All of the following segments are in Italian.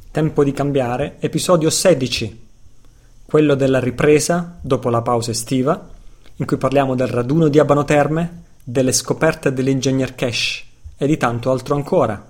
Tempo di cambiare, episodio 16, quello della ripresa dopo la pausa estiva, in cui parliamo del raduno di Abano Terme, delle scoperte dell'ingegner Cash e di tanto altro ancora.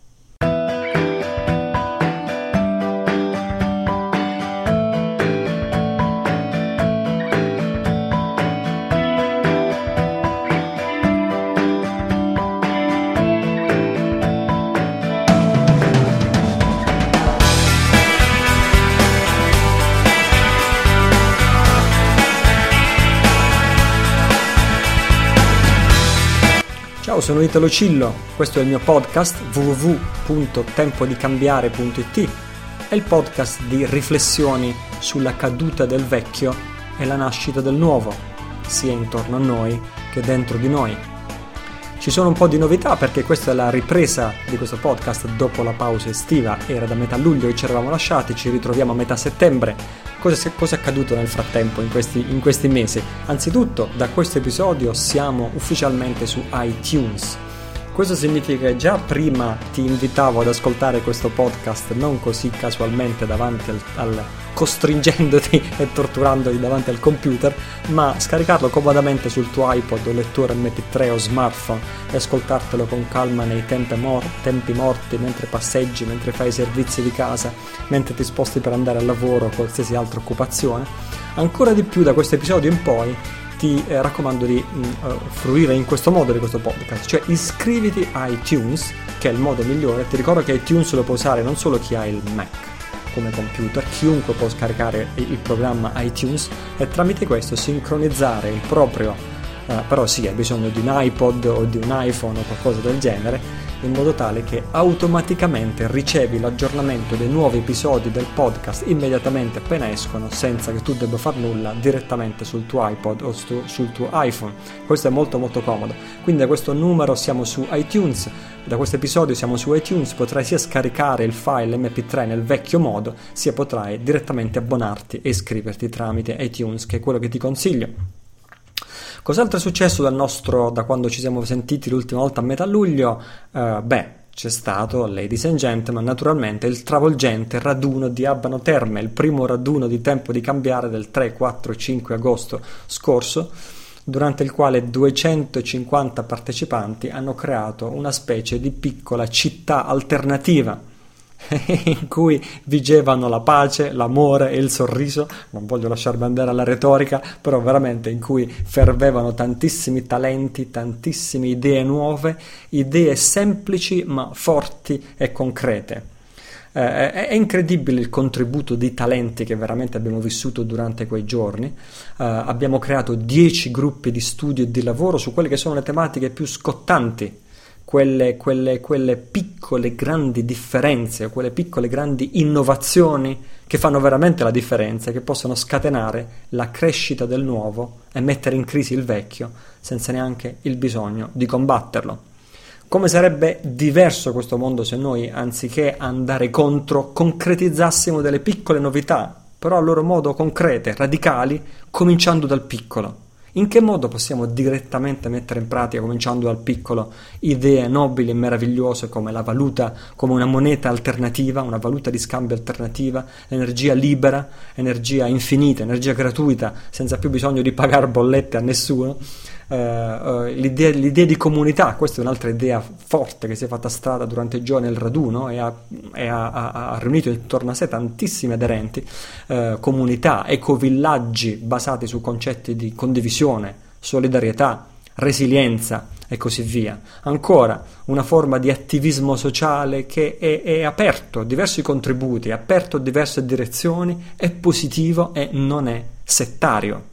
Ciao, sono Italo Cillo, questo è il mio podcast www.tempodicambiare.it, è il podcast di riflessioni sulla caduta del vecchio e la nascita del nuovo, sia intorno a noi che dentro di noi. Ci sono un po' di novità perché questa è la ripresa di questo podcast dopo la pausa estiva, era da metà luglio che ci eravamo lasciati, ci ritroviamo a metà settembre. Cosa è accaduto nel frattempo in questi mesi? Anzitutto, da questo episodio siamo ufficialmente su iTunes. Questo significa che già prima ti invitavo ad ascoltare questo podcast non così casualmente davanti costringendoti e torturandoti davanti al computer, ma scaricarlo comodamente sul tuo iPod o lettore MP3 o smartphone e ascoltartelo con calma nei tempi morti, mentre passeggi, mentre fai i servizi di casa, mentre ti sposti per andare al lavoro o qualsiasi altra occupazione. Ancora di più da questo episodio in poi ti raccomando di fruire in questo modo di questo podcast, cioè iscriviti a iTunes, che è il modo migliore. Ti ricordo che iTunes lo può usare non solo chi ha il Mac come computer, chiunque può scaricare il programma iTunes e tramite questo sincronizzare il proprio, però sì, hai bisogno di un iPod o di un iPhone o qualcosa del genere, in modo tale che automaticamente ricevi l'aggiornamento dei nuovi episodi del podcast immediatamente appena escono, senza che tu debba far nulla, direttamente sul tuo iPod o sul tuo iPhone. Questo è molto molto comodo. Quindi da questo numero siamo su iTunes, da questo episodio siamo su iTunes, potrai sia scaricare il file MP3 nel vecchio modo, sia potrai direttamente abbonarti e iscriverti tramite iTunes, che è quello che ti consiglio. Cos'altro è successo da quando ci siamo sentiti l'ultima volta a metà luglio? C'è stato, ladies and gentlemen, naturalmente il travolgente raduno di Abano Terme, il primo raduno di Tempo di Cambiare del 3, 4, 5 agosto scorso, durante il quale 250 partecipanti hanno creato una specie di piccola città alternativa in cui vigevano la pace, l'amore e il sorriso. Non voglio lasciarmi andare alla retorica, però veramente in cui fervevano tantissimi talenti, tantissime idee nuove, idee semplici ma forti e concrete. È incredibile il contributo di talenti che veramente abbiamo vissuto durante quei giorni. Abbiamo creato 10 gruppi di studio e di lavoro su quelle che sono le tematiche più scottanti, quelle piccole grandi differenze, quelle piccole grandi innovazioni che fanno veramente la differenza, che possono scatenare la crescita del nuovo e mettere in crisi il vecchio senza neanche il bisogno di combatterlo. Come sarebbe diverso questo mondo se noi, anziché andare contro, concretizzassimo delle piccole novità, però a loro modo concrete, radicali, cominciando dal piccolo. In che modo possiamo direttamente mettere in pratica, cominciando dal piccolo, idee nobili e meravigliose come la valuta, come una moneta alternativa, una valuta di scambio alternativa, energia libera, energia infinita, energia gratuita, senza più bisogno di pagare bollette a nessuno. L'idea di comunità, questa è un'altra idea forte che si è fatta strada durante i giorni del raduno e ha riunito intorno a sé tantissimi aderenti. Comunità, ecovillaggi basati su concetti di condivisione, solidarietà, resilienza e così via. Ancora una forma di attivismo sociale che è aperto a diversi contributi, è aperto a diverse direzioni, è positivo e non è settario.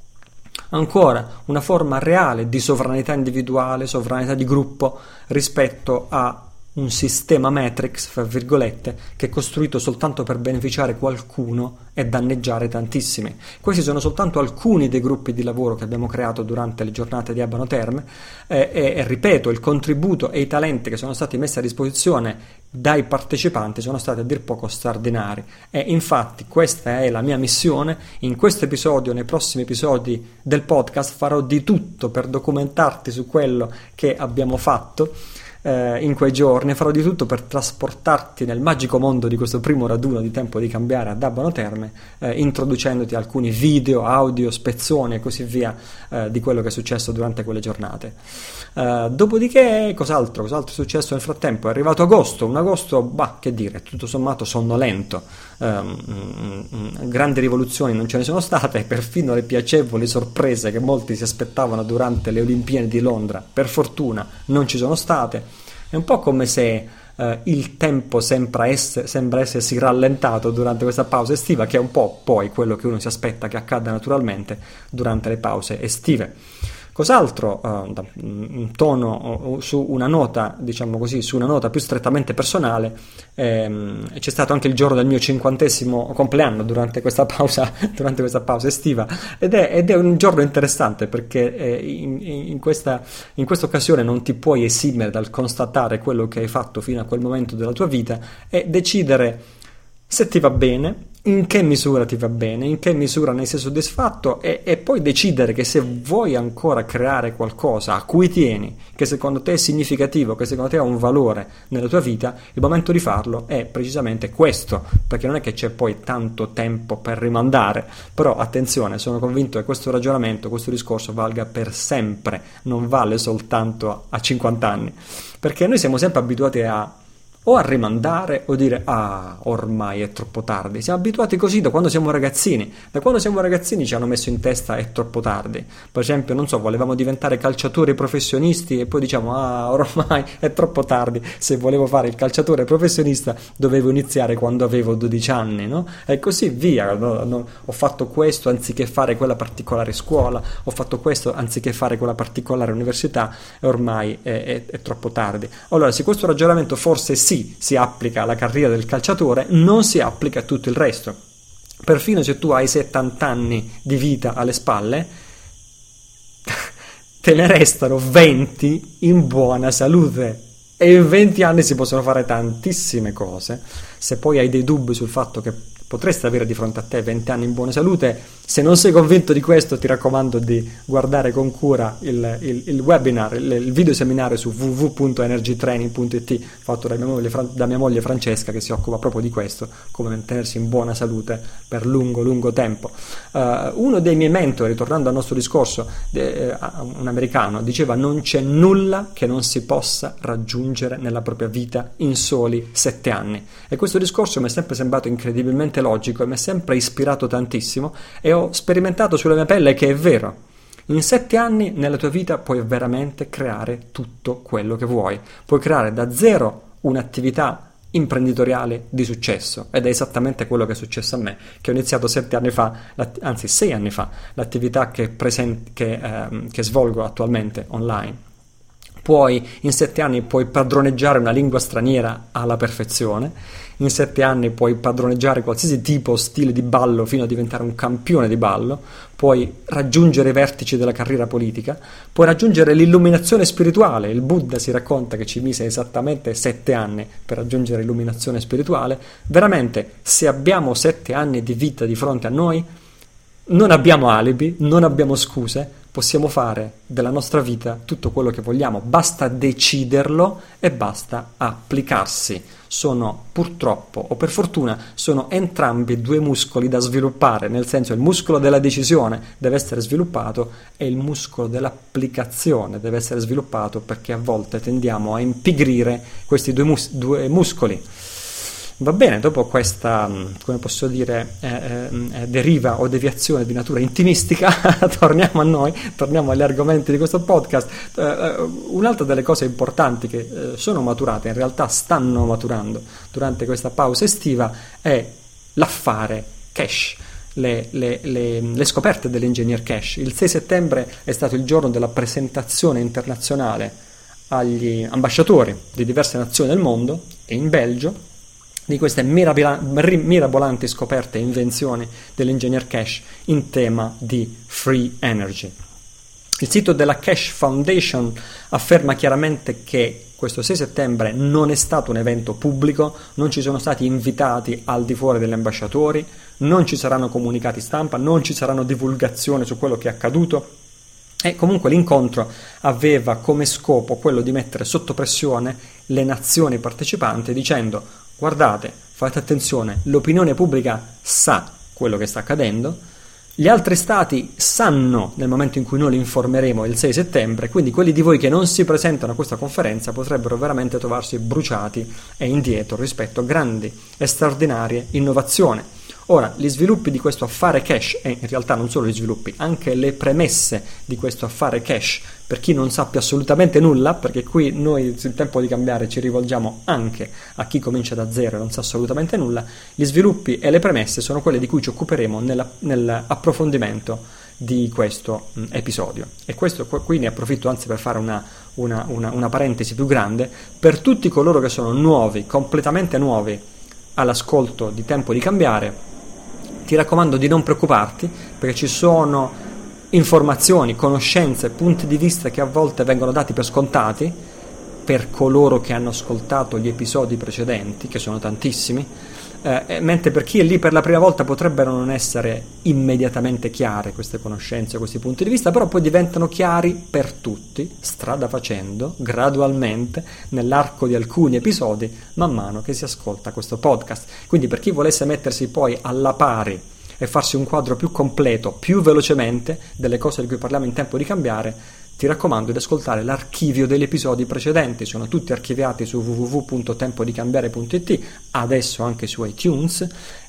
Ancora una forma reale di sovranità individuale, sovranità di gruppo rispetto a un sistema matrix, fra virgolette, che è costruito soltanto per beneficiare qualcuno e danneggiare tantissimi. Questi sono soltanto alcuni dei gruppi di lavoro che abbiamo creato durante le giornate di Abano Terme e ripeto, il contributo e i talenti che sono stati messi a disposizione dai partecipanti sono stati a dir poco straordinari e infatti questa è la mia missione. In questo episodio, nei prossimi episodi del podcast farò di tutto per documentarti su quello che abbiamo fatto. in quei giorni, farò di tutto per trasportarti nel magico mondo di questo primo raduno di Tempo di Cambiare ad Abano Terme, introducendoti alcuni video, audio, spezzoni e così via di quello che è successo durante quelle giornate. Dopodiché cos'altro è successo nel frattempo? È arrivato agosto, un agosto, che dire, tutto sommato sonnolento, grandi rivoluzioni non ce ne sono state, perfino le piacevoli sorprese che molti si aspettavano durante le Olimpiadi di Londra, per fortuna non ci sono state. È un po' come se il tempo sembra essersi rallentato durante questa pausa estiva, che è un po' poi quello che uno si aspetta che accada naturalmente durante le pause estive. Cos'altro, un tono su una nota, diciamo così, su una nota più strettamente personale, c'è stato anche il giorno del mio 50° compleanno durante questa pausa estiva, ed è un giorno interessante perché in questa occasione non ti puoi esimere dal constatare quello che hai fatto fino a quel momento della tua vita e decidere se ti va bene, in che misura ti va bene, in che misura ne sei soddisfatto e poi decidere che se vuoi ancora creare qualcosa a cui tieni, che secondo te è significativo, che secondo te ha un valore nella tua vita, il momento di farlo è precisamente questo, perché non è che c'è poi tanto tempo per rimandare. Però attenzione, sono convinto che questo ragionamento, questo discorso valga per sempre, non vale soltanto a 50 anni, perché noi siamo sempre abituati a rimandare o dire ormai è troppo tardi. Siamo abituati così da quando siamo ragazzini. Da quando siamo ragazzini ci hanno messo in testa è troppo tardi. Per esempio, non so, volevamo diventare calciatori professionisti e poi diciamo ormai è troppo tardi. Se volevo fare il calciatore professionista dovevo iniziare quando avevo 12 anni, no? E così via. Ho fatto questo anziché fare quella particolare scuola, ho fatto questo anziché fare quella particolare università e ormai è troppo tardi. Allora, se questo ragionamento forse sì si applica alla carriera del calciatore, non si applica a tutto il resto. Perfino se tu hai 70 anni di vita alle spalle, te ne restano 20 in buona salute e in 20 anni si possono fare tantissime cose. Se poi hai dei dubbi sul fatto che potresti avere di fronte a te 20 anni in buona salute, se non sei convinto di questo ti raccomando di guardare con cura il webinar, il video seminario su www.energytraining.it fatto da mia moglie Francesca, che si occupa proprio di questo, come mantenersi in buona salute per lungo tempo. Uno dei miei mentori, ritornando al nostro discorso, un americano, diceva: non c'è nulla che non si possa raggiungere nella propria vita in soli 7 anni. E questo discorso mi è sempre sembrato incredibilmente logico e mi ha sempre ispirato tantissimo, e ho sperimentato sulla mia pelle che è vero. In 7 anni nella tua vita puoi veramente creare tutto quello che vuoi. Puoi creare da zero un'attività imprenditoriale di successo, ed è esattamente quello che è successo a me, che ho iniziato 6 anni fa, l'attività che svolgo attualmente online. In 7 anni puoi padroneggiare una lingua straniera alla perfezione, in 7 anni puoi padroneggiare qualsiasi tipo o stile di ballo fino a diventare un campione di ballo, puoi raggiungere i vertici della carriera politica, puoi raggiungere l'illuminazione spirituale. Il Buddha si racconta che ci mise esattamente 7 anni per raggiungere l'illuminazione spirituale. Veramente, se abbiamo 7 anni di vita di fronte a noi, non abbiamo alibi, non abbiamo scuse, possiamo fare della nostra vita tutto quello che vogliamo, basta deciderlo e basta applicarsi. Sono purtroppo o per fortuna sono entrambi 2 muscoli da sviluppare, nel senso il muscolo della decisione deve essere sviluppato e il muscolo dell'applicazione deve essere sviluppato, perché a volte tendiamo a impigrire questi due muscoli. Va bene, dopo questa, come posso dire, deriva o deviazione di natura intimistica, torniamo a noi, torniamo agli argomenti di questo podcast. Un'altra delle cose importanti che sono maturate, in realtà stanno maturando durante questa pausa estiva, è l'affare cash. Le scoperte dell'ingegner Cash. Il 6 settembre è stato il giorno della presentazione internazionale agli ambasciatori di diverse nazioni del mondo e in Belgio di queste mirabolanti scoperte e invenzioni dell'ingegner Cash in tema di free energy. Il sito della Cash Foundation afferma chiaramente che questo 6 settembre non è stato un evento pubblico, non ci sono stati invitati al di fuori degli ambasciatori, non ci saranno comunicati stampa, non ci saranno divulgazioni su quello che è accaduto. E comunque l'incontro aveva come scopo quello di mettere sotto pressione le nazioni partecipanti dicendo: guardate, fate attenzione, l'opinione pubblica sa quello che sta accadendo, gli altri stati sanno nel momento in cui noi li informeremo il 6 settembre, quindi quelli di voi che non si presentano a questa conferenza potrebbero veramente trovarsi bruciati e indietro rispetto a grandi e straordinarie innovazioni. Ora, gli sviluppi di questo affare cash, e in realtà non solo gli sviluppi, anche le premesse di questo affare cash, per chi non sappia assolutamente nulla, perché qui noi sul Tempo di Cambiare ci rivolgiamo anche a chi comincia da zero e non sa assolutamente nulla, gli sviluppi e le premesse sono quelle di cui ci occuperemo nell'approfondimento di questo episodio. E questo qui ne approfitto anzi per fare una parentesi più grande per tutti coloro che sono nuovi, completamente nuovi all'ascolto di Tempo di Cambiare. Ti raccomando di non preoccuparti, perché ci sono informazioni, conoscenze, punti di vista che a volte vengono dati per scontati per coloro che hanno ascoltato gli episodi precedenti, che sono tantissimi, mentre per chi è lì per la prima volta potrebbero non essere immediatamente chiare queste conoscenze, questi punti di vista, però poi diventano chiari per tutti, strada facendo, gradualmente, nell'arco di alcuni episodi, man mano che si ascolta questo podcast. Quindi per chi volesse mettersi poi alla pari e farsi un quadro più completo, più velocemente, delle cose di cui parliamo in Tempo di Cambiare, ti raccomando di ascoltare l'archivio degli episodi precedenti, sono tutti archiviati su www.tempodicambiare.it, adesso anche su iTunes,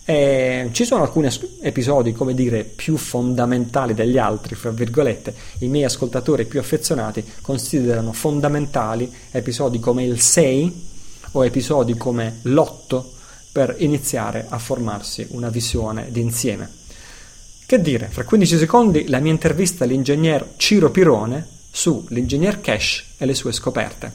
e ci sono alcuni episodi, come dire, più fondamentali degli altri, fra virgolette. I miei ascoltatori più affezionati considerano fondamentali episodi come il 6 o episodi come l'8 per iniziare a formarsi una visione d'insieme. Che dire, fra 15 secondi la mia intervista all'ingegner Ciro Pirone su l'ingegner Cash e le sue scoperte.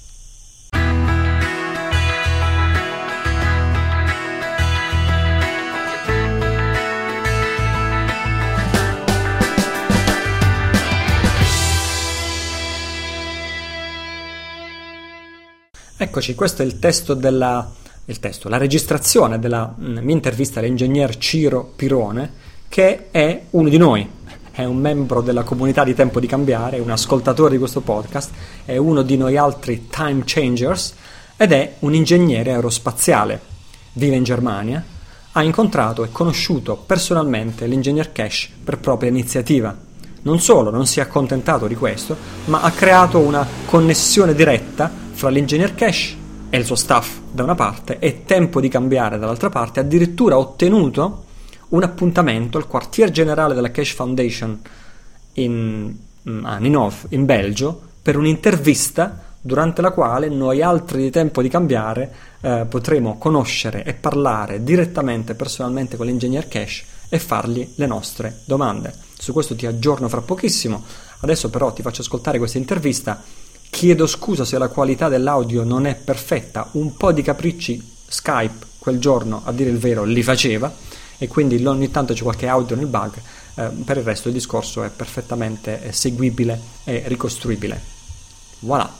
Eccoci, questo è il testo, la registrazione della mia intervista all'ingegner Ciro Pirone, che è uno di noi. È un membro della comunità di Tempo di Cambiare, è un ascoltatore di questo podcast, è uno di noi altri time changers ed è un ingegnere aerospaziale. Vive in Germania, ha incontrato e conosciuto personalmente l'ingegner Cash per propria iniziativa. Non solo, non si è accontentato di questo, ma ha creato una connessione diretta fra l'ingegner Cash e il suo staff da una parte e Tempo di Cambiare dall'altra parte, addirittura ha ottenuto un appuntamento al quartier generale della Cash Foundation a Ninove, in Belgio, per un'intervista durante la quale noi altri di Tempo di Cambiare potremo conoscere e parlare direttamente, personalmente con l'ingegner Cash e fargli le nostre domande. Su questo ti aggiorno fra pochissimo. Adesso però ti faccio ascoltare questa intervista. Chiedo scusa se la qualità dell'audio non è perfetta, un po' di capricci Skype quel giorno, a dire il vero, li faceva, e quindi ogni tanto c'è qualche audio nel bug, per il resto il discorso è perfettamente seguibile e ricostruibile. Voilà.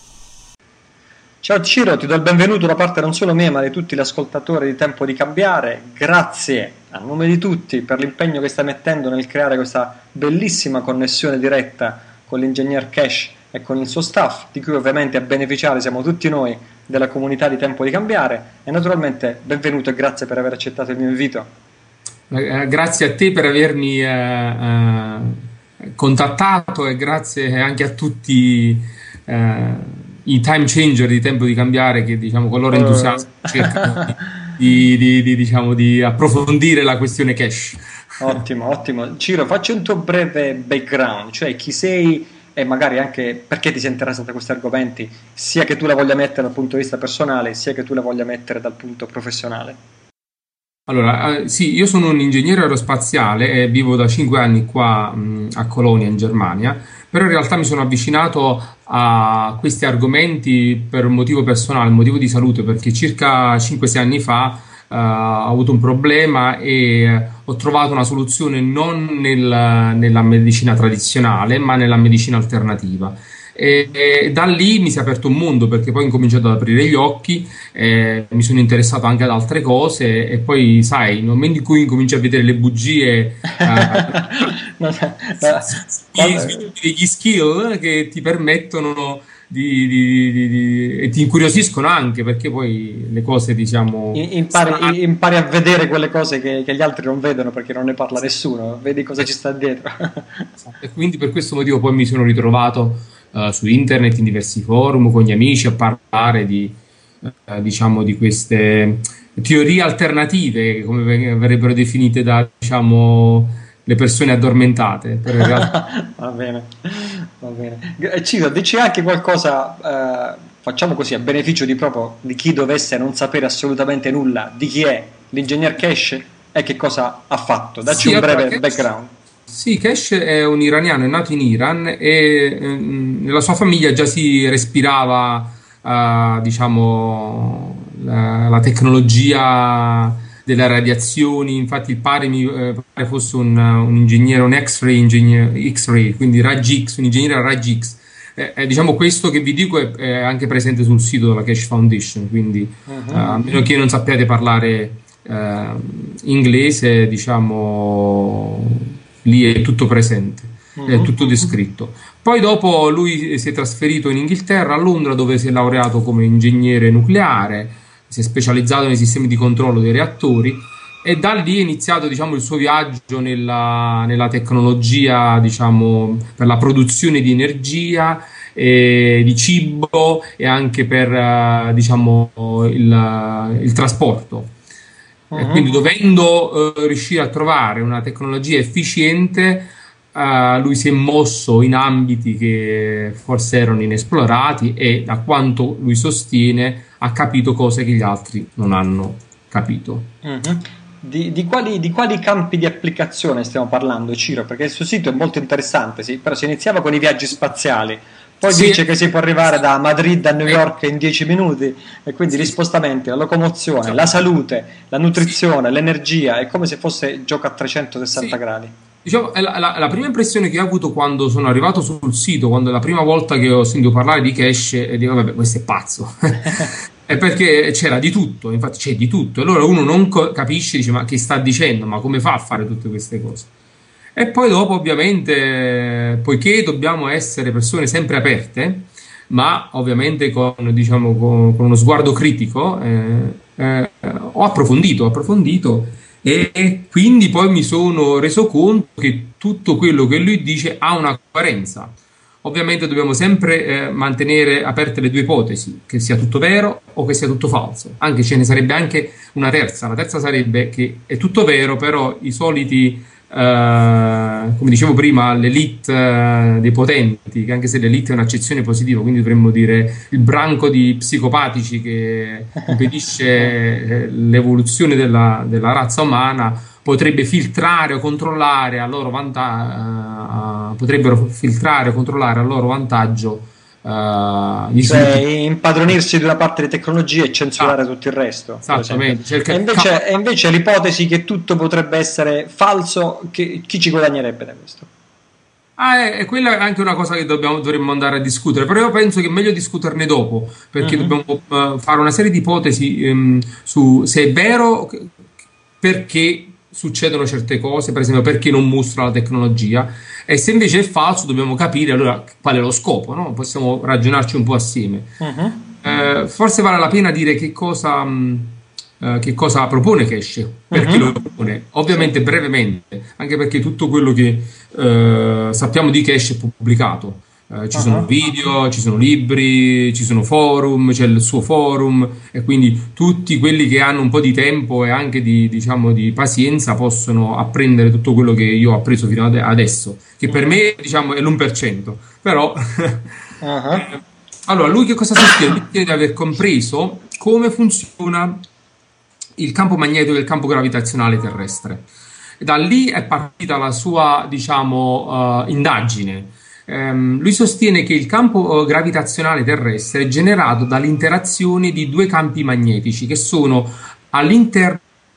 Ciao Ciro, ti do il benvenuto da parte non solo mia ma di tutti gli ascoltatori di Tempo di Cambiare. Grazie a nome di tutti per l'impegno che stai mettendo nel creare questa bellissima connessione diretta con l'ingegner Cash e con il suo staff, di cui ovviamente a beneficiare siamo tutti noi della comunità di Tempo di Cambiare, e naturalmente benvenuto e grazie per aver accettato il mio invito. Grazie a te per avermi contattato e grazie anche a tutti i time changer di Tempo di Cambiare che, diciamo, con loro entusiasmo cercano di approfondire la questione cash. Ottimo. Ciro, facci un tuo breve background, cioè chi sei e magari anche perché ti sei interessato a questi argomenti, sia che tu la voglia mettere dal punto di vista personale, sia che tu la voglia mettere dal punto professionale. Allora, sì, io sono un ingegnere aerospaziale e vivo da 5 anni qua a Colonia, in Germania, però in realtà mi sono avvicinato a questi argomenti per un motivo personale, un motivo di salute, perché circa 5-6 anni fa ho avuto un problema e ho trovato una soluzione non nella medicina tradizionale, ma nella medicina alternativa. E da lì mi si è aperto un mondo, perché poi ho incominciato ad aprire gli occhi, mi sono interessato anche ad altre cose e poi sai, nel momento in cui incominci a vedere le bugie, No, degli skill che ti permettono e ti incuriosiscono anche, perché poi le cose, diciamo, impari a vedere quelle cose che gli altri non vedono perché non ne parla nessuno, vedi cosa ci sta dietro. e quindi per questo motivo poi mi sono ritrovato su internet, in diversi forum, con gli amici a parlare diciamo, di queste teorie alternative, come verrebbero definite da, diciamo, le persone addormentate. Però in realtà Va bene, va bene. Ciro, dici anche qualcosa, facciamo così, a beneficio di chi dovesse non sapere assolutamente nulla di chi è l'ingegner Cash e che cosa ha fatto. Dacci sì, un allora, breve background. sì, Kesh è un iraniano, è nato in Iran e nella sua famiglia già si respirava, diciamo, la tecnologia delle radiazioni. Infatti il padre mi pare fosse un ingegnere, un X-ray, quindi raggi X, un ingegnere a raggi X. Diciamo, questo che vi dico è anche presente sul sito della Keshe Foundation, quindi a meno che non sappiate parlare inglese, diciamo, lì è tutto presente, è tutto descritto. Poi dopo lui si è trasferito in Inghilterra, a Londra, dove si è laureato come ingegnere nucleare, si è specializzato nei sistemi di controllo dei reattori e da lì è iniziato, diciamo, il suo viaggio nella tecnologia, diciamo, per la produzione di energia, di cibo e anche per, diciamo, il trasporto. E quindi, dovendo riuscire a trovare una tecnologia efficiente, lui si è mosso in ambiti che forse erano inesplorati e, da quanto lui sostiene, ha capito cose che gli altri non hanno capito. Di quali campi di applicazione stiamo parlando, Ciro? Perché il suo sito è molto interessante, sì, però si iniziava con i viaggi spaziali, poi Sì. dice che si può arrivare da Madrid a New York in 10 minuti, e quindi gli spostamenti, la locomozione, la salute, la nutrizione, l'energia, è come se fosse gioco a 360 Sì. gradi. Diciamo, è la prima impressione che ho avuto quando sono arrivato sul sito, quando è la prima volta che ho sentito parlare di Cash, e dico, vabbè, questo è pazzo. È perché c'era di tutto, infatti c'è di tutto. E allora uno non capisce, dice, ma che sta dicendo? Ma come fa a fare tutte queste cose? E poi dopo, ovviamente, poiché dobbiamo essere persone sempre aperte, ma ovviamente con, diciamo, con uno sguardo critico, ho approfondito e quindi poi mi sono reso conto che tutto quello che lui dice ha una coerenza. Ovviamente dobbiamo sempre mantenere aperte le due ipotesi, che sia tutto vero o che sia tutto falso. Anche ce ne sarebbe anche una terza. La terza sarebbe che è tutto vero, però i soliti, come dicevo prima, l'elite dei potenti, che anche se l'elite è un'accezione positiva, quindi dovremmo dire il branco di psicopatici che impedisce l'evoluzione della razza umana, potrebbe filtrare o controllare a loro potrebbero filtrare o controllare a loro vantaggio gli Cioè, sviluppi. impadronirsi di una parte di tecnologia e censurare tutto il resto, per esempio. Esattamente, cerca E invece l'ipotesi che tutto potrebbe essere falso, chi ci guadagnerebbe da questo? E quella è anche una cosa che dovremmo andare a discutere, però io penso che è meglio discuterne dopo, perché dobbiamo fare una serie di ipotesi su se è vero, perché succedono certe cose, per esempio perché non mostra la tecnologia, e se invece è falso dobbiamo capire allora qual è lo scopo, no? Possiamo ragionarci un po' assieme. Forse vale la pena dire che cosa propone Cash, perché lo propone, ovviamente brevemente, anche perché tutto quello che sappiamo di Cash è pubblicato. Ci sono video, ci sono libri, ci sono forum, c'è il suo forum, e quindi tutti quelli che hanno un po' di tempo e anche diciamo, di pazienza possono apprendere tutto quello che io ho appreso fino adesso, che per me, diciamo, è l'1%, però allora lui che cosa sostiene? Lui chiede di aver compreso come funziona il campo magnetico e il campo gravitazionale terrestre. Da lì è partita la sua, diciamo, indagine. Lui sostiene che il campo gravitazionale terrestre è generato dall'interazione di due campi magnetici che sono all'interno.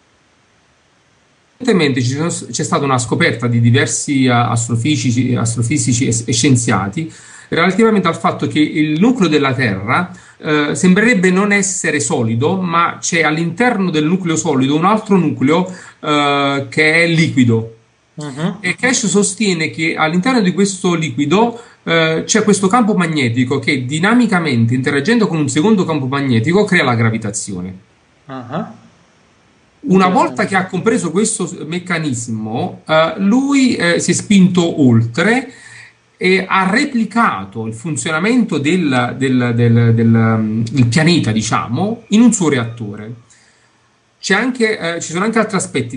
Recentemente c'è stata una scoperta di diversi astrofisici e scienziati relativamente al fatto che il nucleo della Terra sembrerebbe non essere solido, ma c'è all'interno del nucleo solido un altro nucleo che è liquido. E Cash sostiene che all'interno di questo liquido c'è questo campo magnetico che dinamicamente, interagendo con un secondo campo magnetico, crea la gravitazione. Una volta che ha compreso questo meccanismo, lui si è spinto oltre e ha replicato il funzionamento del pianeta, diciamo, in un suo reattore. Ci sono anche altri aspetti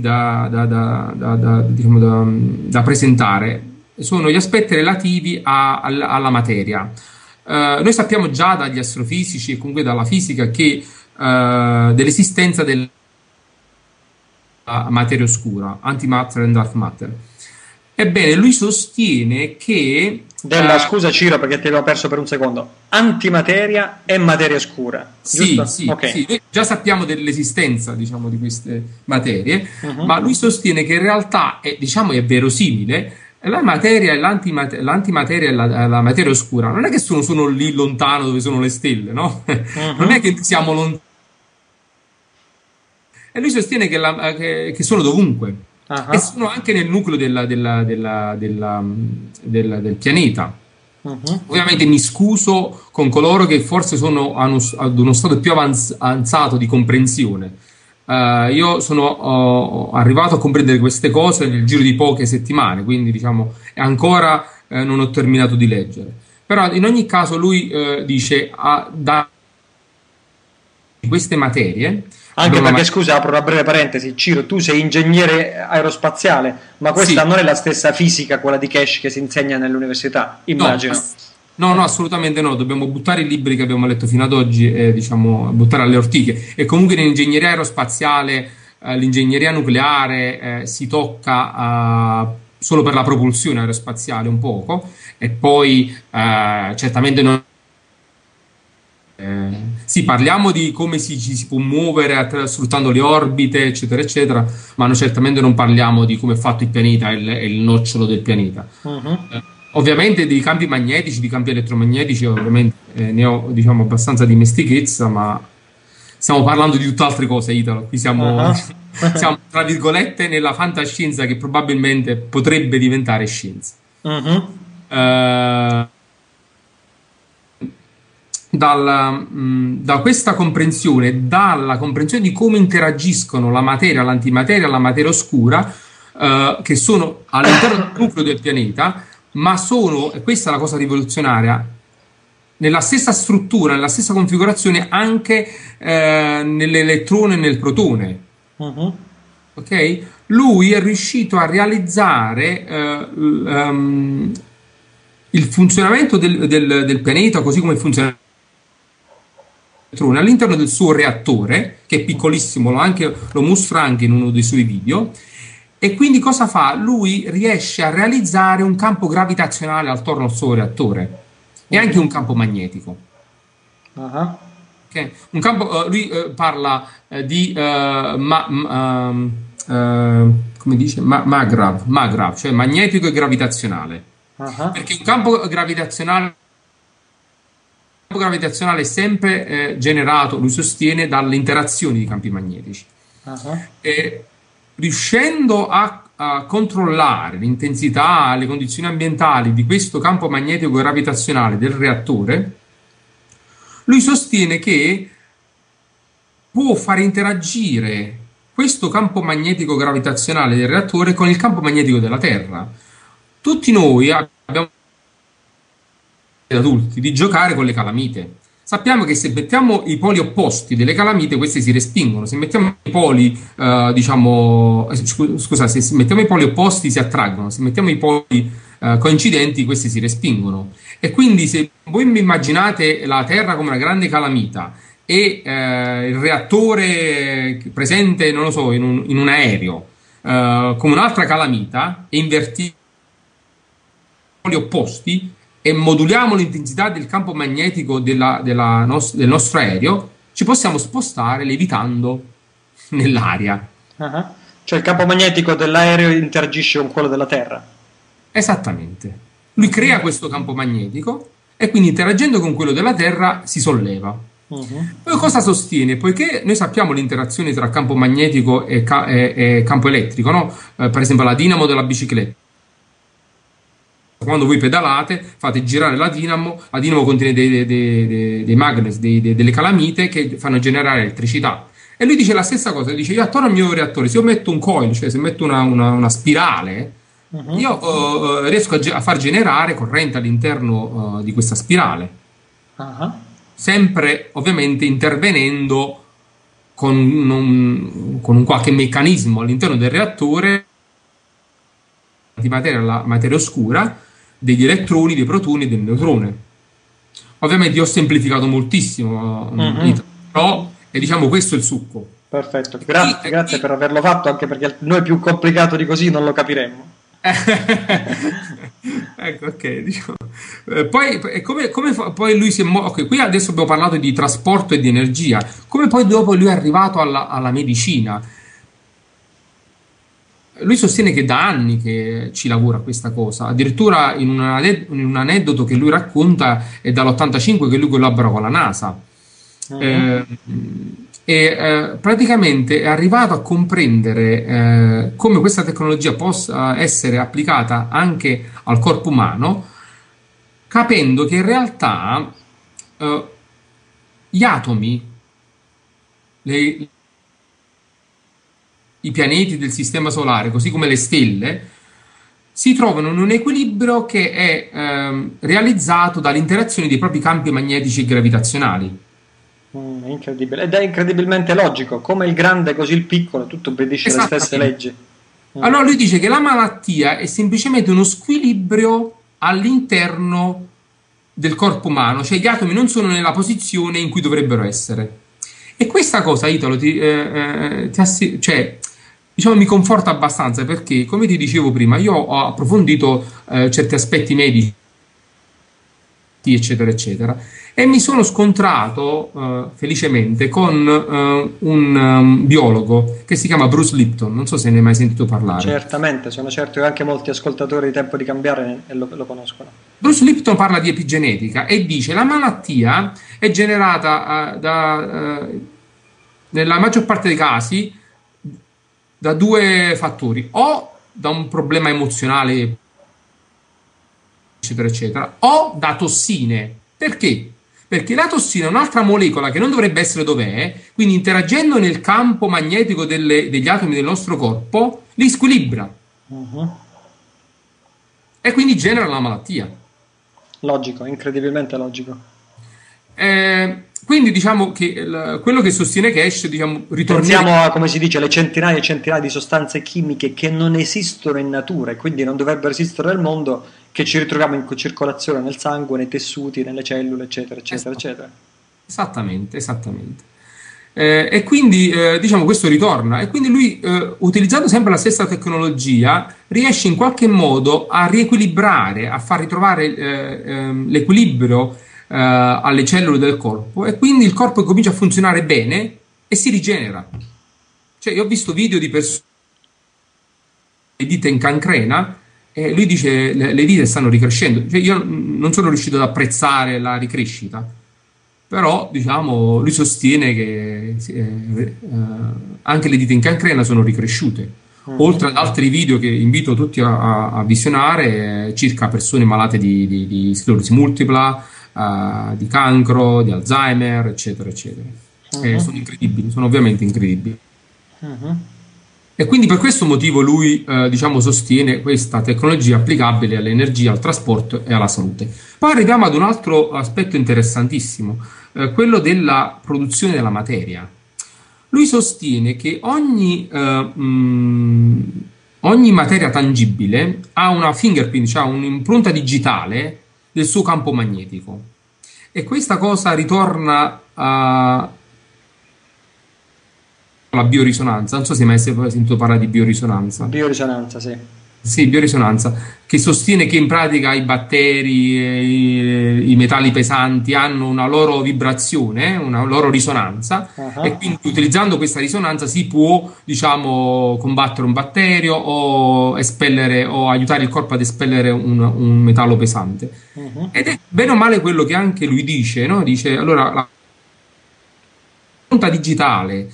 da presentare, sono gli aspetti relativi alla materia. Noi sappiamo già dagli astrofisici e comunque dalla fisica che dell'esistenza della materia oscura, antimatter e dark matter. Ebbene, lui sostiene che scusa Ciro, perché te l'ho perso per un secondo. Antimateria e materia oscura. Sì, okay. Sì. Noi già sappiamo dell'esistenza, diciamo, di queste materie, ma lui sostiene che in realtà è verosimile. La materia e l'antimateria e la materia oscura non è che sono lì lontano dove sono le stelle, no? Non è che siamo lontani. E lui sostiene che sono dovunque. E sono anche nel nucleo del pianeta. Ovviamente mi scuso con coloro che forse sono ad uno stato più avanzato di comprensione. Io sono arrivato a comprendere queste cose nel giro di poche settimane, quindi diciamo ancora non ho terminato di leggere. Però in ogni caso lui dice da queste materie. Anche perché, scusa, apro una breve parentesi, Ciro, tu sei ingegnere aerospaziale, ma questa non è la stessa fisica, quella di Cash, che si insegna nell'università, immagino. No, assolutamente no, dobbiamo buttare i libri che abbiamo letto fino ad oggi e buttare alle ortiche. E comunque in ingegneria aerospaziale, l'ingegneria nucleare si tocca solo per la propulsione aerospaziale un poco, e poi certamente non. Sì, parliamo di come ci si può muovere sfruttando le orbite, eccetera, eccetera, ma certamente non parliamo di come è fatto il pianeta e il nocciolo del pianeta. Ovviamente di campi magnetici, di campi elettromagnetici, ovviamente ne ho, diciamo, abbastanza dimestichezza, ma stiamo parlando di tutt'altre cose, Italo. Qui siamo, tra virgolette, nella fantascienza che probabilmente potrebbe diventare scienza. Da questa comprensione, dalla comprensione di come interagiscono la materia, l'antimateria, la materia oscura, che sono all'interno del nucleo del pianeta, ma sono, e questa è la cosa rivoluzionaria, nella stessa struttura, nella stessa configurazione anche nell'elettrone e nel protone. Ok? Lui è riuscito a realizzare il funzionamento del pianeta, così come funziona all'interno del suo reattore, che è piccolissimo, lo mostra anche in uno dei suoi video. E quindi cosa fa? Lui riesce a realizzare un campo gravitazionale attorno al suo reattore e anche un campo magnetico. Okay? Un campo, lui parla di come dice? Magrav, cioè magnetico e gravitazionale. Perché un campo gravitazionale è sempre generato, lui sostiene, dalle interazioni di campi magnetici. E riuscendo a controllare l'intensità, le condizioni ambientali di questo campo magnetico gravitazionale del reattore, lui sostiene che può fare interagire questo campo magnetico gravitazionale del reattore con il campo magnetico della Terra. Tutti noi abbiamo adulti di giocare con le calamite. Sappiamo che se mettiamo i poli opposti delle calamite, queste si respingono. Se mettiamo i poli, se mettiamo i poli opposti si attraggono. Se mettiamo i poli coincidenti, questi si respingono. E quindi se voi mi immaginate la Terra come una grande calamita e il reattore presente, non lo so, in un aereo come un'altra calamita, e invertiti i poli opposti e moduliamo l'intensità del campo magnetico del nostro aereo, ci possiamo spostare levitando nell'aria. Cioè il campo magnetico dell'aereo interagisce con quello della Terra. Esattamente. Lui crea questo campo magnetico e quindi interagendo con quello della Terra si solleva. Poi cosa sostiene? Poiché noi sappiamo l'interazione tra campo magnetico e campo elettrico, no? Per esempio la dinamo della bicicletta. Quando voi pedalate, fate girare la dinamo contiene dei magneti, delle calamite che fanno generare elettricità. E lui dice la stessa cosa, dice io attorno al mio reattore, se io metto un coil, cioè se metto una spirale, io riesco a far generare corrente all'interno di questa spirale. Sempre ovviamente intervenendo con un qualche meccanismo all'interno del reattore di materia oscura, degli elettroni, dei protoni e del neutrone. Ovviamente io ho semplificato moltissimo, però diciamo questo è il succo. Perfetto, grazie per averlo fatto, anche perché noi più complicato di così non lo capiremmo. Ecco, ok, diciamo. Poi lui si è okay, qui adesso abbiamo parlato di trasporto e di energia. Come poi dopo lui è arrivato alla medicina? Lui sostiene che da anni che ci lavora questa cosa, addirittura in un aneddoto che lui racconta è dall'85 che lui collabora con la NASA. Praticamente è arrivato a comprendere come questa tecnologia possa essere applicata anche al corpo umano, capendo che in realtà gli atomi, i pianeti del sistema solare, così come le stelle, si trovano in un equilibrio che è realizzato dall'interazione dei propri campi magnetici e gravitazionali. Incredibile. Ed è incredibilmente logico, come il grande così il piccolo, tutto obbedisce alle stesse leggi. Allora lui dice che la malattia è semplicemente uno squilibrio all'interno del corpo umano, cioè gli atomi non sono nella posizione in cui dovrebbero essere. E questa cosa, Italo, diciamo, mi conforta abbastanza, perché, come ti dicevo prima, io ho approfondito certi aspetti medici, eccetera, eccetera, e mi sono scontrato felicemente con un biologo che si chiama Bruce Lipton. Non so se ne hai mai sentito parlare. Certamente, sono certo che anche molti ascoltatori di Tempo di Cambiare lo conoscono. Bruce Lipton parla di epigenetica e dice la malattia è generata nella maggior parte dei casi da due fattori: o da un problema emozionale, eccetera, eccetera, o da tossine. Perché? Perché la tossina è un'altra molecola che non dovrebbe essere dov'è, quindi interagendo nel campo magnetico degli atomi del nostro corpo, li squilibra. E quindi genera la malattia. Logico, incredibilmente logico. Quindi diciamo che quello che sostiene Cash, diciamo, pensiamo a, come si dice, le centinaia e centinaia di sostanze chimiche che non esistono in natura e quindi non dovrebbero esistere nel mondo, che ci ritroviamo in circolazione nel sangue, nei tessuti, nelle cellule, eccetera, eccetera, eccetera. Esattamente. E quindi diciamo questo ritorna, e quindi lui, utilizzando sempre la stessa tecnologia, riesce in qualche modo a riequilibrare, a far ritrovare l'equilibrio alle cellule del corpo, e quindi il corpo comincia a funzionare bene e si rigenera. Cioè, io ho visto video di persone le dita in cancrena, e lui dice le dita stanno ricrescendo. Cioè, io non sono riuscito ad apprezzare la ricrescita, però diciamo lui sostiene che anche le dita in cancrena sono ricresciute, oltre ad altri video che invito tutti a visionare, circa persone malate di sclerosi multipla, di cancro, di Alzheimer, eccetera, eccetera. Sono incredibili, sono ovviamente incredibili. E quindi per questo motivo lui diciamo sostiene questa tecnologia applicabile all'energia, al trasporto e alla salute. Poi arriviamo ad un altro aspetto interessantissimo, quello della produzione della materia. Lui sostiene che ogni materia tangibile ha una fingerprint, cioè un'impronta digitale del suo campo magnetico, e questa cosa ritorna alla biorisonanza. Non so se hai mai sentito parlare di biorisonanza. Biorisonanza, sì. Sì, biorisonanza, che sostiene che in pratica i batteri, i metalli pesanti hanno una loro vibrazione, una loro risonanza, e Ah, quindi utilizzando questa risonanza si può, diciamo, combattere un batterio o espellere o aiutare il corpo ad espellere un metallo pesante. mhm. Ed è bene o male quello che anche lui dice, no? Dice, allora, la impronta digitale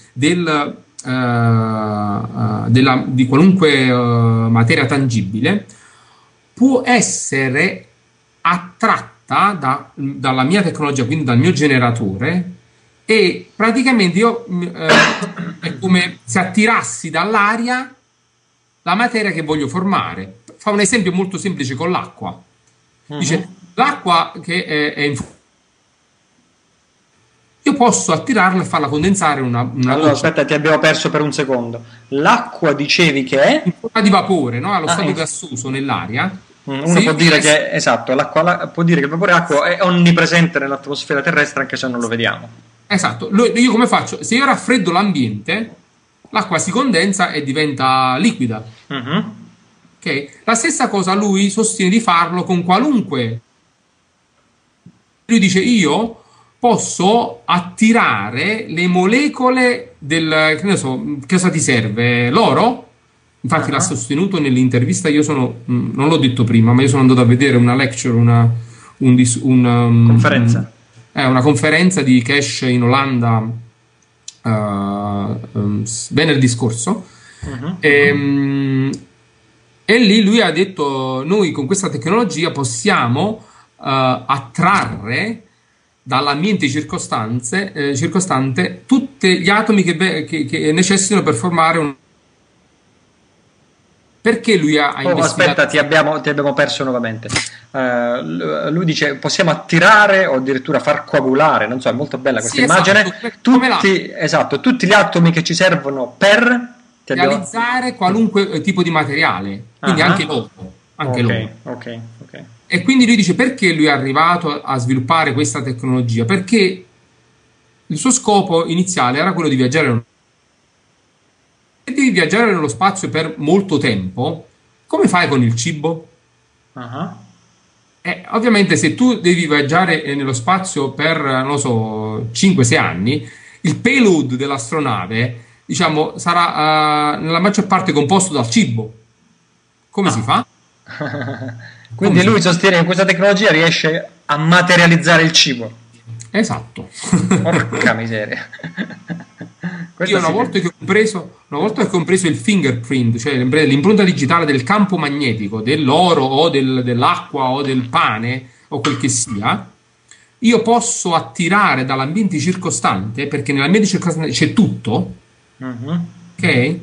di qualunque materia tangibile può essere attratta dalla mia tecnologia, quindi dal mio generatore, e praticamente è come se attirassi dall'aria la materia che voglio formare. Fa un esempio molto semplice con l'acqua. Dice, Mhm. l'acqua che è in io posso attirarla e farla condensare una Allora, goccia aspetta, ti abbiamo perso per un secondo. L'acqua dicevi che è? in forma di vapore, no? Allo Ah, stato gassoso nell'aria. Se uno può io dire avessi- che, esatto, può dire che il vapore acqua è onnipresente nell'atmosfera terrestre anche se non lo vediamo. esatto, io come faccio? Se io raffreddo l'ambiente, l'acqua si condensa e diventa liquida. Mhm. Ok? La stessa cosa lui sostiene di farlo con qualunque. Lui dice io posso attirare le molecole del, che ne so, che cosa ti serve? L'oro? Infatti l'ha Ah, sostenuto nell'intervista, non l'ho detto prima, ma io sono andato a vedere una lecture, conferenza. una conferenza di Cash in Olanda venerdì scorso. Mhm. E lì lui ha detto: noi con questa tecnologia possiamo attrarre dall'ambiente circostante tutti gli atomi che necessitano per formare un. Perché lui ha Oh, investigato? aspetta, ti abbiamo perso nuovamente. Lui dice possiamo attirare o addirittura far coagulare, non so, è molto bella questa Sì, esatto, immagine. come l'acqua. Esatto, tutti gli atomi che ci servono per... Ti abbiamo... Realizzare qualunque tipo di materiale, quindi anche Ah, l'oro. Anche ok, l'oro. ok, ok. E quindi lui dice perché lui è arrivato a sviluppare questa tecnologia? Perché il suo scopo iniziale era quello di viaggiare nello se devi viaggiare nello spazio per molto tempo, come fai con il cibo? Ah, Ovviamente se tu devi viaggiare nello spazio per, non lo so, 5-6 anni, il payload dell'astronave, diciamo, sarà nella maggior parte composto dal cibo. Come si ah. fa? Come Quindi si lui fa? sostiene che questa tecnologia riesce a materializzare il cibo. Esatto. Porca miseria. Io Questa sì che... una volta che ho compreso il fingerprint, cioè l'impronta digitale del campo magnetico, dell'oro o dell'acqua o del pane o quel che sia, io posso attirare dall'ambiente circostante, perché nell'ambiente circostante c'è tutto, Mhm. ok?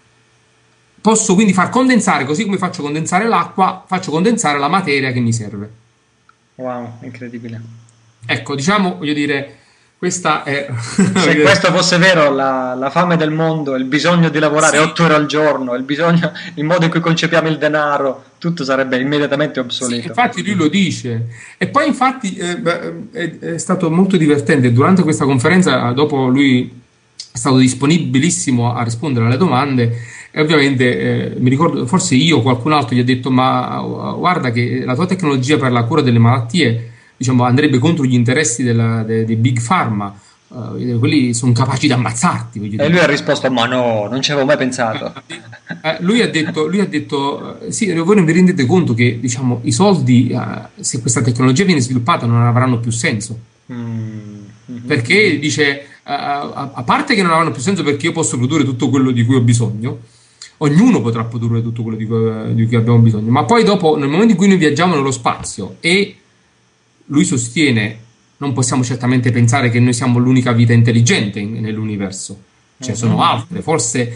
Posso quindi far condensare, così come faccio condensare l'acqua, faccio condensare la materia che mi serve. Wow, incredibile. Ecco, diciamo, voglio dire, questa è. Se questo fosse vero, la fame del mondo, il bisogno di lavorare Sì, 8 ore al giorno, il modo in cui concepiamo il denaro, tutto sarebbe immediatamente sì, obsoleto. infatti lui lo dice. E poi infatti beh, è stato molto divertente. Durante questa conferenza, dopo lui è stato disponibilissimo a rispondere alle domande e ovviamente mi ricordo, forse io o qualcun altro gli ha detto, ma guarda che la tua tecnologia per la cura delle malattie, diciamo, andrebbe contro gli interessi dei big pharma. Quelli sono capaci di ammazzarti, voglio E lui dire. ha risposto, ma no, non ci avevo mai pensato. Lui ha detto, sì, voi non vi rendete conto che, diciamo, i soldi, se questa tecnologia viene sviluppata, non avranno più senso. Mm, mhm. Perché dice, a parte che non avranno più senso perché io posso produrre tutto quello di cui ho bisogno, ognuno potrà produrre tutto quello di cui abbiamo bisogno, ma poi dopo, nel momento in cui noi viaggiamo nello spazio e lui sostiene, non possiamo certamente pensare che noi siamo l'unica vita intelligente nell'universo, ce ne sono Mhm. altre, forse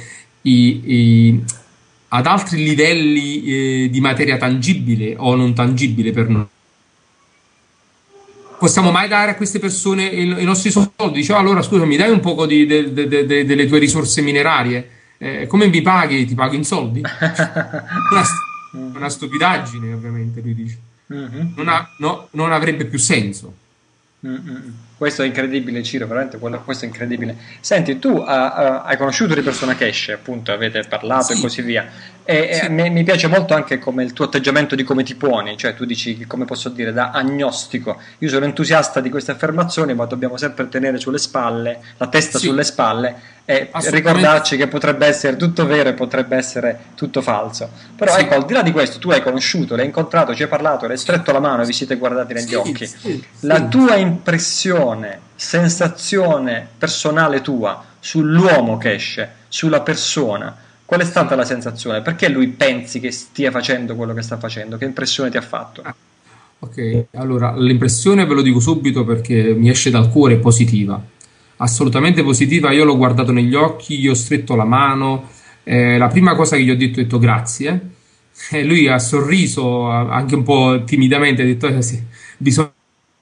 ad altri livelli di materia tangibile o non tangibile per noi. Possiamo mai dare a queste persone i nostri soldi? Diceva allora scusami, dai un poco delle tue risorse minerarie. Come mi paghi? Ti pago in soldi? Una, una stupidaggine, ovviamente, lui dice. Mhm. Non avrebbe più senso. Mm, mm, mm. Questo è incredibile, Ciro, veramente questo è incredibile. Senti, tu hai conosciuto di persona Keshe, appunto, avete parlato e così via. E sì, mi piace molto anche come il tuo atteggiamento di come ti poni, cioè tu dici, come posso dire, da agnostico. Io sono entusiasta di queste affermazioni, ma dobbiamo sempre tenere sulle spalle, la testa sì, sulle spalle e assolutamente ricordarci che potrebbe essere tutto vero e potrebbe essere tutto falso. Però sì. ecco, al di là di questo, tu hai conosciuto, l'hai incontrato, ci hai parlato, l'hai stretto la mano e vi siete guardati negli Sì, occhi. sì, La sì. tua impressione, sensazione personale tua sull'uomo che esce, sulla persona, qual è stata Sì. la sensazione? Perché lui pensi che stia facendo quello che sta facendo? Che impressione ti ha fatto? Ah, ok, allora l'impressione ve lo dico subito perché mi esce dal cuore, è positiva, assolutamente positiva. Io l'ho guardato negli occhi, gli ho stretto la mano. La prima cosa che gli ho detto grazie. E lui ha sorriso anche un po' timidamente, ha detto, sì, bisogna,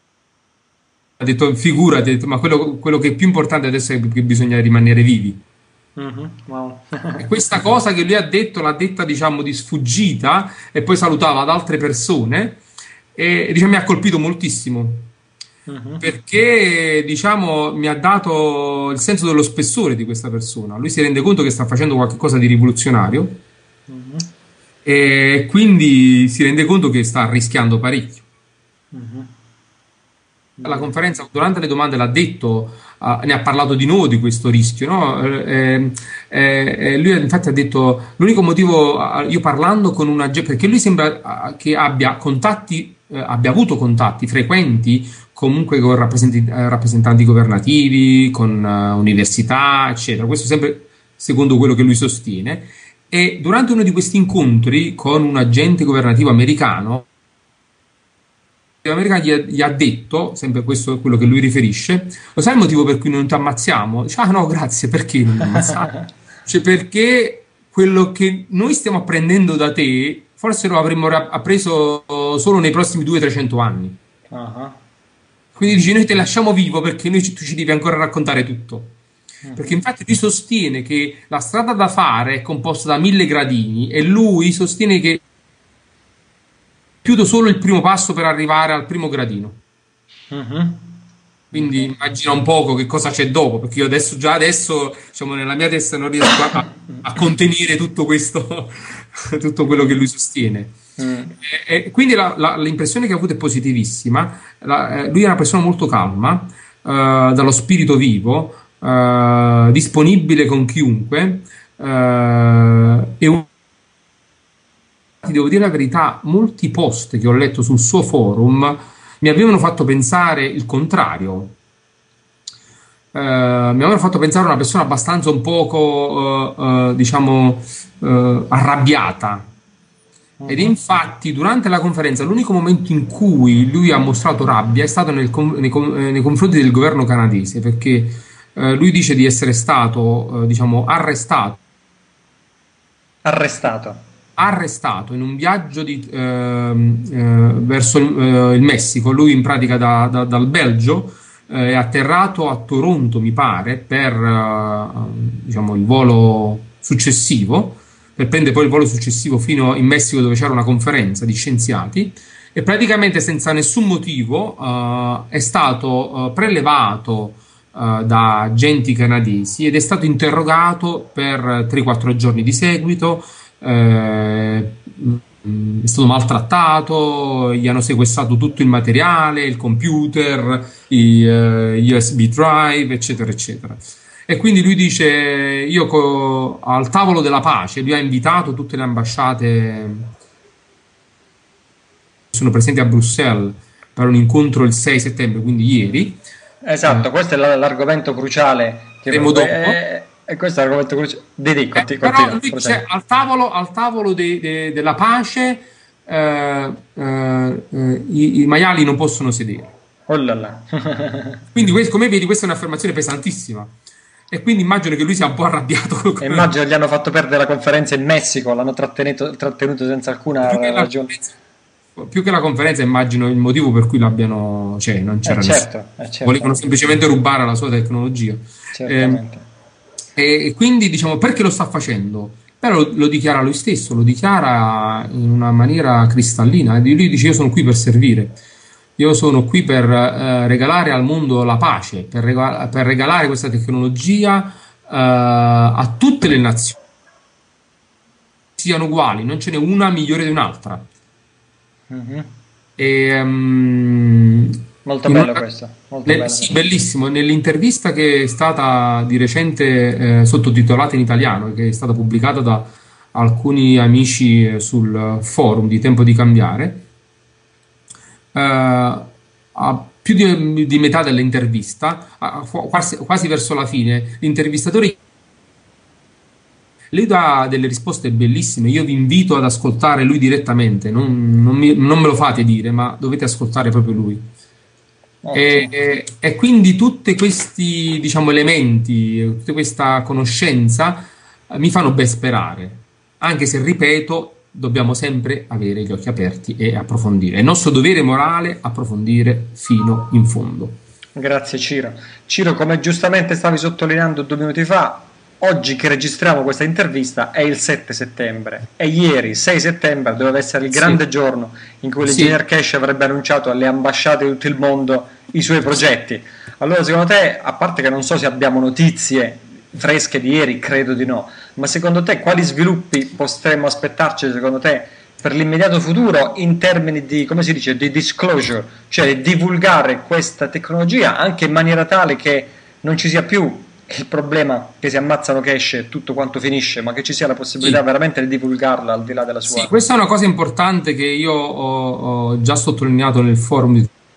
ha detto figurati, ha detto, ma quello che è più importante adesso è che bisogna rimanere vivi. Mhm, wow. E questa cosa che lui ha detto l'ha detta, diciamo, di sfuggita e poi salutava ad altre persone e diciamo, mi ha colpito moltissimo Mhm, perché diciamo, mi ha dato il senso dello spessore di questa persona. Lui si rende conto che sta facendo qualcosa di rivoluzionario mhm, e quindi si rende conto che sta rischiando parecchio. mhm. Alla Bene. conferenza, durante le domande, l'ha detto, ne ha parlato di nuovo di questo rischio, no? Lui infatti ha detto, l'unico motivo, io parlando con una gente, perché lui sembra che abbia contatti, abbia avuto contatti frequenti comunque con rappresentanti governativi, con università, eccetera. Questo sempre secondo quello che lui sostiene. E durante uno di questi incontri con un agente governativo americano, l'America gli ha detto, sempre questo è quello che lui riferisce, lo sai il motivo per cui non ti ammazziamo? Dice, ah no, grazie, perché non mi ammazzate? Cioè, perché quello che noi stiamo apprendendo da te, forse lo avremmo appreso solo nei prossimi 200-300 anni. Ah, Quindi dice, noi te lasciamo vivo perché tu ci devi ancora raccontare tutto. Perché mhm, infatti lui sostiene che la strada da fare è composta da 1000 gradini e lui sostiene che chiudo solo il primo passo per arrivare al primo gradino. mhm. Ok. Quindi immagina un poco che cosa c'è dopo, perché io adesso, già adesso, diciamo, nella mia testa non riesco a contenere tutto questo, tutto quello che lui sostiene. Mm. E quindi l'impressione che ha avuto è positivissima. Lui è una persona molto calma, dallo spirito vivo, disponibile con chiunque, e ti devo dire la verità, molti post che ho letto sul suo forum mi avevano fatto pensare il contrario. Mi avevano fatto pensare a una persona abbastanza un poco, diciamo, arrabbiata. Ed Mhm. infatti durante la conferenza l'unico momento in cui lui ha mostrato rabbia è stato nei confronti del governo canadese, perché lui dice di essere stato, diciamo, Arrestato. arrestato in un viaggio verso il Messico. Lui in pratica dal Belgio è atterrato a Toronto, mi pare, per diciamo, il volo successivo, per prendere poi il volo successivo fino in Messico dove c'era una conferenza di scienziati e praticamente senza nessun motivo è stato prelevato da agenti canadesi ed è stato interrogato per 3-4 giorni di seguito. È stato maltrattato, gli hanno sequestrato tutto il materiale, il computer, i USB drive, eccetera, eccetera. E quindi lui dice: io al tavolo della pace, lui ha invitato tutte le ambasciate che sono presenti a Bruxelles per un incontro il 6 settembre, quindi ieri. Esatto, questo è l'argomento cruciale. Vedremo dopo. E questo è l'argomento cruciale. Didi, Però continua, lui prosegui. dice al tavolo della pace i maiali non possono sedere. Oh là là. Quindi, come vedi, questa è un'affermazione pesantissima. E quindi immagino che lui sia un po' arrabbiato E immagino gli hanno fatto perdere la conferenza in Messico, l'hanno trattenuto senza alcuna più che ragione. più che la conferenza, immagino il motivo per cui l'abbiano, cioè non c'era nessuno. Certo, Volevano semplicemente rubare la sua tecnologia. Ehm, certamente. E quindi diciamo perché lo sta facendo? Però lo dichiara lui stesso, lo dichiara in una maniera cristallina. Lui dice: io sono qui per servire. io sono qui per regalare al mondo la pace, per regalare questa tecnologia a tutte le nazioni, siano uguali, non ce n'è una migliore di un'altra. Mhm. E, Molto bello questo, molto bello. sì, bellissimo. Nell'intervista che è stata di recente sottotitolata in italiano, che è stata pubblicata da alcuni amici sul forum di Tempo di Cambiare, a più di metà dell'intervista, quasi verso la fine, l'intervistatore lei dà delle risposte bellissime. Io vi invito ad ascoltare lui direttamente, non me lo fate dire, ma dovete ascoltare proprio lui. Ottimo. E quindi tutti questi, diciamo, elementi, tutta questa conoscenza mi fanno ben sperare, anche se, ripeto, dobbiamo sempre avere gli occhi aperti e approfondire. È nostro dovere morale approfondire fino in fondo. Grazie Ciro. Ciro, come giustamente stavi sottolineando 2 minuti fa, oggi che registriamo questa intervista è il 7 settembre e ieri, 6 settembre, doveva essere il grande Sì, giorno in cui sì, l'ingegner Cash avrebbe annunciato alle ambasciate di tutto il mondo i suoi progetti. Allora, secondo te, a parte che non so se abbiamo notizie fresche di ieri, credo di no, ma secondo te quali sviluppi potremmo aspettarci, secondo te, per l'immediato futuro in termini di, come si dice, di disclosure, cioè divulgare questa tecnologia anche in maniera tale che non ci sia più il problema che si ammazzano cash e tutto quanto finisce, ma che ci sia la possibilità sì. veramente di divulgarla al di là della Sì, sua... questa è una cosa importante che io ho già sottolineato nel forum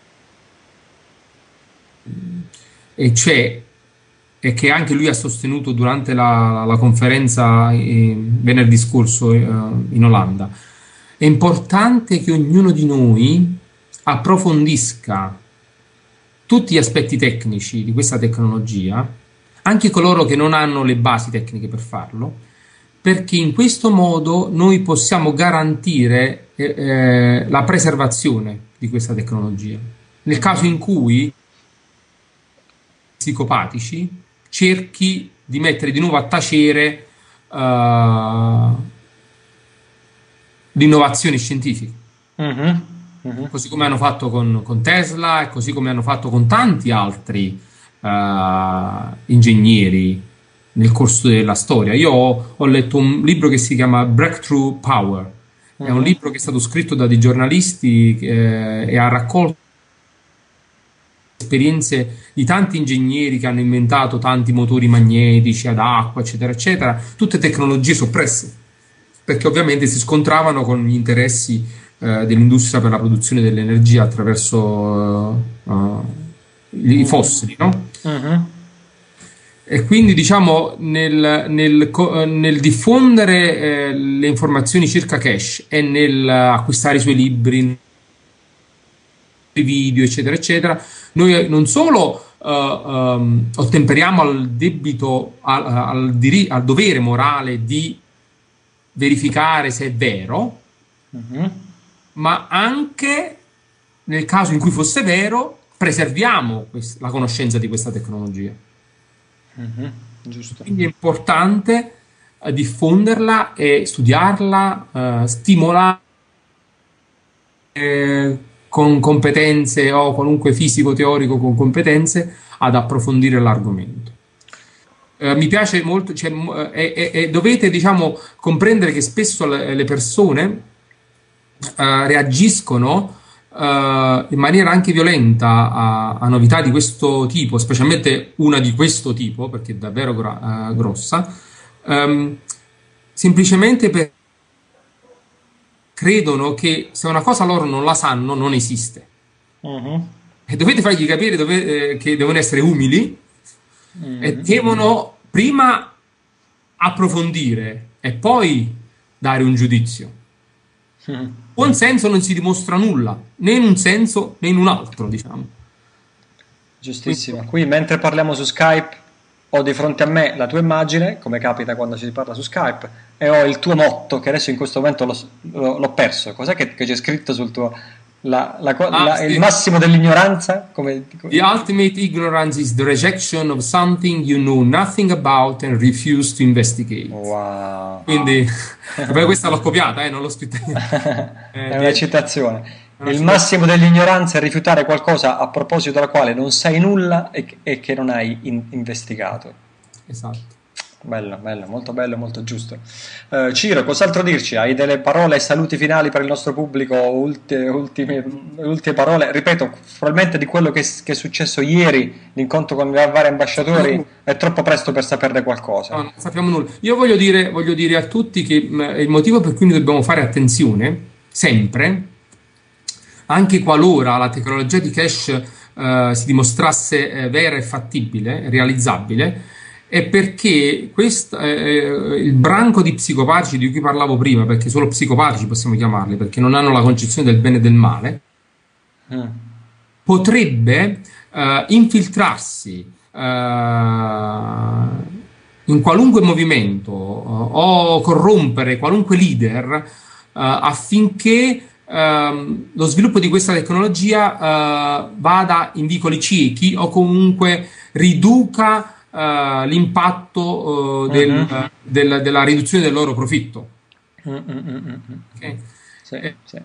e cioè e che anche lui ha sostenuto durante la conferenza venerdì scorso in Olanda. È importante che ognuno di noi approfondisca tutti gli aspetti tecnici di questa tecnologia, anche coloro che non hanno le basi tecniche per farlo, perché in questo modo noi possiamo garantire la preservazione di questa tecnologia. Nel caso in cui psicopatici cerchi di mettere di nuovo a tacere l'innovazione scientifica, Mhm, mhm. così come hanno fatto con Tesla e così come hanno fatto con tanti altri ingegneri nel corso della storia. Io ho letto un libro che si chiama Breakthrough Power, è un Mhm. libro che è stato scritto da dei giornalisti e ha raccolto esperienze di tanti ingegneri che hanno inventato tanti motori magnetici ad acqua, eccetera, eccetera, tutte tecnologie soppresse, perché ovviamente si scontravano con gli interessi dell'industria per la produzione dell'energia attraverso i Mhm. fossili, no? Mhm. E quindi diciamo nel diffondere le informazioni circa Cash e nel acquistare i suoi libri, i video, eccetera, eccetera, noi non solo ottemperiamo al debito, al dovere morale di verificare se è vero, Mhm. ma anche nel caso in cui fosse vero, preserviamo la conoscenza di questa tecnologia. Mhm. Giusto. Quindi è importante diffonderla e studiarla, stimolare con competenze o qualunque fisico teorico con competenze ad approfondire l'argomento. Mi piace molto, cioè, e dovete, diciamo, comprendere che spesso le persone reagiscono in maniera anche violenta a novità di questo tipo, specialmente una di questo tipo, perché è davvero grossa, semplicemente perché credono che se una cosa loro non la sanno, non esiste. Mhm. E dovete fargli capire che devono essere umili e Mhm. devono prima approfondire e poi dare un giudizio. Mhm. Buon senso non si dimostra nulla, né in un senso né in un altro, diciamo. Quindi, Giustissimo. Qui mentre parliamo su Skype ho di fronte a me la tua immagine, come capita quando ci si parla su Skype, e ho il tuo motto che adesso in questo momento l'ho perso. Cos'è che c'è scritto sul tuo... il sì. massimo dell'ignoranza? The ultimate ignorance is the rejection of something you know nothing about and refuse to investigate. Wow. Quindi, vabbè, questa l'ho copiata, non l'ho scritta io. È una citazione. Il massimo dell'ignoranza è rifiutare qualcosa a proposito della quale non sai nulla e che non hai investigato. Esatto. Bello, bello, molto giusto. Ciro, cos'altro dirci? Hai delle parole e saluti finali per il nostro pubblico? Ultime parole? Ripeto, probabilmente di quello che è successo ieri, l'incontro con i vari ambasciatori, è troppo presto per saperne qualcosa. No, non sappiamo nulla. Io voglio dire a tutti che il motivo per cui noi dobbiamo fare attenzione, sempre, anche qualora la tecnologia di cache si dimostrasse vera e fattibile, realizzabile, è perché il branco di psicopatici di cui parlavo prima, perché solo psicopatici possiamo chiamarli, perché non hanno la concezione del bene e del male, potrebbe infiltrarsi in qualunque movimento o corrompere qualunque leader affinché lo sviluppo di questa tecnologia vada in vicoli ciechi o comunque riduca l'impatto della riduzione del loro profitto. Okay? Sì.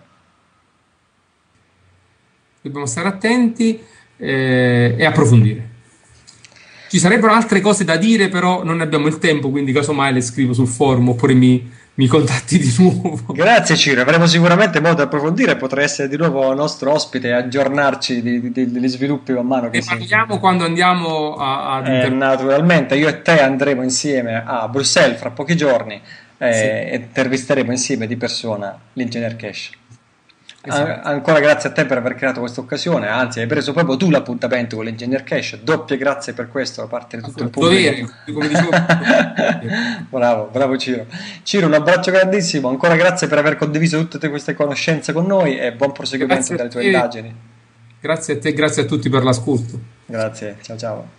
Dobbiamo stare attenti e approfondire. Ci sarebbero altre cose da dire, però non ne abbiamo il tempo, quindi casomai le scrivo sul forum oppure mi contatti di nuovo. Grazie Ciro, avremo sicuramente modo di approfondire, potrai essere di nuovo nostro ospite e aggiornarci degli sviluppi man mano che parliamo quando andiamo naturalmente, io e te andremo insieme a Bruxelles fra pochi giorni e intervisteremo insieme di persona l'ingegner Cash. Esatto. Ancora grazie a te per aver creato questa occasione, anzi hai preso proprio tu l'appuntamento con l'ingegner Cash, doppie grazie per questo da parte di tutto il pubblico. Come dicevo. bravo Ciro, un abbraccio grandissimo, ancora grazie per aver condiviso tutte queste conoscenze con noi e buon proseguimento delle tue indagini. Grazie a te, grazie a tutti per l'ascolto. Grazie, ciao.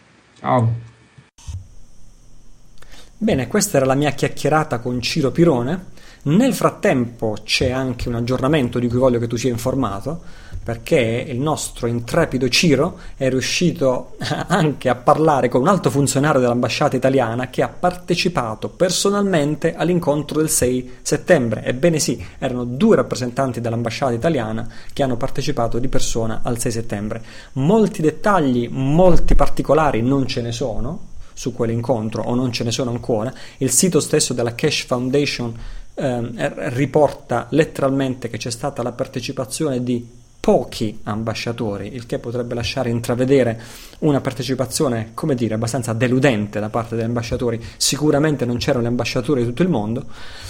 Bene, questa era la mia chiacchierata con Ciro Pirone. Nel frattempo c'è anche un aggiornamento di cui voglio che tu sia informato, perché il nostro intrepido Ciro è riuscito anche a parlare con un alto funzionario dell'ambasciata italiana che ha partecipato personalmente all'incontro del 6 settembre. Ebbene sì, erano 2 rappresentanti dell'ambasciata italiana che hanno partecipato di persona al 6 settembre. Molti dettagli, molti particolari non ce ne sono su quell'incontro, o non ce ne sono ancora. Il sito stesso della Cash Foundation riporta letteralmente che c'è stata la partecipazione di pochi ambasciatori, il che potrebbe lasciare intravedere una partecipazione, come dire, abbastanza deludente da parte degli ambasciatori. Sicuramente non c'erano gli ambasciatori di tutto il mondo.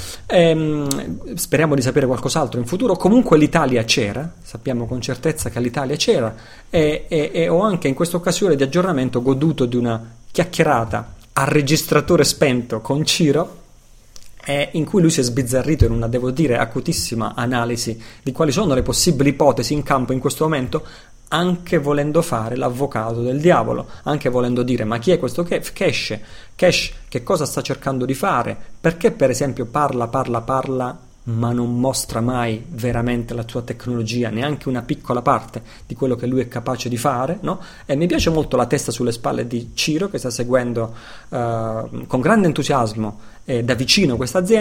Speriamo di sapere qualcos'altro in futuro. Comunque l'Italia c'era, sappiamo con certezza che l'Italia c'era, e ho anche in questa occasione di aggiornamento goduto di una chiacchierata a registratore spento con Ciro, in cui lui si è sbizzarrito in una, devo dire, acutissima analisi di quali sono le possibili ipotesi in campo in questo momento, anche volendo fare l'avvocato del diavolo, anche volendo dire: ma chi è questo Cash, che cosa sta cercando di fare, perché per esempio parla ma non mostra mai veramente la sua tecnologia, neanche una piccola parte di quello che lui è capace di fare, no? E mi piace molto la testa sulle spalle di Ciro, che sta seguendo con grande entusiasmo da vicino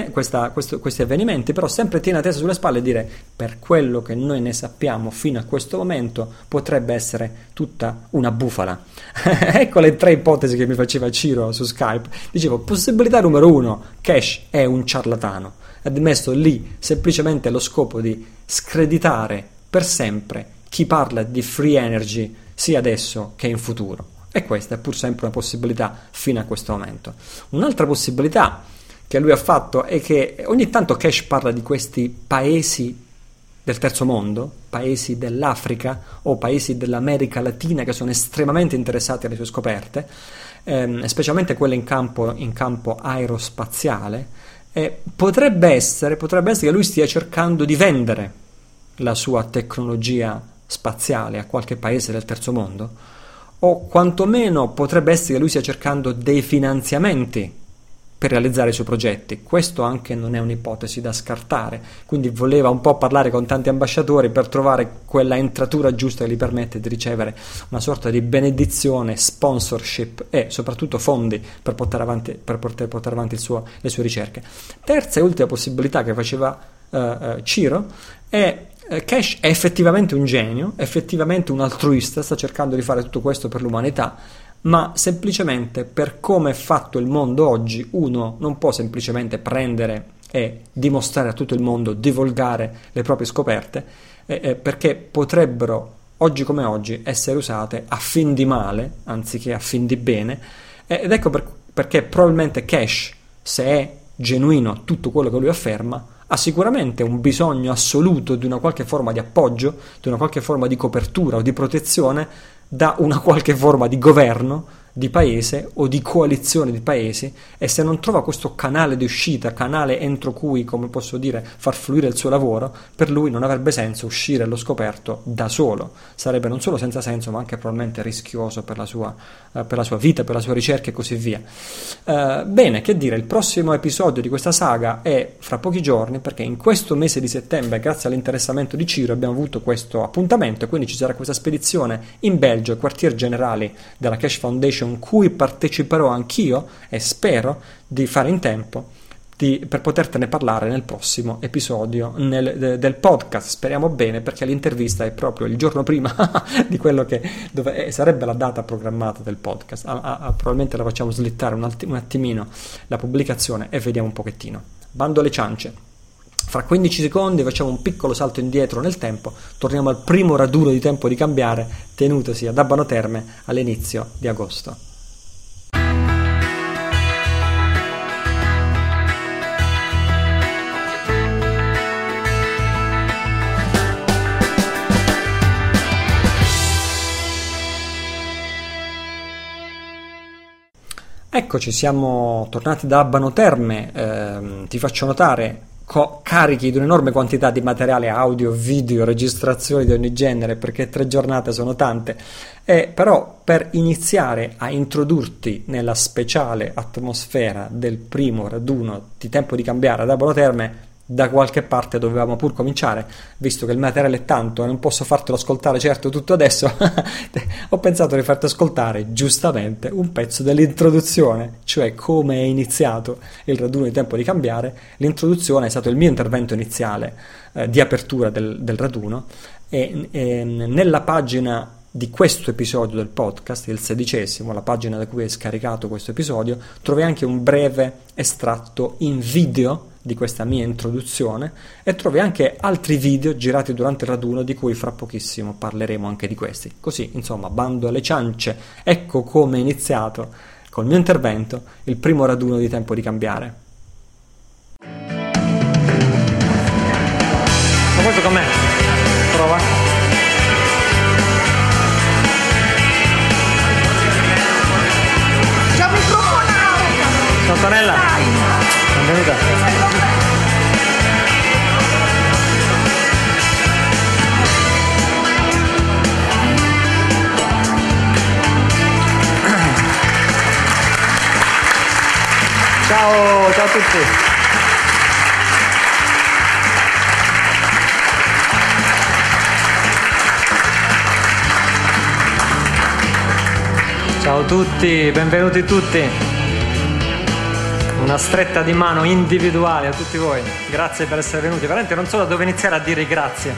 questi avvenimenti, però sempre tiene la testa sulle spalle e dire: per quello che noi ne sappiamo fino a questo momento potrebbe essere tutta una bufala. Ecco le 3 ipotesi che mi faceva Ciro su Skype. Dicevo: possibilità numero 1, Cash è un ciarlatano, ha messo lì semplicemente allo scopo di screditare per sempre chi parla di free energy sia adesso che in futuro, e questa è pur sempre una possibilità fino a questo momento. Un'altra possibilità che lui ha fatto è che ogni tanto Cash parla di questi paesi del terzo mondo, paesi dell'Africa o paesi dell'America Latina che sono estremamente interessati alle sue scoperte, specialmente quelle in campo aerospaziale. Potrebbe essere che lui stia cercando di vendere la sua tecnologia spaziale a qualche paese del terzo mondo, o quantomeno potrebbe essere che lui stia cercando dei finanziamenti per realizzare i suoi progetti. Questo anche non è un'ipotesi da scartare, quindi voleva un po' parlare con tanti ambasciatori per trovare quella entratura giusta che gli permette di ricevere una sorta di benedizione, sponsorship e soprattutto fondi per poter portare avanti le sue ricerche. Terza e ultima possibilità che faceva Ciro è Cash è effettivamente un genio, è effettivamente un altruista, sta cercando di fare tutto questo per l'umanità, ma semplicemente per come è fatto il mondo oggi, uno non può semplicemente prendere e dimostrare a tutto il mondo, divulgare le proprie scoperte, perché potrebbero, oggi come oggi, essere usate a fin di male, anziché a fin di bene, ed ecco perché probabilmente Cash, se è genuino tutto quello che lui afferma, ha sicuramente un bisogno assoluto di una qualche forma di appoggio, di una qualche forma di copertura o di protezione da una qualche forma di governo, di paese o di coalizione di paesi, e se non trova questo canale di uscita, canale entro cui, come posso dire, far fluire il suo lavoro, per lui non avrebbe senso uscire allo scoperto da solo, sarebbe non solo senza senso ma anche probabilmente rischioso per la sua vita, per la sua ricerca e così via. Bene, che dire, il prossimo episodio di questa saga è fra pochi giorni, perché in questo mese di settembre, grazie all'interessamento di Ciro, abbiamo avuto questo appuntamento e quindi ci sarà questa spedizione in Belgio, ai quartier generali della Cash Foundation, cui parteciperò anch'io e spero di fare in tempo per potertene parlare nel prossimo episodio del podcast. Speriamo bene, perché l'intervista è proprio il giorno prima di quello dove sarebbe la data programmata del podcast. Probabilmente la facciamo slittare un attimino la pubblicazione e vediamo un pochettino. Bando alle ciance. Fra 15 secondi facciamo un piccolo salto indietro nel tempo, torniamo al primo raduno di Tempo di Cambiare tenutosi ad Abano Terme all'inizio di agosto. Eccoci, siamo tornati da Abano Terme. Ti faccio notare carichi di un'enorme quantità di materiale audio, video, registrazioni di ogni genere, perché 3 giornate sono tante, però per iniziare a introdurti nella speciale atmosfera del primo raduno di Tempo di Cambiare ad Abano Terme, da qualche parte dovevamo pur cominciare, visto che il materiale è tanto e non posso fartelo ascoltare certo tutto adesso. Ho pensato di farti ascoltare giustamente un pezzo dell'introduzione, cioè come è iniziato il raduno di Tempo di Cambiare. L'introduzione è stato il mio intervento iniziale di apertura del raduno, e nella pagina di questo episodio del podcast, il 16°, la pagina da cui è scaricato questo episodio, trovi anche un breve estratto in video di questa mia introduzione, e trovi anche altri video girati durante il raduno, di cui fra pochissimo parleremo anche di questi. Così, insomma, bando alle ciance, ecco come è iniziato col mio intervento il primo raduno di Tempo di Cambiare. Ma questo com'è? Prova. C'è un microfono! Ciao Antonella, benvenuta. Ciao a tutti. Ciao a tutti, benvenuti tutti. Una stretta di mano individuale a tutti voi. Grazie per essere venuti. Veramente non so da dove iniziare a dire grazie.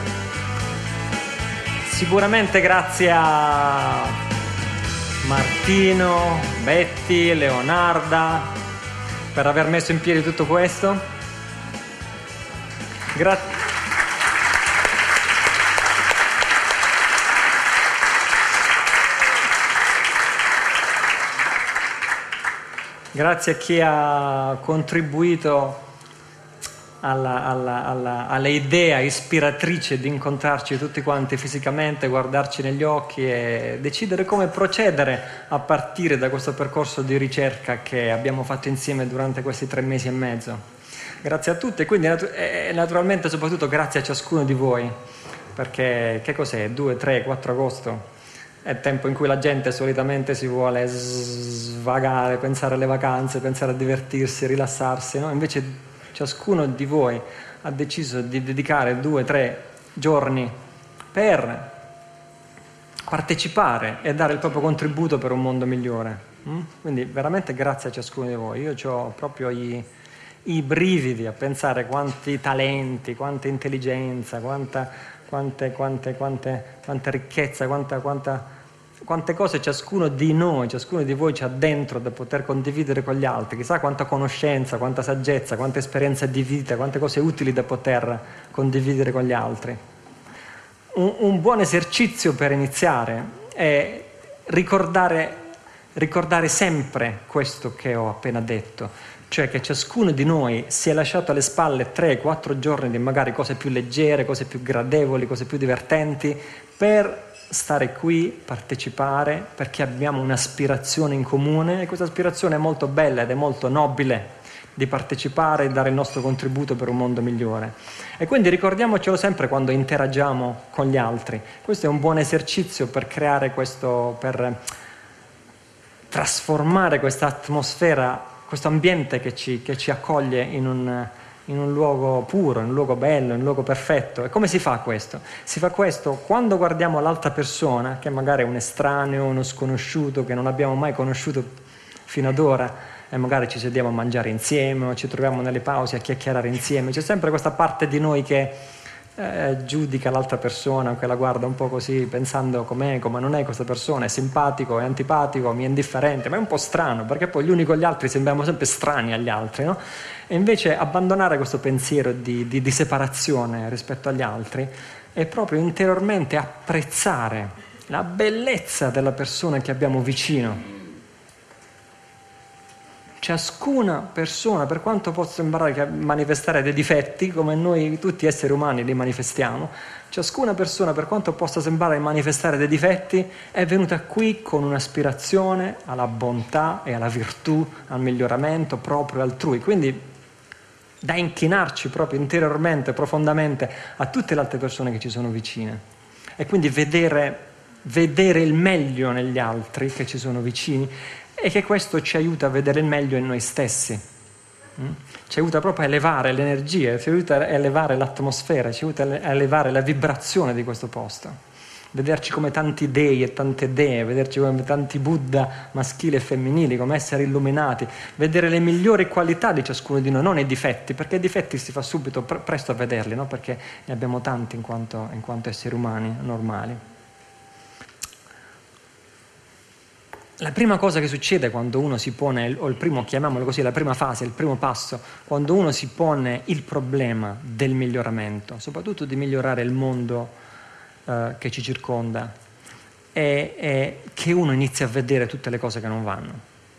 Sicuramente grazie a Martino, Betty, Leonarda per aver messo in piedi tutto questo. Grazie a chi ha contribuito alla idea ispiratrice di incontrarci tutti quanti fisicamente, guardarci negli occhi e decidere come procedere a partire da questo percorso di ricerca che abbiamo fatto insieme durante questi 3 mesi e mezzo. Grazie a tutti, e quindi naturalmente soprattutto grazie a ciascuno di voi, perché che cos'è? 2, 3, 4 agosto? È il tempo in cui la gente solitamente si vuole svagare, pensare alle vacanze, pensare a divertirsi, rilassarsi, no? Invece ciascuno di voi ha deciso di dedicare 2 o 3 giorni per partecipare e dare il proprio contributo per un mondo migliore. Quindi veramente grazie a ciascuno di voi. Io ho proprio i brividi a pensare quanti talenti, quanta intelligenza, quanta quanta ricchezza, quante cose ciascuno di noi, ciascuno di voi c'ha dentro da poter condividere con gli altri, chissà quanta conoscenza, quanta saggezza, quanta esperienza di vita, quante cose utili da poter condividere con gli altri. Un buon esercizio per iniziare è ricordare sempre questo che ho appena detto, cioè che ciascuno di noi si è lasciato alle spalle 3-4 giorni di magari cose più leggere, cose più gradevoli, cose più divertenti, per stare qui, partecipare, perché abbiamo un'aspirazione in comune, e questa aspirazione è molto bella ed è molto nobile, di partecipare e dare il nostro contributo per un mondo migliore. E quindi ricordiamocelo sempre quando interagiamo con gli altri. Questo è un buon esercizio per creare per trasformare questa atmosfera, questo ambiente che ci accoglie in un luogo puro, in un luogo bello, in un luogo perfetto. E come si fa questo? Si fa questo quando guardiamo l'altra persona, che magari è un estraneo, uno sconosciuto, che non abbiamo mai conosciuto fino ad ora, e magari ci sediamo a mangiare insieme o ci troviamo nelle pause a chiacchierare insieme. C'è sempre questa parte di noi che giudica l'altra persona, che la guarda un po' così, pensando com'è, come non è questa persona, è simpatico, è antipatico, mi è indifferente, ma è un po' strano, perché poi gli uni con gli altri sembriamo sempre strani agli altri, no? E invece abbandonare questo pensiero di separazione rispetto agli altri è proprio interiormente apprezzare la bellezza della persona che abbiamo vicino. Ciascuna persona, per quanto possa sembrare manifestare dei difetti, come noi tutti esseri umani li manifestiamo, ciascuna persona, per quanto possa sembrare manifestare dei difetti, è venuta qui con un'aspirazione alla bontà e alla virtù, al miglioramento proprio altrui. Quindi da inchinarci proprio interiormente, profondamente a tutte le altre persone che ci sono vicine. E quindi vedere il meglio negli altri che ci sono vicini, e che questo ci aiuta a vedere il meglio in noi stessi, ci aiuta proprio a elevare l'energia, ci aiuta a elevare l'atmosfera, ci aiuta a elevare la vibrazione di questo posto, vederci come tanti dei e tante dee, vederci come tanti Buddha maschili e femminili, come esseri illuminati, vedere le migliori qualità di ciascuno di noi, non i difetti, perché i difetti si fa subito presto a vederli, no? Perché ne abbiamo tanti in quanto esseri umani normali. La prima cosa che succede quando uno si pone, o il primo, chiamiamolo così, la prima fase, il primo passo, quando uno si pone il problema del miglioramento, soprattutto di migliorare il mondo che ci circonda, è che uno inizia a vedere tutte le cose che non vanno.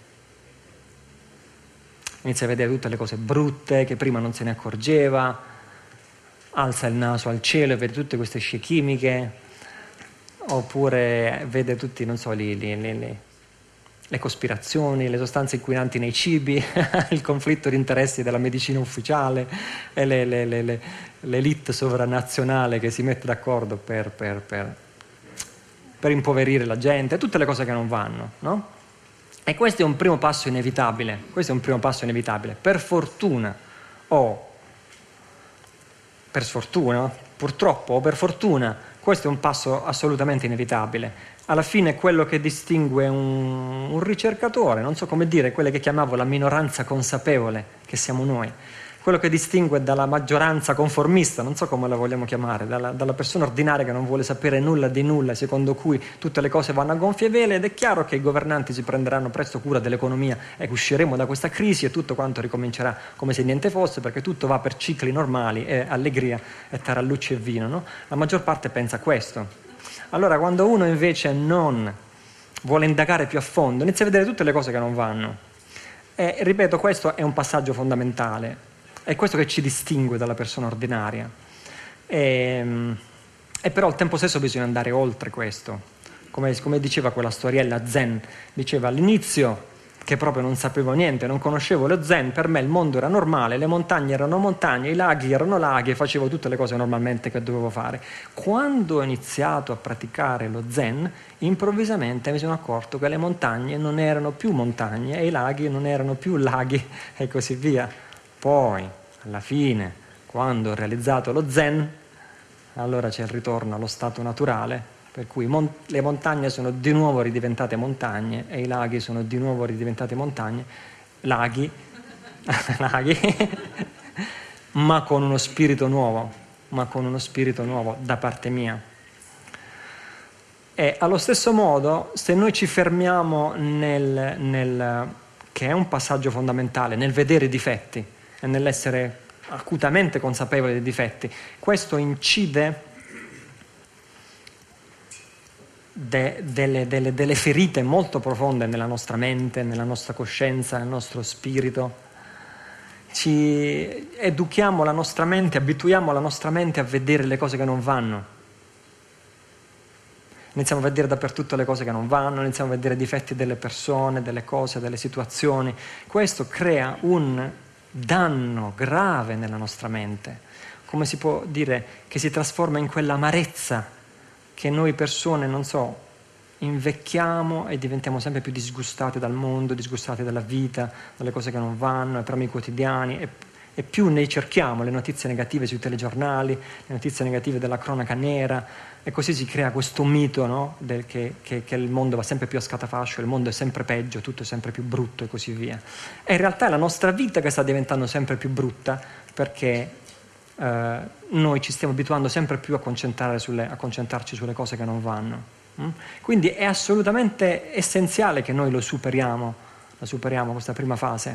Inizia a vedere tutte le cose brutte che prima non se ne accorgeva, alza il naso al cielo e vede tutte queste scie chimiche, oppure vede tutti, non so, le cospirazioni, le sostanze inquinanti nei cibi, il conflitto di interessi della medicina ufficiale e l'elite sovranazionale che si mette d'accordo per impoverire la gente, tutte le cose che non vanno, no? E questo è un primo passo inevitabile, per fortuna o per sfortuna, purtroppo o per fortuna, questo è un passo assolutamente inevitabile. Alla fine quello che distingue un ricercatore, non so come dire, quella che chiamavo la minoranza consapevole, che siamo noi, quello che distingue dalla maggioranza conformista, non so come la vogliamo chiamare, dalla persona ordinaria che non vuole sapere nulla di nulla, secondo cui tutte le cose vanno a gonfie vele, ed è chiaro che i governanti si prenderanno presto cura dell'economia e usciremo da questa crisi e tutto quanto ricomincerà come se niente fosse, perché tutto va per cicli normali, e allegria e tarallucci e vino, no? La maggior parte pensa questo. Allora, quando uno invece non vuole indagare più a fondo, inizia a vedere tutte le cose che non vanno. E ripeto, questo è un passaggio fondamentale, è questo che ci distingue dalla persona ordinaria. E però al tempo stesso bisogna andare oltre questo. Come diceva quella storiella zen, diceva all'inizio che proprio non sapevo niente, non conoscevo lo zen, per me il mondo era normale, le montagne erano montagne, i laghi erano laghi e facevo tutte le cose normalmente che dovevo fare. Quando ho iniziato a praticare lo zen, improvvisamente mi sono accorto che le montagne non erano più montagne e i laghi non erano più laghi e così via. Poi, alla fine, quando ho realizzato lo zen, allora c'è il ritorno allo stato naturale, per cui le montagne sono di nuovo ridiventate montagne e i laghi sono di nuovo ridiventati laghi, ma con uno spirito nuovo, ma con uno spirito nuovo da parte mia. E allo stesso modo, se noi ci fermiamo che è un passaggio fondamentale, nel vedere i difetti e nell'essere acutamente consapevoli dei difetti, questo incide delle ferite molto profonde nella nostra mente, nella nostra coscienza, nel nostro spirito. Ci educhiamo la nostra mente, abituiamo la nostra mente a vedere le cose che non vanno. Iniziamo a vedere dappertutto le cose che non vanno, iniziamo a vedere i difetti delle persone, delle cose, delle situazioni. Questo crea un danno grave nella nostra mente. Come si può dire che si trasforma in quell'amarezza che noi persone, invecchiamo e diventiamo sempre più disgustati dal mondo, disgustati dalla vita, dalle cose che non vanno, ai problemi quotidiani, e più ne cerchiamo le notizie negative sui telegiornali, le notizie negative della cronaca nera, e così si crea questo mito, no? che il mondo va sempre più a scatafascio, il mondo è sempre peggio, tutto è sempre più brutto e così via. E in realtà è la nostra vita che sta diventando sempre più brutta, perché noi ci stiamo abituando sempre più a concentrarci sulle cose che non vanno. Quindi è assolutamente essenziale che noi la superiamo questa prima fase.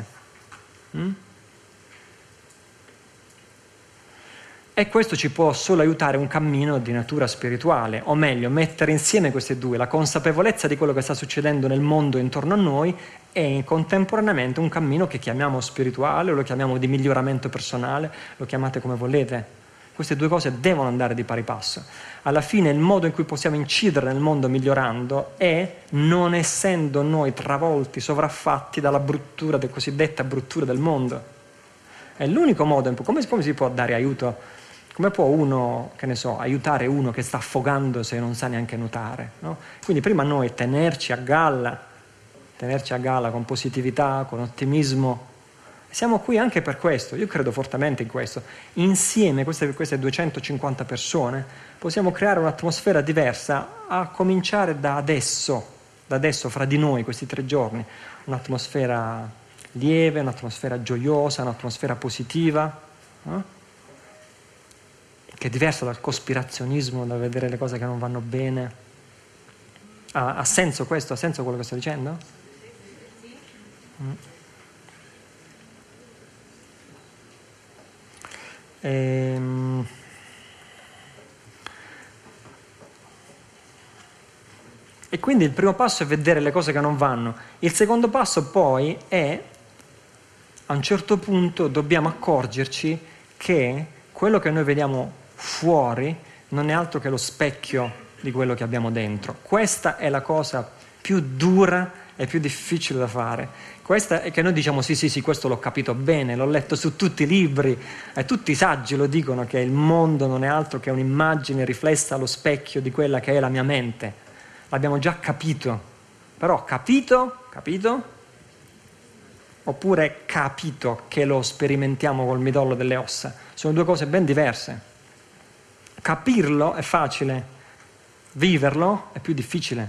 E questo ci può solo aiutare un cammino di natura spirituale, o meglio, mettere insieme queste due, la consapevolezza di quello che sta succedendo nel mondo intorno a noi e contemporaneamente un cammino che chiamiamo spirituale, o lo chiamiamo di miglioramento personale, lo chiamate come volete. Queste due cose devono andare di pari passo. Alla fine il modo in cui possiamo incidere nel mondo migliorando è non essendo noi travolti, sovraffatti dalla bruttura, della cosiddetta bruttura del mondo. È l'unico modo, come si può dare aiuto? Come può uno, aiutare uno che sta affogando se non sa neanche nuotare? No? Quindi prima noi tenerci a galla con positività, con ottimismo. Siamo qui anche per questo, io credo fortemente in questo. Insieme, queste 250 persone, possiamo creare un'atmosfera diversa, a cominciare da adesso, fra di noi, questi 3 giorni. Un'atmosfera lieve, un'atmosfera gioiosa, un'atmosfera positiva, che è diversa dal cospirazionismo, da vedere le cose che non vanno bene. Ha senso questo? Ha senso quello che sto dicendo? E quindi il primo passo è vedere le cose che non vanno. Il secondo passo poi è, a un certo punto dobbiamo accorgerci che quello che noi vediamo fuori non è altro che lo specchio di quello che abbiamo dentro. Questa è la cosa più dura e più difficile da fare. Questa è che noi diciamo sì, questo l'ho capito bene, l'ho letto su tutti i libri, e tutti i saggi lo dicono, che il mondo non è altro che un'immagine riflessa allo specchio di quella che è la mia mente. L'abbiamo già capito, però capito? Oppure capito che lo sperimentiamo col midollo delle ossa. Sono due cose ben diverse. Capirlo è facile, viverlo è più difficile.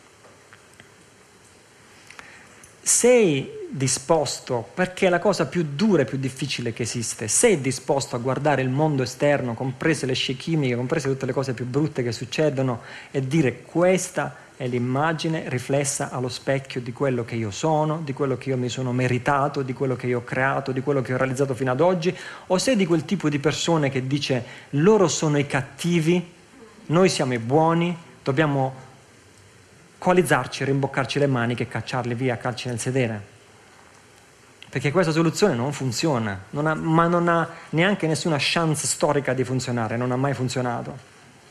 Sei disposto, perché è la cosa più dura e più difficile che esiste, sei disposto a guardare il mondo esterno, comprese le scie chimiche, comprese tutte le cose più brutte che succedono, e dire: questa è l'immagine riflessa allo specchio di quello che io sono, di quello che io mi sono meritato, di quello che io ho creato, di quello che ho realizzato fino ad oggi? O sei di quel tipo di persone che dice: loro sono i cattivi, noi siamo i buoni, dobbiamo coalizzarci, rimboccarci le maniche e cacciarli via a calci nel sedere? Perché questa soluzione non funziona, non ha neanche nessuna chance storica di funzionare, non ha mai funzionato.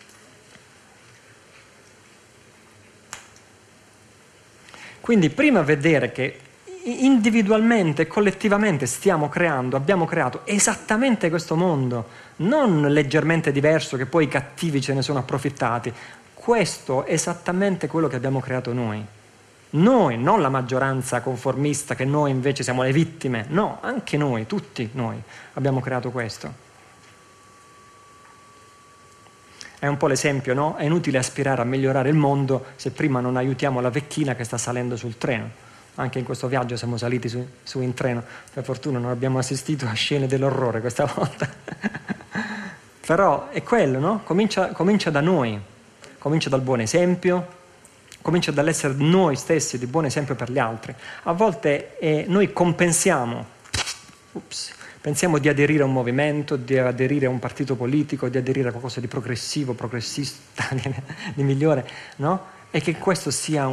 Quindi prima vedere che individualmente, collettivamente abbiamo creato esattamente questo mondo, non leggermente diverso che poi i cattivi ce ne sono approfittati. Questo è esattamente quello che abbiamo creato noi. Noi, non la maggioranza conformista, che noi invece siamo le vittime. No, anche noi, tutti noi abbiamo creato questo. È un po' l'esempio, no? È inutile aspirare a migliorare il mondo se prima non aiutiamo la vecchina che sta salendo sul treno. Anche in questo viaggio siamo saliti su in treno. Per fortuna non abbiamo assistito a scene dell'orrore questa volta. Però è quello, no? Comincia da noi, comincia dal buon esempio, comincia dall'essere noi stessi di buon esempio per gli altri. A volte noi compensiamo, pensiamo di aderire a un movimento, di aderire a un partito politico, di aderire a qualcosa di progressivo, progressista, di migliore, no? E che questo sia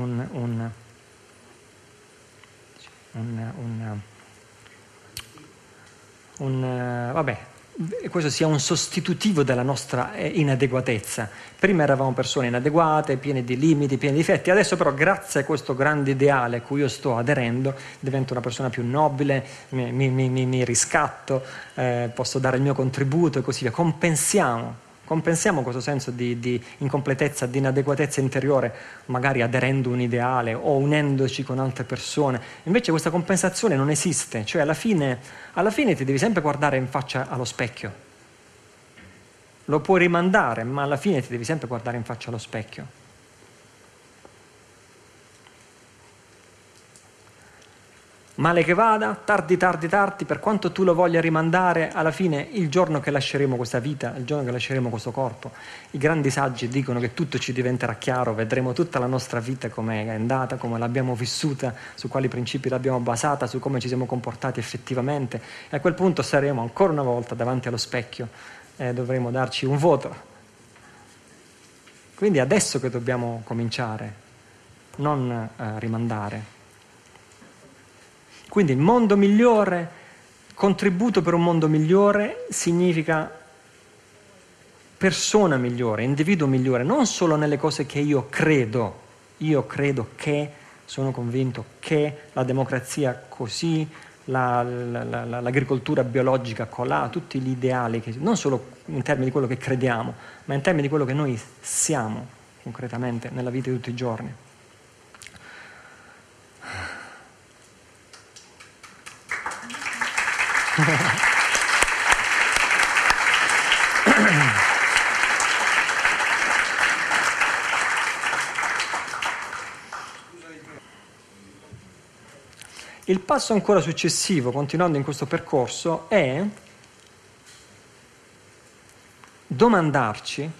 questo sia un sostitutivo della nostra inadeguatezza. Prima eravamo persone inadeguate, piene di limiti, piene di difetti, adesso però grazie a questo grande ideale a cui io sto aderendo divento una persona più nobile, mi riscatto, posso dare il mio contributo e così via. Compensiamo questo senso di incompletezza, di inadeguatezza interiore, magari aderendo a un ideale o unendoci con altre persone. Invece questa compensazione non esiste, cioè alla fine ti devi sempre guardare in faccia allo specchio. Lo puoi rimandare, ma alla fine ti devi sempre guardare in faccia allo specchio. Male che vada, tardi, per quanto tu lo voglia rimandare, alla fine il giorno che lasceremo questa vita, il giorno che lasceremo questo corpo, i grandi saggi dicono che tutto ci diventerà chiaro, vedremo tutta la nostra vita come è andata, come l'abbiamo vissuta, su quali principi l'abbiamo basata, su come ci siamo comportati effettivamente, e a quel punto saremo ancora una volta davanti allo specchio e dovremo darci un voto. Quindi è adesso che dobbiamo cominciare, non rimandare. Quindi il mondo migliore, contributo per un mondo migliore, significa persona migliore, individuo migliore, non solo nelle cose che io credo che, sono convinto che la democrazia così, l'agricoltura biologica colà, tutti gli ideali, non solo in termini di quello che crediamo, ma in termini di quello che noi siamo concretamente nella vita di tutti i giorni. Il passo ancora successivo, continuando in questo percorso, è domandarci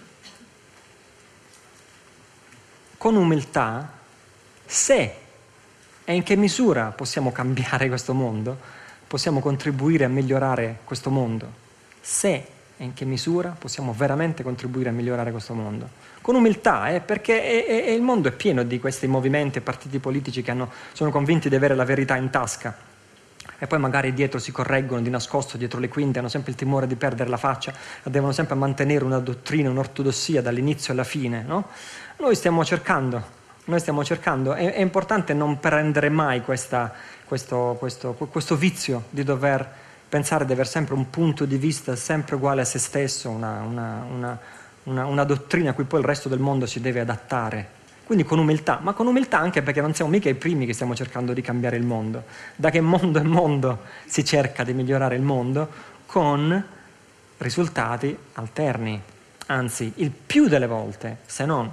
con umiltà se e in che misura possiamo cambiare questo mondo, possiamo contribuire a migliorare questo mondo, se e in che misura possiamo veramente contribuire a migliorare questo mondo. Con umiltà, perché il mondo è pieno di questi movimenti e partiti politici che sono convinti di avere la verità in tasca e poi magari dietro si correggono di nascosto, dietro le quinte, hanno sempre il timore di perdere la faccia, devono sempre mantenere una dottrina, un'ortodossia dall'inizio alla fine, no? Noi stiamo cercando, è importante non prendere mai questo vizio di dover pensare di avere sempre un punto di vista sempre uguale a se stesso, una dottrina a cui poi il resto del mondo si deve adattare. Quindi con umiltà, ma con umiltà anche perché non siamo mica i primi che stiamo cercando di cambiare il mondo. Da che mondo è mondo si cerca di migliorare il mondo con risultati alterni. Anzi, il più delle volte, se non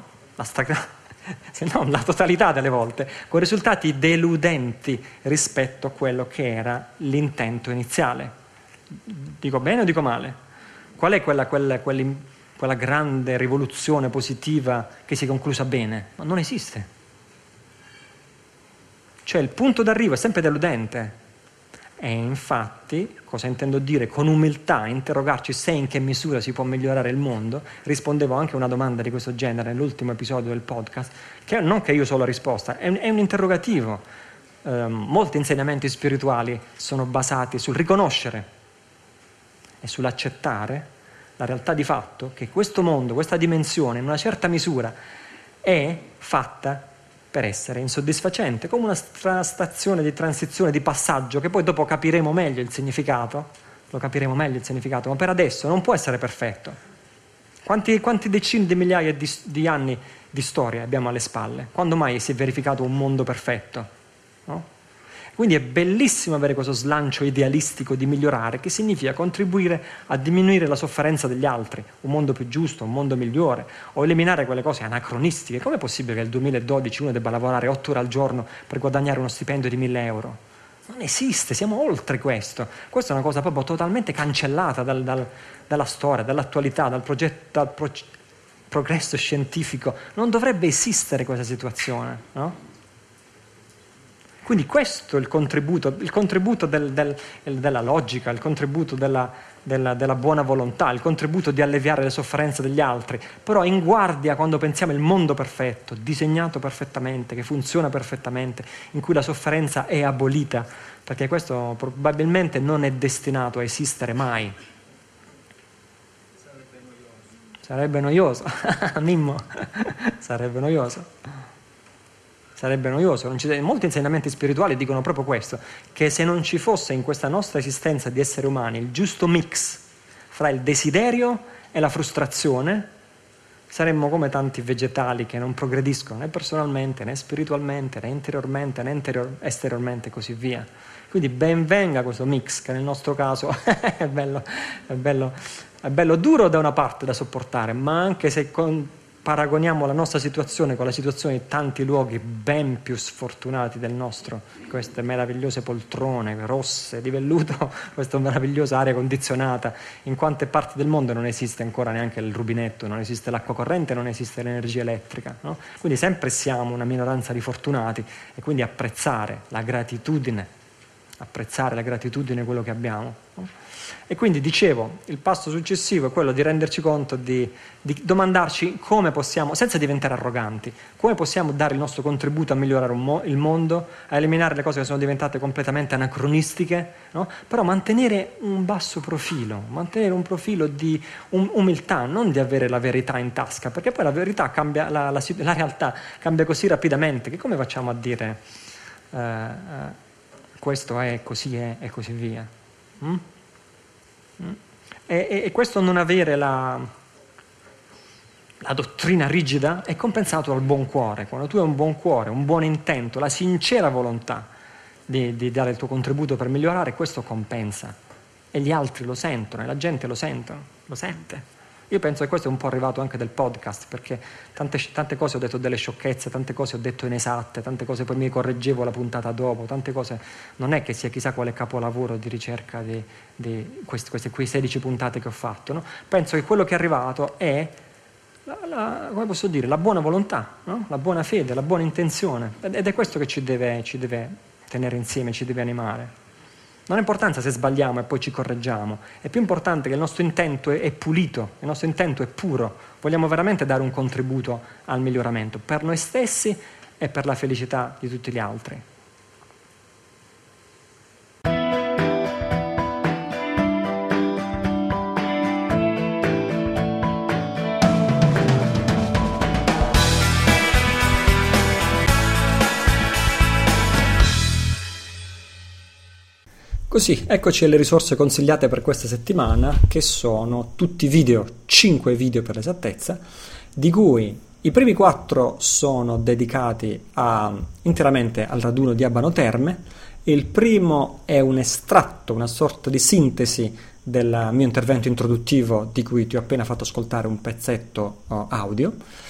la totalità delle volte, con risultati deludenti rispetto a quello che era l'intento iniziale. Dico bene o dico male? Qual è quella grande rivoluzione positiva che si è conclusa bene? Ma non esiste. Cioè il punto d'arrivo è sempre deludente. E infatti, cosa intendo dire? Con umiltà interrogarci se e in che misura si può migliorare il mondo. Rispondevo anche a una domanda di questo genere nell'ultimo episodio del podcast, che non che io so la risposta, è un interrogativo. Molti insegnamenti spirituali sono basati sul riconoscere e sull'accettare la realtà di fatto che questo mondo, questa dimensione, in una certa misura è fatta per essere insoddisfacente, come una stazione di transizione, di passaggio, che poi dopo capiremo meglio il significato, ma per adesso non può essere perfetto. Quanti decine di migliaia di anni di storia abbiamo alle spalle? Quando mai si è verificato un mondo perfetto? No? Quindi è bellissimo avere questo slancio idealistico di migliorare, che significa contribuire a diminuire la sofferenza degli altri, un mondo più giusto, un mondo migliore, o eliminare quelle cose anacronistiche. Com'è possibile che nel 2012 uno debba lavorare 8 ore al giorno per guadagnare uno stipendio di 1.000 euro? Non esiste, siamo oltre questo. Questa è una cosa proprio totalmente cancellata dalla storia, dall'attualità, dal progresso scientifico. Non dovrebbe esistere questa situazione, no? Quindi questo è il contributo della logica, il contributo della buona volontà, il contributo di alleviare le sofferenze degli altri, però in guardia quando pensiamo il mondo perfetto, disegnato perfettamente, che funziona perfettamente, in cui la sofferenza è abolita, perché questo probabilmente non è destinato a esistere mai. Sarebbe noioso. Mimmo, sarebbe noioso. Sarebbe noioso. Molti insegnamenti spirituali dicono proprio questo, che se non ci fosse in questa nostra esistenza di esseri umani il giusto mix fra il desiderio e la frustrazione, saremmo come tanti vegetali che non progrediscono né personalmente, né spiritualmente, né interiormente, né esteriormente e così via. Quindi ben venga questo mix, che nel nostro caso è bello duro da una parte da sopportare, ma anche se paragoniamo la nostra situazione con la situazione di tanti luoghi ben più sfortunati del nostro, queste meravigliose poltrone rosse di velluto, questa meravigliosa aria condizionata, in quante parti del mondo non esiste ancora neanche il rubinetto, non esiste l'acqua corrente, non esiste l'energia elettrica, no? Quindi sempre siamo una minoranza di fortunati e quindi apprezzare la gratitudine quello che abbiamo, no? E quindi dicevo, il passo successivo è quello di renderci conto, di domandarci come possiamo, senza diventare arroganti, come possiamo dare il nostro contributo a migliorare il mondo, a eliminare le cose che sono diventate completamente anacronistiche, no? Però mantenere un basso profilo, mantenere un profilo di umiltà, non di avere la verità in tasca, perché poi la verità cambia, la realtà cambia così rapidamente che come facciamo a dire questo è così e così via? E questo non avere la dottrina rigida è compensato dal buon cuore. Quando tu hai un buon cuore, un buon intento, la sincera volontà di dare il tuo contributo per migliorare, questo compensa e gli altri lo sentono e la gente lo sente. Io penso che questo è un po' arrivato anche del podcast, perché tante cose ho detto delle sciocchezze, tante cose ho detto inesatte, tante cose poi mi correggevo la puntata dopo, tante cose non è che sia chissà quale capolavoro di ricerca di quei 16 puntate che ho fatto, no? Penso che quello che è arrivato è come posso dire, la buona volontà, no? La buona fede, la buona intenzione, ed è questo che ci deve tenere insieme, ci deve animare. Non ha importanza se sbagliamo e poi ci correggiamo, è più importante che il nostro intento è pulito, il nostro intento è puro, vogliamo veramente dare un contributo al miglioramento per noi stessi e per la felicità di tutti gli altri. Così, eccoci alle risorse consigliate per questa settimana, che sono tutti video, 5 video per l'esattezza, di cui i primi 4 sono dedicati interamente al raduno di Abano Terme. Il primo è un estratto, una sorta di sintesi del mio intervento introduttivo, di cui ti ho appena fatto ascoltare un pezzetto audio.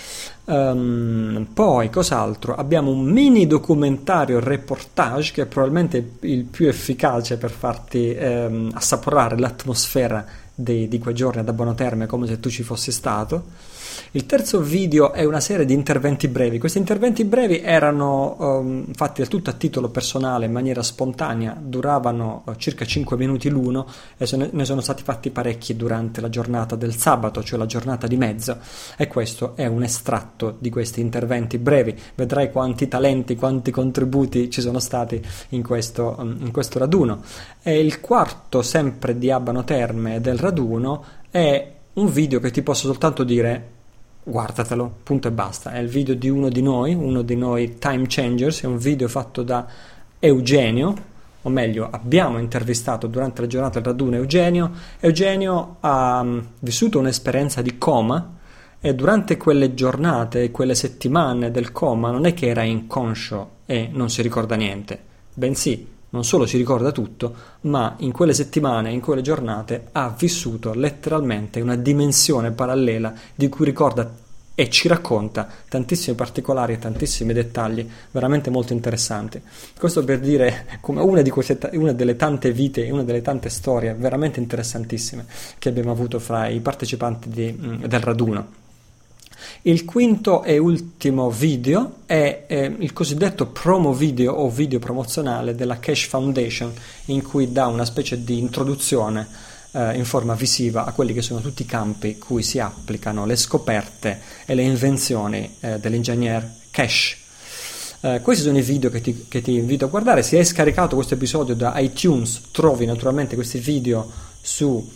Poi cos'altro? Abbiamo un mini documentario reportage che è probabilmente il più efficace per farti assaporare l'atmosfera di quei giorni ad Abano Terme come se tu ci fossi stato. Il terzo video è una serie di interventi brevi. Questi interventi brevi erano fatti del tutto a titolo personale, in maniera spontanea, duravano circa 5 minuti l'uno e ne sono stati fatti parecchi durante la giornata del sabato, cioè la giornata di mezzo, e questo è un estratto di questi interventi brevi. Vedrai quanti talenti, quanti contributi ci sono stati in questo raduno. E il quarto, sempre di Abano Terme e del raduno, è un video che ti posso soltanto dire: guardatelo, punto e basta. È il video di uno di noi Time Changers, è un video fatto da Eugenio, o meglio abbiamo intervistato durante la giornata del raduno Eugenio ha vissuto un'esperienza di coma e durante quelle giornate, quelle settimane del coma non è che era inconscio e non si ricorda niente, bensì non solo si ricorda tutto, ma in quelle settimane, in quelle giornate ha vissuto letteralmente una dimensione parallela di cui ricorda e ci racconta tantissimi particolari e tantissimi dettagli veramente molto interessanti. Questo per dire come una delle tante vite, una delle tante storie veramente interessantissime che abbiamo avuto fra i partecipanti del raduno. Il quinto e ultimo video è il cosiddetto promo video o video promozionale della Keshe Foundation, in cui dà una specie di introduzione in forma visiva a quelli che sono tutti i campi cui si applicano le scoperte e le invenzioni dell'ingegner Keshe. Questi sono i video che ti invito a guardare. Se hai scaricato questo episodio da iTunes, trovi naturalmente questi video su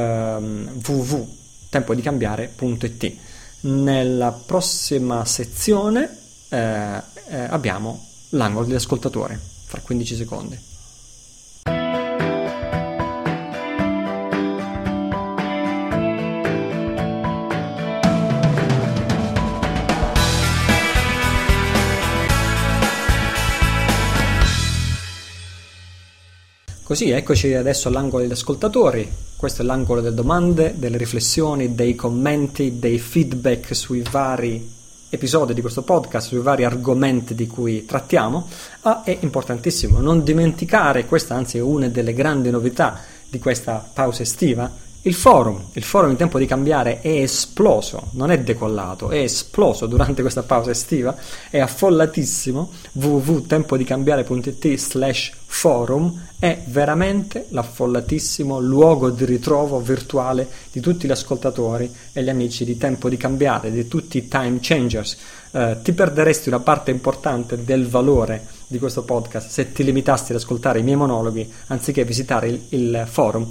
www.tempodicambiare.it. Nella prossima sezione abbiamo l'angolo degli ascoltatori, fra 15 secondi. Così, eccoci adesso all'angolo degli ascoltatori. Questo è l'angolo delle domande, delle riflessioni, dei commenti, dei feedback sui vari episodi di questo podcast, sui vari argomenti di cui trattiamo. È importantissimo non dimenticare, questa anzi è una delle grandi novità di questa pausa estiva, il forum in tempo di cambiare è esploso, non è decollato, è esploso durante questa pausa estiva, è affollatissimo. www.tempodicambiare.it/forum è veramente l'affollatissimo luogo di ritrovo virtuale di tutti gli ascoltatori e gli amici di Tempo di Cambiare, di tutti i time changers. Ti perderesti una parte importante del valore di questo podcast se ti limitassi ad ascoltare i miei monologhi anziché visitare il forum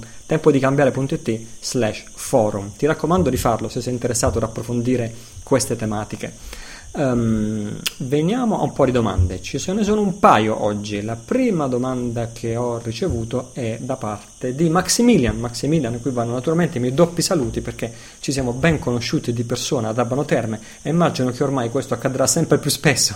tempodicambiare.it/forum. Ti raccomando di farlo se sei interessato ad approfondire queste tematiche. Veniamo a un po' di domande. Ce ne sono un paio oggi. La prima domanda che ho ricevuto è da parte di Maximilian, a cui vanno naturalmente i miei doppi saluti, perché ci siamo ben conosciuti di persona ad Abano Terme e immagino che ormai questo accadrà sempre più spesso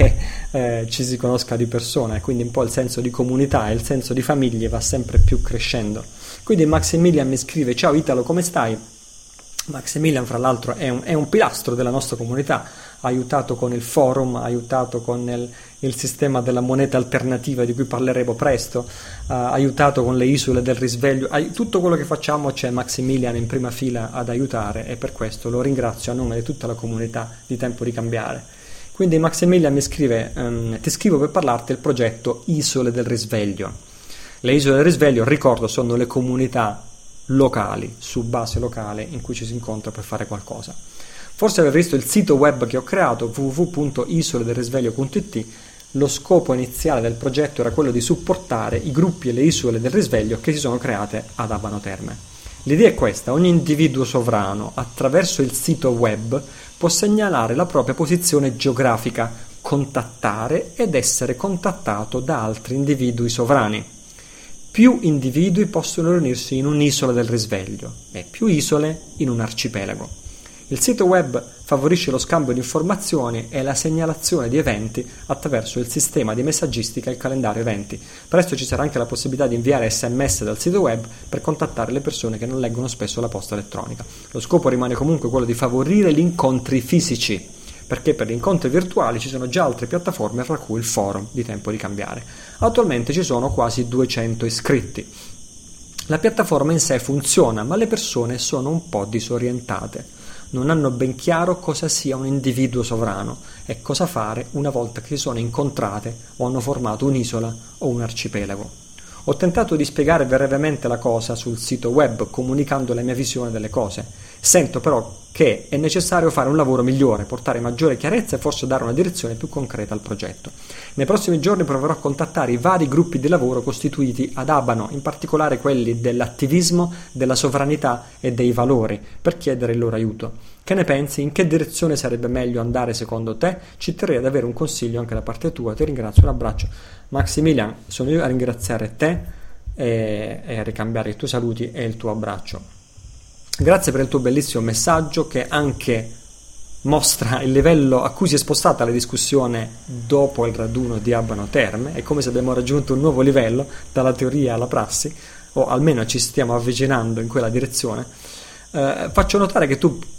che ci si conosca di persona, e quindi un po' il senso di comunità e il senso di famiglia va sempre più crescendo. Quindi Maximilian mi scrive: ciao Italo, come stai? Maximilian, fra l'altro, è un pilastro della nostra comunità, ha aiutato con il forum, ha aiutato con il sistema della moneta alternativa di cui parleremo presto, ha aiutato con le isole del risveglio. Tutto quello che facciamo c'è Maximilian in prima fila ad aiutare, e per questo lo ringrazio a nome di tutta la comunità di Tempo di Cambiare. Quindi Maximilian mi scrive: ti scrivo per parlarti del progetto Isole del Risveglio. Le isole del risveglio, ricordo, sono le comunità locali, su base locale, in cui ci si incontra per fare qualcosa. Forse aver visto il sito web che ho creato, www.isoledelrisveglio.it. Lo scopo iniziale del progetto era quello di supportare i gruppi e le isole del risveglio che si sono create ad Abano Terme. L'idea è questa: ogni individuo sovrano, attraverso il sito web, può segnalare la propria posizione geografica, contattare ed essere contattato da altri individui sovrani. Più individui possono riunirsi in un'isola del risveglio e più isole in un arcipelago. Il sito web favorisce lo scambio di informazioni e la segnalazione di eventi attraverso il sistema di messaggistica e il calendario eventi. Presto ci sarà anche la possibilità di inviare SMS dal sito web per contattare le persone che non leggono spesso la posta elettronica. Lo scopo rimane comunque quello di favorire gli incontri fisici, perché per gli incontri virtuali ci sono già altre piattaforme, tra cui il forum di Tempo di Cambiare. Attualmente ci sono quasi 200 iscritti. La piattaforma in sé funziona, ma le persone sono un po' disorientate. Non hanno ben chiaro cosa sia un individuo sovrano e cosa fare una volta che si sono incontrate o hanno formato un'isola o un arcipelago. Ho tentato di spiegare brevemente la cosa sul sito web, comunicando la mia visione delle cose. Sento però che è necessario fare un lavoro migliore, portare maggiore chiarezza e forse dare una direzione più concreta al progetto. Nei prossimi giorni proverò a contattare i vari gruppi di lavoro costituiti ad Abano, in particolare quelli dell'attivismo, della sovranità e dei valori, per chiedere il loro aiuto. Che ne pensi? In che direzione sarebbe meglio andare secondo te? Ci terrei ad avere un consiglio anche da parte tua. Ti ringrazio, un abbraccio. Maximilian, sono io a ringraziare te e a ricambiare i tuoi saluti e il tuo abbraccio. Grazie per il tuo bellissimo messaggio, che anche mostra il livello a cui si è spostata la discussione dopo il raduno di Abano Terme. È come se abbiamo raggiunto un nuovo livello dalla teoria alla prassi, o almeno ci stiamo avvicinando in quella direzione. Faccio notare che tu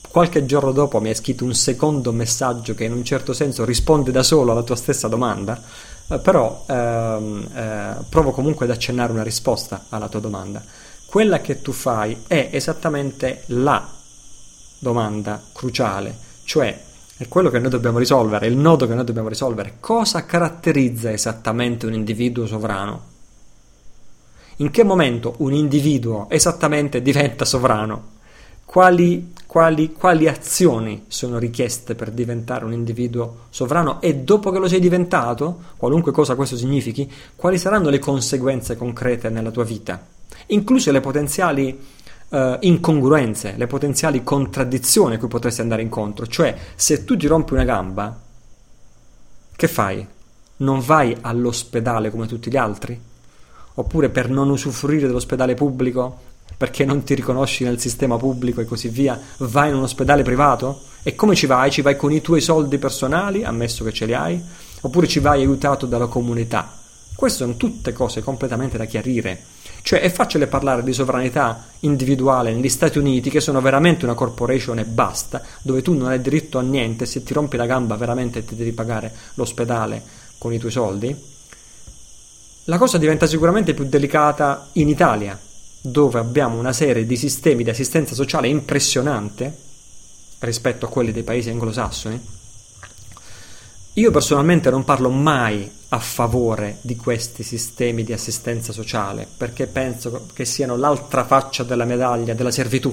qualche giorno dopo mi hai scritto un secondo messaggio che in un certo senso risponde da solo alla tua stessa domanda, però provo comunque ad accennare una risposta alla tua domanda. Quella che tu fai è esattamente la domanda cruciale, cioè è quello che noi dobbiamo risolvere, il nodo che noi dobbiamo risolvere. Cosa caratterizza esattamente un individuo sovrano? In che momento un individuo esattamente diventa sovrano? Quali azioni sono richieste per diventare un individuo sovrano? E dopo che lo sei diventato, qualunque cosa questo significhi, quali saranno le conseguenze concrete nella tua vita? Incluse le potenziali incongruenze, le potenziali contraddizioni a cui potresti andare incontro. Cioè, se tu ti rompi una gamba, che fai? Non vai all'ospedale come tutti gli altri? Oppure, per non usufruire dell'ospedale pubblico, perché non ti riconosci nel sistema pubblico e così via, vai in un ospedale privato? E come ci vai? Ci vai con i tuoi soldi personali, ammesso che ce li hai? Oppure ci vai aiutato dalla comunità? Queste sono tutte cose completamente da chiarire. Cioè, è facile parlare di sovranità individuale negli Stati Uniti, che sono veramente una corporation e basta, dove tu non hai diritto a niente, se ti rompi la gamba veramente ti devi pagare l'ospedale con i tuoi soldi. La cosa diventa sicuramente più delicata in Italia, dove abbiamo una serie di sistemi di assistenza sociale impressionante rispetto a quelli dei paesi anglosassoni. Io personalmente non parlo mai a favore di questi sistemi di assistenza sociale, perché penso che siano l'altra faccia della medaglia della servitù.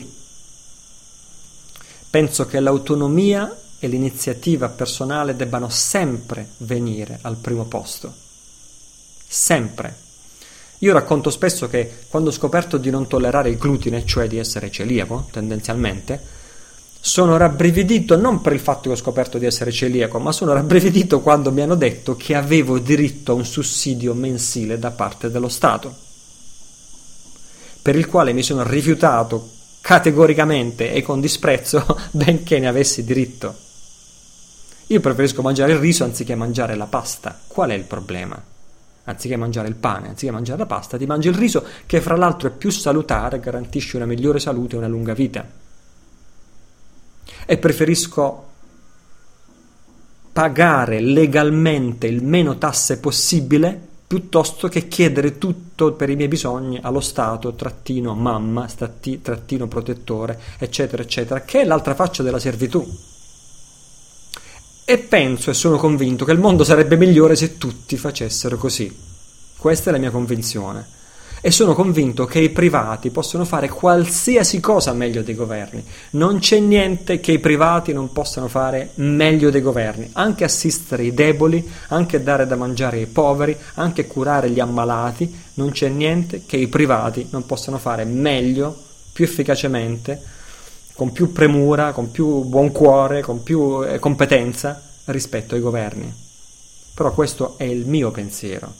Penso che l'autonomia e l'iniziativa personale debbano sempre venire al primo posto. Sempre. Io racconto spesso che quando ho scoperto di non tollerare il glutine, cioè di essere celiaco, tendenzialmente, sono rabbrividito non per il fatto che ho scoperto di essere celiaco, ma sono rabbrividito quando mi hanno detto che avevo diritto a un sussidio mensile da parte dello Stato, per il quale mi sono rifiutato categoricamente e con disprezzo, benché ne avessi diritto. Io preferisco mangiare il riso anziché mangiare la pasta. Qual è il problema? Anziché mangiare il pane, anziché mangiare la pasta, ti mangi il riso, che fra l'altro è più salutare, garantisce una migliore salute e una lunga vita. E preferisco pagare legalmente il meno tasse possibile piuttosto che chiedere tutto per i miei bisogni allo Stato, trattino mamma, trattino protettore, eccetera, eccetera, che è l'altra faccia della servitù. E penso e sono convinto che il mondo sarebbe migliore se tutti facessero così. Questa è la mia convinzione. E sono convinto che i privati possono fare qualsiasi cosa meglio dei governi. Non c'è niente che i privati non possano fare meglio dei governi. Anche assistere i deboli, anche dare da mangiare ai poveri, anche curare gli ammalati. Non c'è niente che i privati non possano fare meglio, più efficacemente, con più premura, con più buon cuore, con più competenza rispetto ai governi. Però questo è il mio pensiero.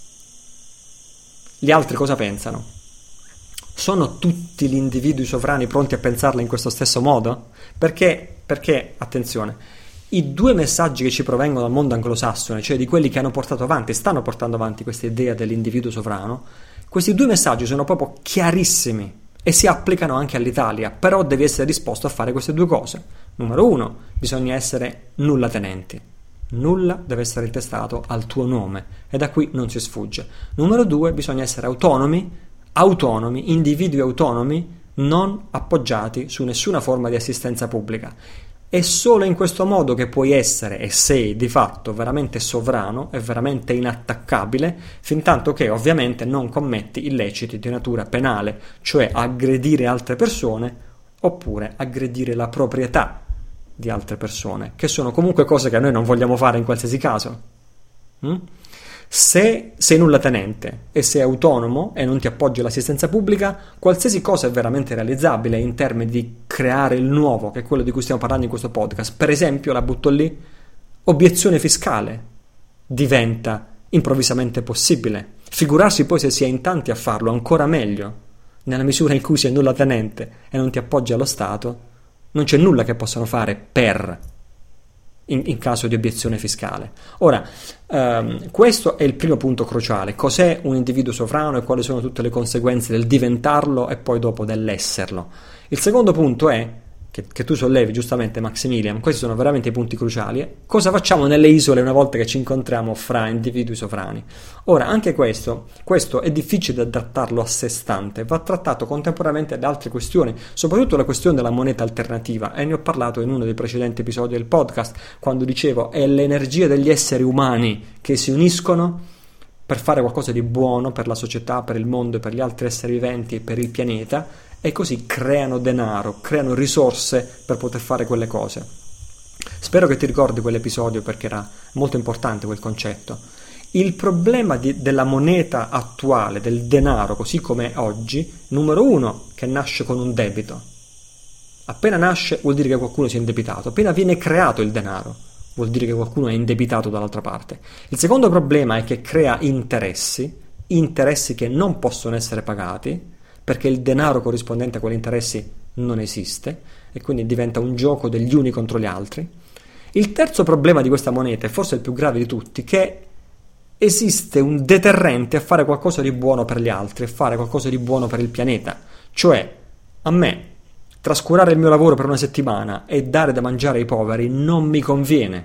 Gli altri cosa pensano? Sono tutti gli individui sovrani pronti a pensarla in questo stesso modo? Perché, attenzione, i due messaggi che ci provengono dal mondo anglosassone, cioè di quelli che hanno portato avanti, stanno portando avanti questa idea dell'individuo sovrano, questi due messaggi sono proprio chiarissimi e si applicano anche all'Italia, però devi essere disposto a fare queste due cose. Numero 1, bisogna essere nullatenenti. Nulla deve essere intestato al tuo nome e da qui non si sfugge. Numero 2, bisogna essere autonomi, individui autonomi, non appoggiati su nessuna forma di assistenza pubblica. È solo in questo modo che puoi essere e sei di fatto veramente sovrano e veramente inattaccabile, fintanto che ovviamente non commetti illeciti di natura penale, cioè aggredire altre persone oppure aggredire la proprietà di altre persone, che sono comunque cose che noi non vogliamo fare in qualsiasi caso. Se sei nullatenente e sei autonomo e non ti appoggi all'assistenza pubblica, qualsiasi cosa è veramente realizzabile in termini di creare il nuovo, che è quello di cui stiamo parlando in questo podcast. Per esempio, la butto lì, obiezione fiscale diventa improvvisamente possibile. Figurarsi poi se si è in tanti a farlo, ancora meglio. Nella misura in cui sei nullatenente e non ti appoggi allo Stato, non c'è nulla che possano fare in caso di obiezione fiscale. Ora, questo è il primo punto cruciale. Cos'è un individuo sovrano e quali sono tutte le conseguenze del diventarlo e poi dopo dell'esserlo? Il secondo punto è che tu sollevi giustamente, Maximilian, questi sono veramente i punti cruciali. Cosa facciamo nelle isole una volta che ci incontriamo fra individui sovrani? Ora, anche questo è difficile da trattarlo a sé stante, va trattato contemporaneamente ad altre questioni, soprattutto la questione della moneta alternativa, e ne ho parlato in uno dei precedenti episodi del podcast, quando dicevo è l'energia degli esseri umani che si uniscono per fare qualcosa di buono per la società, per il mondo e per gli altri esseri viventi e per il pianeta, e così creano denaro, creano risorse per poter fare quelle cose. Spero che ti ricordi quell'episodio, perché era molto importante quel concetto. Il problema della moneta attuale, del denaro così come è oggi, numero uno, che nasce con un debito. Appena nasce vuol dire che qualcuno si è indebitato, appena viene creato il denaro vuol dire che qualcuno è indebitato dall'altra parte. Il secondo problema è che crea interessi che non possono essere pagati, perché il denaro corrispondente a quegli interessi non esiste e quindi diventa un gioco degli uni contro gli altri. Il terzo problema di questa moneta, e forse il più grave di tutti, che esiste un deterrente a fare qualcosa di buono per gli altri, a fare qualcosa di buono per il pianeta. Cioè, a me trascurare il mio lavoro per una settimana e dare da mangiare ai poveri non mi conviene,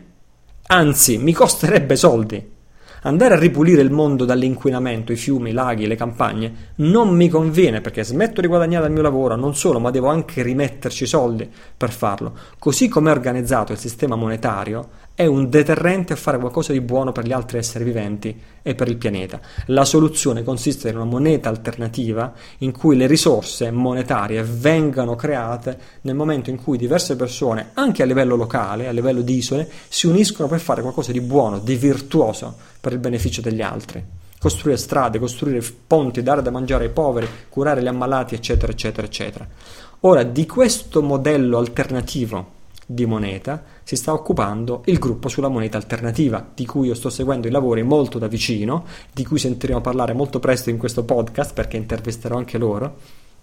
anzi mi costerebbe soldi. Andare a ripulire il mondo dall'inquinamento, i fiumi, i laghi, le campagne, non mi conviene, perché smetto di guadagnare dal mio lavoro, non solo, ma devo anche rimetterci soldi per farlo. Così come è organizzato il sistema monetario, è un deterrente a fare qualcosa di buono per gli altri esseri viventi e per il pianeta. La soluzione consiste in una moneta alternativa in cui le risorse monetarie vengano create nel momento in cui diverse persone, anche a livello locale, a livello di isole, si uniscono per fare qualcosa di buono, di virtuoso per il beneficio degli altri. Costruire strade, costruire ponti, dare da mangiare ai poveri, curare gli ammalati, eccetera, eccetera, eccetera. Ora, di questo modello alternativo di moneta si sta occupando il gruppo sulla moneta alternativa, di cui io sto seguendo i lavori molto da vicino, di cui sentiremo parlare molto presto in questo podcast, perché intervisterò anche loro.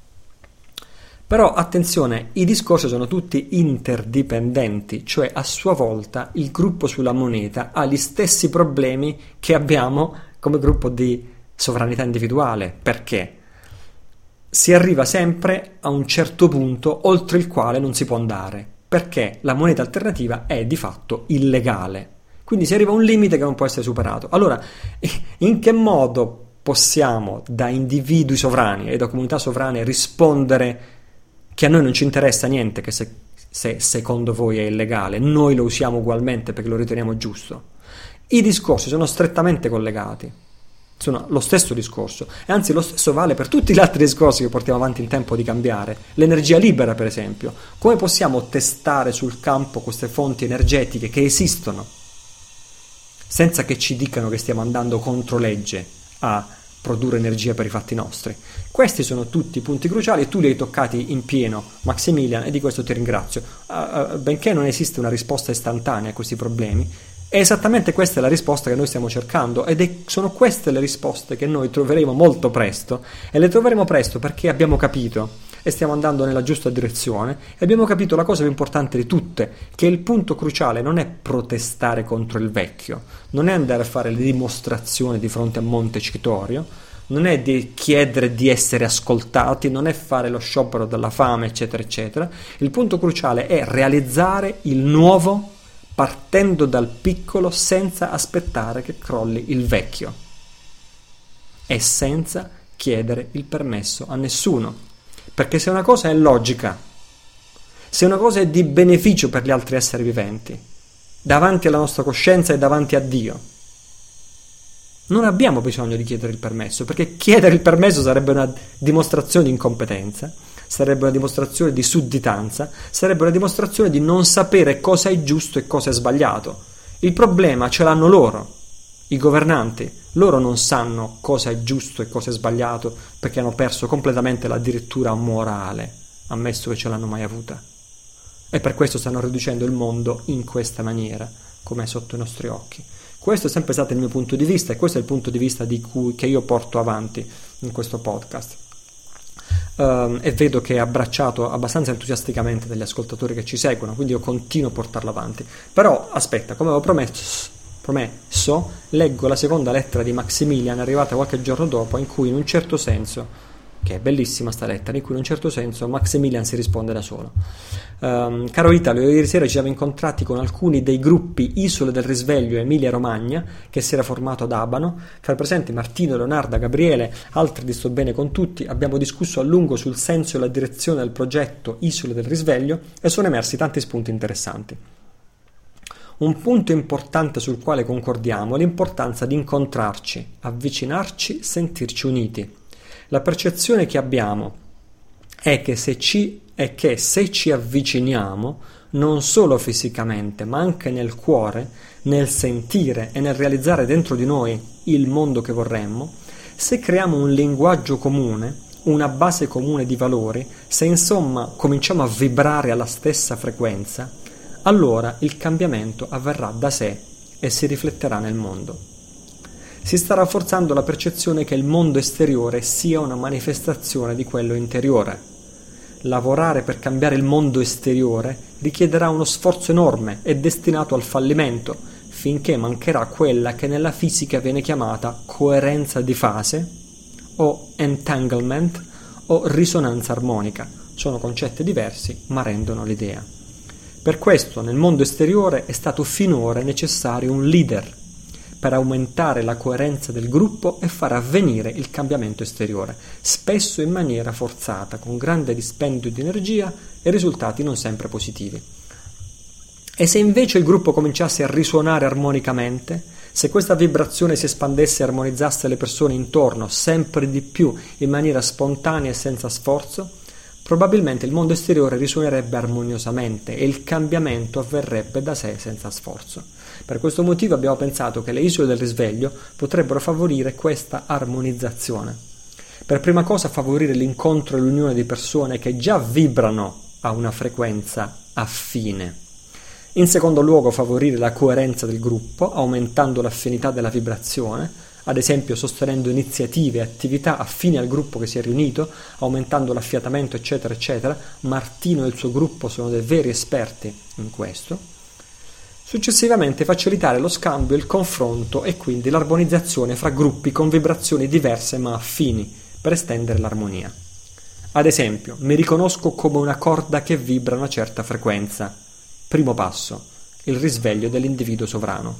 Però attenzione, i discorsi sono tutti interdipendenti, cioè a sua volta il gruppo sulla moneta ha gli stessi problemi che abbiamo come gruppo di sovranità individuale. Perché? Si arriva sempre a un certo punto oltre il quale non si può andare, perché la moneta alternativa è di fatto illegale. Quindi si arriva a un limite che non può essere superato. Allora, in che modo possiamo da individui sovrani e da comunità sovrane rispondere che a noi non ci interessa niente che se secondo voi è illegale, noi lo usiamo ugualmente perché lo riteniamo giusto? I discorsi sono strettamente collegati, sono lo stesso discorso, e anzi lo stesso vale per tutti gli altri discorsi che portiamo avanti in tempo di cambiare. L'energia libera, per esempio, come possiamo testare sul campo queste fonti energetiche che esistono senza che ci dicano che stiamo andando contro legge a produrre energia per i fatti nostri? Questi sono tutti punti cruciali e tu li hai toccati in pieno, Maximilian, e di questo ti ringrazio. Benché non esiste una risposta istantanea a questi problemi, è esattamente questa la risposta che noi stiamo cercando, sono queste le risposte che noi troveremo molto presto, e le troveremo presto perché abbiamo capito e stiamo andando nella giusta direzione, e abbiamo capito la cosa più importante di tutte, che il punto cruciale non è protestare contro il vecchio, non è andare a fare le dimostrazioni di fronte a Montecitorio, non è di chiedere di essere ascoltati, non è fare lo sciopero della fame, eccetera, eccetera. Il punto cruciale è realizzare il nuovo partendo dal piccolo, senza aspettare che crolli il vecchio e senza chiedere il permesso a nessuno. Perché se una cosa è logica, se una cosa è di beneficio per gli altri esseri viventi, davanti alla nostra coscienza e davanti a Dio, non abbiamo bisogno di chiedere il permesso, perché chiedere il permesso sarebbe una dimostrazione di incompetenza, sarebbe una dimostrazione di sudditanza, sarebbe una dimostrazione di non sapere cosa è giusto e cosa è sbagliato. Il problema ce l'hanno loro, i governanti. Loro non sanno cosa è giusto e cosa è sbagliato perché hanno perso completamente la dirittura morale, ammesso che ce l'hanno mai avuta. E per questo stanno riducendo il mondo in questa maniera, come è sotto i nostri occhi. Questo è sempre stato il mio punto di vista, e questo è il punto di vista che io porto avanti in questo podcast. E vedo che è abbracciato abbastanza entusiasticamente dagli ascoltatori che ci seguono, quindi io continuo a portarlo avanti. Però aspetta, come avevo promesso, leggo la seconda lettera di Maximilian arrivata qualche giorno dopo, in cui in un certo senso che è bellissima sta lettera, in cui in un certo senso Maximilian si risponde da solo. Caro Italo, ieri sera ci siamo incontrati con alcuni dei gruppi Isole del Risveglio Emilia Romagna, che si era formato ad Abano. Far presente Martino, Leonardo, Gabriele, altri di Sto Bene con Tutti. Abbiamo discusso a lungo sul senso e la direzione del progetto Isole del Risveglio e sono emersi tanti spunti interessanti. Un punto importante sul quale concordiamo è l'importanza di incontrarci, avvicinarci, sentirci uniti. La percezione che abbiamo è che se ci avviciniamo, non solo fisicamente, ma anche nel cuore, nel sentire e nel realizzare dentro di noi il mondo che vorremmo, se creiamo un linguaggio comune, una base comune di valori, se insomma cominciamo a vibrare alla stessa frequenza, allora il cambiamento avverrà da sé e si rifletterà nel mondo. Si sta rafforzando la percezione che il mondo esteriore sia una manifestazione di quello interiore. Lavorare per cambiare il mondo esteriore richiederà uno sforzo enorme e destinato al fallimento, finché mancherà quella che nella fisica viene chiamata coerenza di fase, o entanglement, o risonanza armonica. Sono concetti diversi, ma rendono l'idea. Per questo nel mondo esteriore è stato finora necessario un leader per aumentare la coerenza del gruppo e far avvenire il cambiamento esteriore, spesso in maniera forzata, con grande dispendio di energia e risultati non sempre positivi. E se invece il gruppo cominciasse a risuonare armonicamente, se questa vibrazione si espandesse e armonizzasse le persone intorno sempre di più in maniera spontanea e senza sforzo, probabilmente il mondo esteriore risuonerebbe armoniosamente e il cambiamento avverrebbe da sé senza sforzo. Per questo motivo abbiamo pensato che le Isole del Risveglio potrebbero favorire questa armonizzazione. Per prima cosa favorire l'incontro e l'unione di persone che già vibrano a una frequenza affine. In secondo luogo favorire la coerenza del gruppo, aumentando l'affinità della vibrazione, ad esempio sostenendo iniziative e attività affini al gruppo che si è riunito, aumentando l'affiatamento, eccetera, eccetera. Martino e il suo gruppo sono dei veri esperti in questo. Successivamente facilitare lo scambio, il confronto e quindi l'armonizzazione fra gruppi con vibrazioni diverse ma affini, per estendere l'armonia. Ad esempio, mi riconosco come una corda che vibra a una certa frequenza. Primo passo, il risveglio dell'individuo sovrano.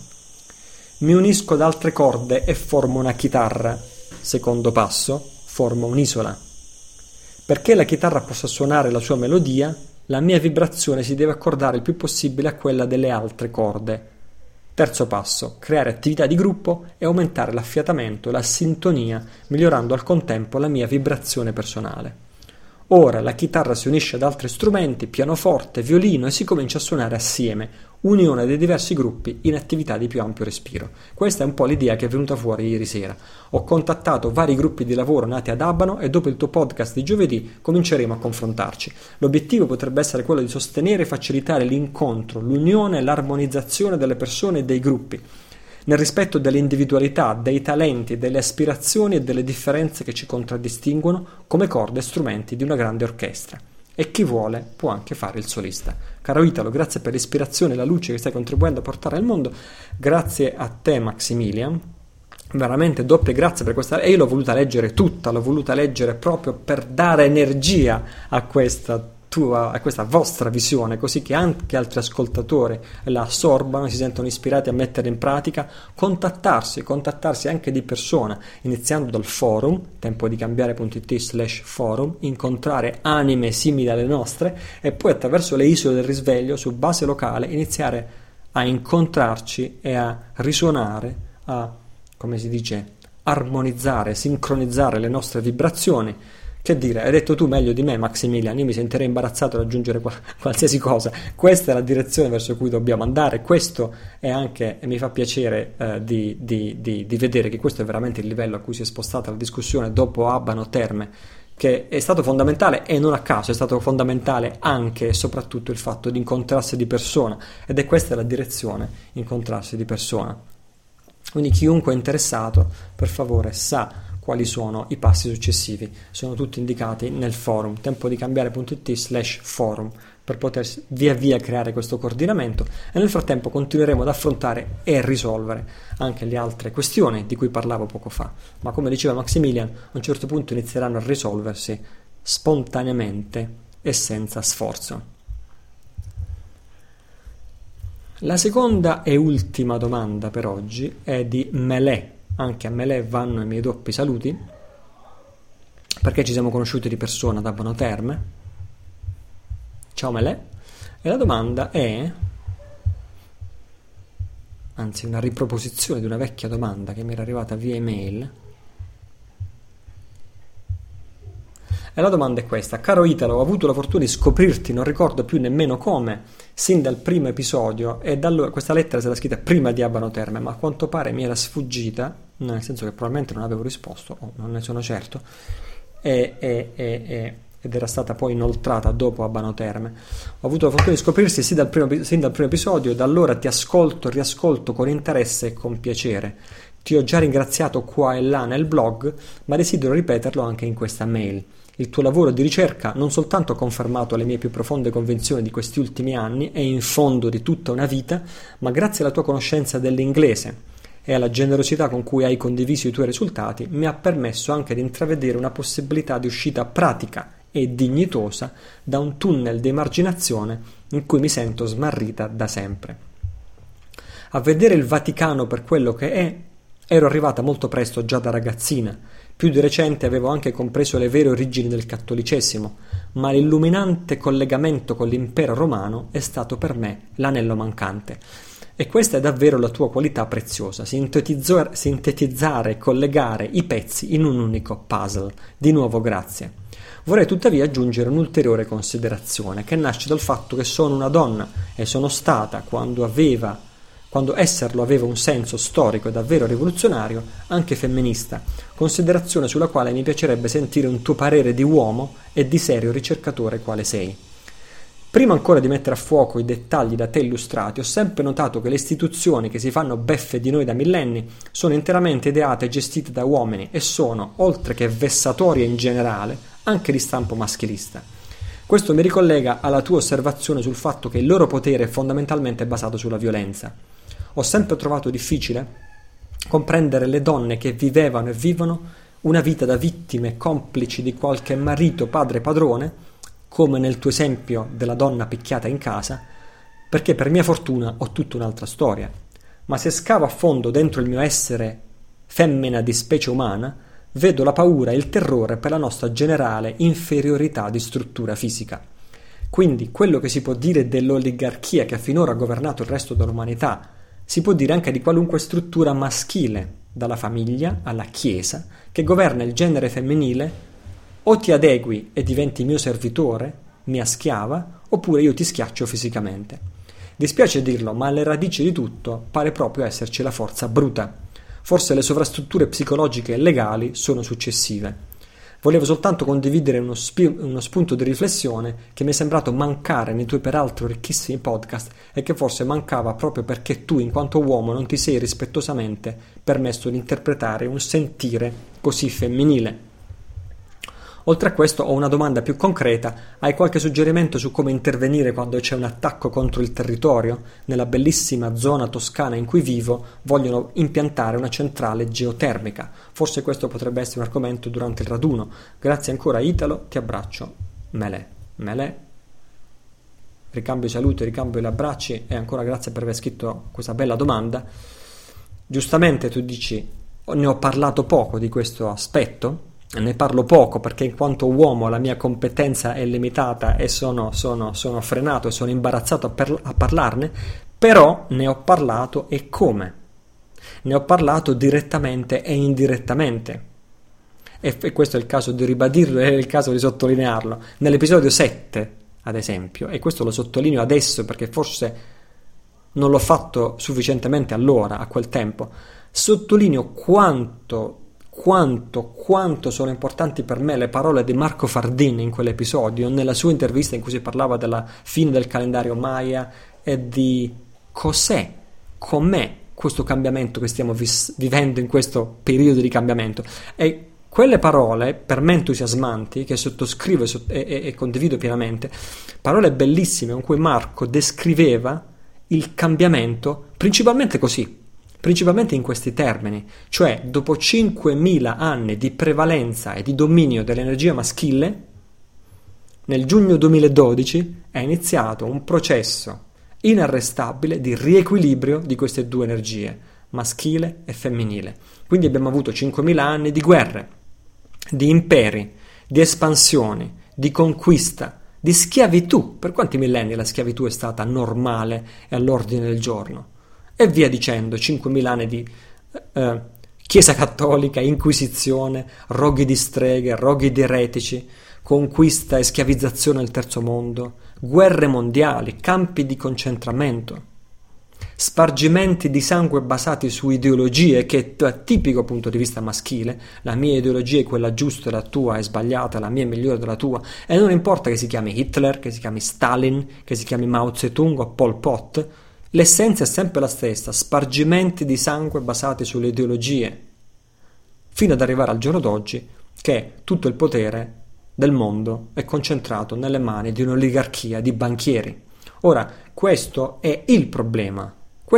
Mi unisco ad altre corde e formo una chitarra. Secondo passo, formo un'isola. Perché la chitarra possa suonare la sua melodia, la mia vibrazione si deve accordare il più possibile a quella delle altre corde. Terzo passo, creare attività di gruppo e aumentare l'affiatamento e la sintonia, migliorando al contempo la mia vibrazione personale. Ora la chitarra si unisce ad altri strumenti, pianoforte, violino, e si comincia a suonare assieme, unione dei diversi gruppi in attività di più ampio respiro. Questa è un po' l'idea che è venuta fuori ieri sera. Ho contattato vari gruppi di lavoro nati ad Abano e dopo il tuo podcast di giovedì cominceremo a confrontarci. L'obiettivo potrebbe essere quello di sostenere e facilitare l'incontro, l'unione e l'armonizzazione delle persone e dei gruppi, nel rispetto delle individualità, dei talenti, delle aspirazioni e delle differenze che ci contraddistinguono come corde e strumenti di una grande orchestra. E chi vuole può anche fare il solista. Caro Italo, grazie per l'ispirazione e la luce che stai contribuendo a portare al mondo. Grazie a te, Maximilian. Veramente doppie grazie per questa. E io l'ho voluta leggere tutta, l'ho voluta leggere proprio per dare energia a questa vostra visione, così che anche altri ascoltatori la assorbano, si sentono ispirati a mettere in pratica, contattarsi anche di persona, iniziando dal forum, tempodicambiare.it/forum, incontrare anime simili alle nostre e poi attraverso le Isole del Risveglio su base locale iniziare a incontrarci e a risuonare, a, come si dice, armonizzare, sincronizzare le nostre vibrazioni. Che dire, hai detto tu meglio di me, Maximilian, io mi sentirei imbarazzato ad aggiungere qualsiasi cosa. Questa è la direzione verso cui dobbiamo andare, questo è anche, e mi fa piacere di vedere che questo è veramente il livello a cui si è spostata la discussione dopo Abano Terme, che è stato fondamentale, e non a caso è stato fondamentale anche e soprattutto il fatto di incontrarsi di persona, ed è questa la direzione, incontrarsi di persona. Quindi chiunque è interessato, per favore, sa quali sono i passi successivi. Sono tutti indicati nel forum tempodicambiare.it/forum per poter via via creare questo coordinamento, e nel frattempo continueremo ad affrontare e risolvere anche le altre questioni di cui parlavo poco fa, ma come diceva Maximilian, a un certo punto inizieranno a risolversi spontaneamente e senza sforzo. La seconda e ultima domanda per oggi è di Melè. Anche a Melè vanno i miei doppi saluti, perché ci siamo conosciuti di persona ad Abano Terme. Ciao Melè. E la domanda è, anzi una riproposizione di una vecchia domanda che mi era arrivata via email. E la domanda è questa: caro Italo, ho avuto la fortuna di scoprirti, non ricordo più nemmeno come, sin dal primo episodio, e da allora questa lettera se l'ha scritta prima di Abano Terme, ma a quanto pare mi era sfuggita, nel senso che probabilmente non avevo risposto, o non ne sono certo, ed era stata poi inoltrata dopo Abano Terme. Ho avuto la fortuna di scoprirsi sin dal primo episodio, e da allora ti ascolto e riascolto con interesse e con piacere. Ti ho già ringraziato qua e là nel blog, ma desidero ripeterlo anche in questa mail. Il tuo lavoro di ricerca non soltanto ha confermato le mie più profonde convinzioni di questi ultimi anni e in fondo di tutta una vita, ma grazie alla tua conoscenza dell'inglese e alla generosità con cui hai condiviso i tuoi risultati, mi ha permesso anche di intravedere una possibilità di uscita pratica e dignitosa da un tunnel di emarginazione in cui mi sento smarrita da sempre. A vedere il Vaticano per quello che è, ero arrivata molto presto già da ragazzina. Più di recente avevo anche compreso le vere origini del cattolicesimo, ma l'illuminante collegamento con l'impero romano è stato per me l'anello mancante. E questa è davvero la tua qualità preziosa, sintetizzare e collegare i pezzi in un unico puzzle. Di nuovo grazie. Vorrei tuttavia aggiungere un'ulteriore considerazione che nasce dal fatto che sono una donna e sono stata, quando esserlo aveva un senso storico e davvero rivoluzionario, anche femminista, considerazione sulla quale mi piacerebbe sentire un tuo parere di uomo e di serio ricercatore quale sei. Prima ancora di mettere a fuoco i dettagli da te illustrati, ho sempre notato che le istituzioni che si fanno beffe di noi da millenni sono interamente ideate e gestite da uomini e sono, oltre che vessatorie in generale, anche di stampo maschilista. Questo mi ricollega alla tua osservazione sul fatto che il loro potere è fondamentalmente basato sulla violenza. Ho sempre trovato difficile comprendere le donne che vivevano e vivono una vita da vittime complici di qualche marito padre padrone, come nel tuo esempio della donna picchiata in casa, perché per mia fortuna ho tutta un'altra storia. Ma se scavo a fondo dentro il mio essere femmina di specie umana, vedo la paura e il terrore per la nostra generale inferiorità di struttura fisica. Quindi quello che si può dire dell'oligarchia che ha finora governato il resto dell'umanità si può dire anche di qualunque struttura maschile, dalla famiglia alla chiesa, che governa il genere femminile. O ti adegui e diventi mio servitore, mia schiava, oppure io ti schiaccio fisicamente. Dispiace dirlo, ma alle radici di tutto pare proprio esserci la forza bruta. Forse le sovrastrutture psicologiche e legali sono successive. Volevo soltanto condividere uno spunto di riflessione che mi è sembrato mancare nei tuoi peraltro ricchissimi podcast e che forse mancava proprio perché tu, in quanto uomo, non ti sei rispettosamente permesso di interpretare un sentire così femminile. Oltre a questo ho una domanda più concreta: hai qualche suggerimento su come intervenire quando c'è un attacco contro il territorio? Nella bellissima zona toscana in cui vivo vogliono impiantare una centrale geotermica. Forse questo potrebbe essere un argomento durante il raduno. Grazie ancora Italo, ti abbraccio. Melè. Ricambio i saluti, ricambio gli abbracci e ancora grazie per aver scritto questa bella domanda. Giustamente tu dici, ne ho parlato poco di questo aspetto. Ne parlo poco perché in quanto uomo la mia competenza è limitata e sono frenato e sono imbarazzato a parlarne, però ne ho parlato e come? Ne ho parlato direttamente e indirettamente. E questo è il caso di ribadirlo e è il caso di sottolinearlo. Nell'episodio 7, ad esempio, e questo lo sottolineo adesso perché forse non l'ho fatto sufficientemente allora, a quel tempo, sottolineo quanto sono importanti per me le parole di Marco Fardin in quell'episodio, nella sua intervista in cui si parlava della fine del calendario Maya e di com'è questo cambiamento che stiamo vivendo in questo periodo di cambiamento. E Quelle parole, per me entusiasmanti, che sottoscrivo e condivido pienamente, parole bellissime con cui Marco descriveva il cambiamento principalmente così, principalmente in questi termini, cioè dopo 5.000 anni di prevalenza e di dominio dell'energia maschile, nel giugno 2012 è iniziato un processo inarrestabile di riequilibrio di queste due energie, maschile e femminile. Quindi abbiamo avuto 5.000 anni di guerre, di imperi, di espansioni, di conquista, di schiavitù. Per quanti millenni la schiavitù è stata normale e all'ordine del giorno? E via dicendo, 5.000 anni di Chiesa cattolica, inquisizione, roghi di streghe, roghi di eretici, conquista e schiavizzazione del terzo mondo, guerre mondiali, campi di concentramento, spargimenti di sangue basati su ideologie che è tipico punto di vista maschile. La mia ideologia è quella giusta, la tua è sbagliata, la mia è migliore della tua, e non importa che si chiami Hitler, che si chiami Stalin, che si chiami Mao Zedong o Pol Pot, l'essenza è sempre la stessa: spargimenti di sangue basati sulle ideologie, fino ad arrivare al giorno d'oggi che tutto il potere del mondo è concentrato nelle mani di un'oligarchia di banchieri. Ora, questo è il problema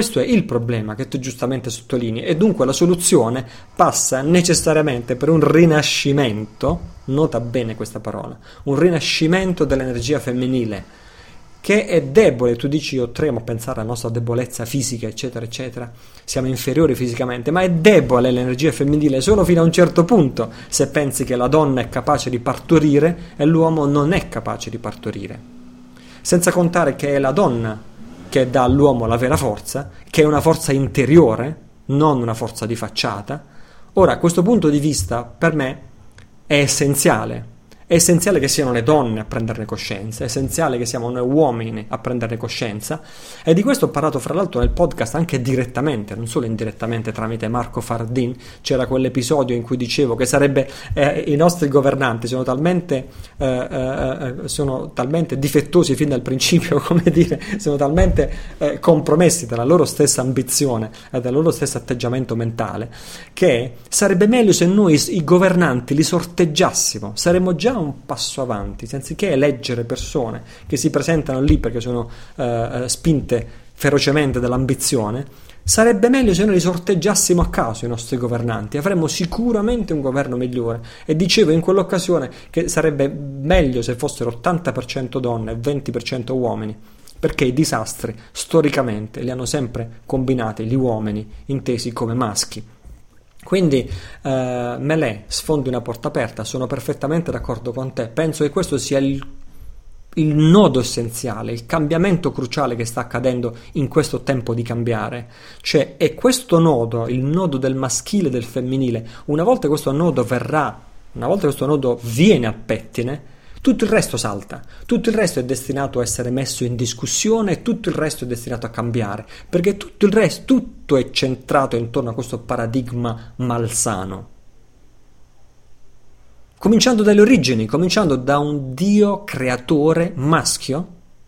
che tu giustamente sottolinei, e dunque la soluzione passa necessariamente per un rinascimento, nota bene questa parola, un rinascimento dell'energia femminile, che è debole. Tu dici: io tremo a pensare alla nostra debolezza fisica, eccetera eccetera, siamo inferiori fisicamente, ma è debole l'energia femminile solo fino a un certo punto, se pensi che la donna è capace di partorire e l'uomo non è capace di partorire, senza contare che è la donna che dà all'uomo la vera forza, che è una forza interiore, non una forza di facciata. Ora, questo punto di vista per me è essenziale. È essenziale che siano le donne a prenderne coscienza, è essenziale che siamo noi uomini a prenderne coscienza, e di questo ho parlato fra l'altro nel podcast anche direttamente, non solo indirettamente tramite Marco Fardin. C'era quell'episodio in cui dicevo che sarebbe i nostri governanti sono talmente difettosi fin dal principio, come dire, sono talmente compromessi dalla loro stessa ambizione e dal loro stesso atteggiamento mentale, che sarebbe meglio se noi i governanti li sorteggiassimo, saremmo già un passo avanti, anziché eleggere persone che si presentano lì perché sono spinte ferocemente dall'ambizione. Sarebbe meglio se noi li sorteggiassimo a caso i nostri governanti, avremmo sicuramente un governo migliore. E dicevo in quell'occasione che sarebbe meglio se fossero 80% donne e 20% uomini, perché i disastri storicamente li hanno sempre combinati gli uomini, intesi come maschi. Quindi Melè, sfondi una porta aperta, sono perfettamente d'accordo con te. Penso che questo sia il nodo essenziale, il cambiamento cruciale che sta accadendo in questo tempo di cambiare. Cioè è questo nodo, il nodo del maschile e del femminile. Una volta questo nodo viene al pettine, tutto il resto salta, tutto il resto è destinato a essere messo in discussione, tutto il resto è destinato a cambiare, perché tutto è centrato intorno a questo paradigma malsano. Cominciando dalle origini, cominciando da un Dio creatore maschio,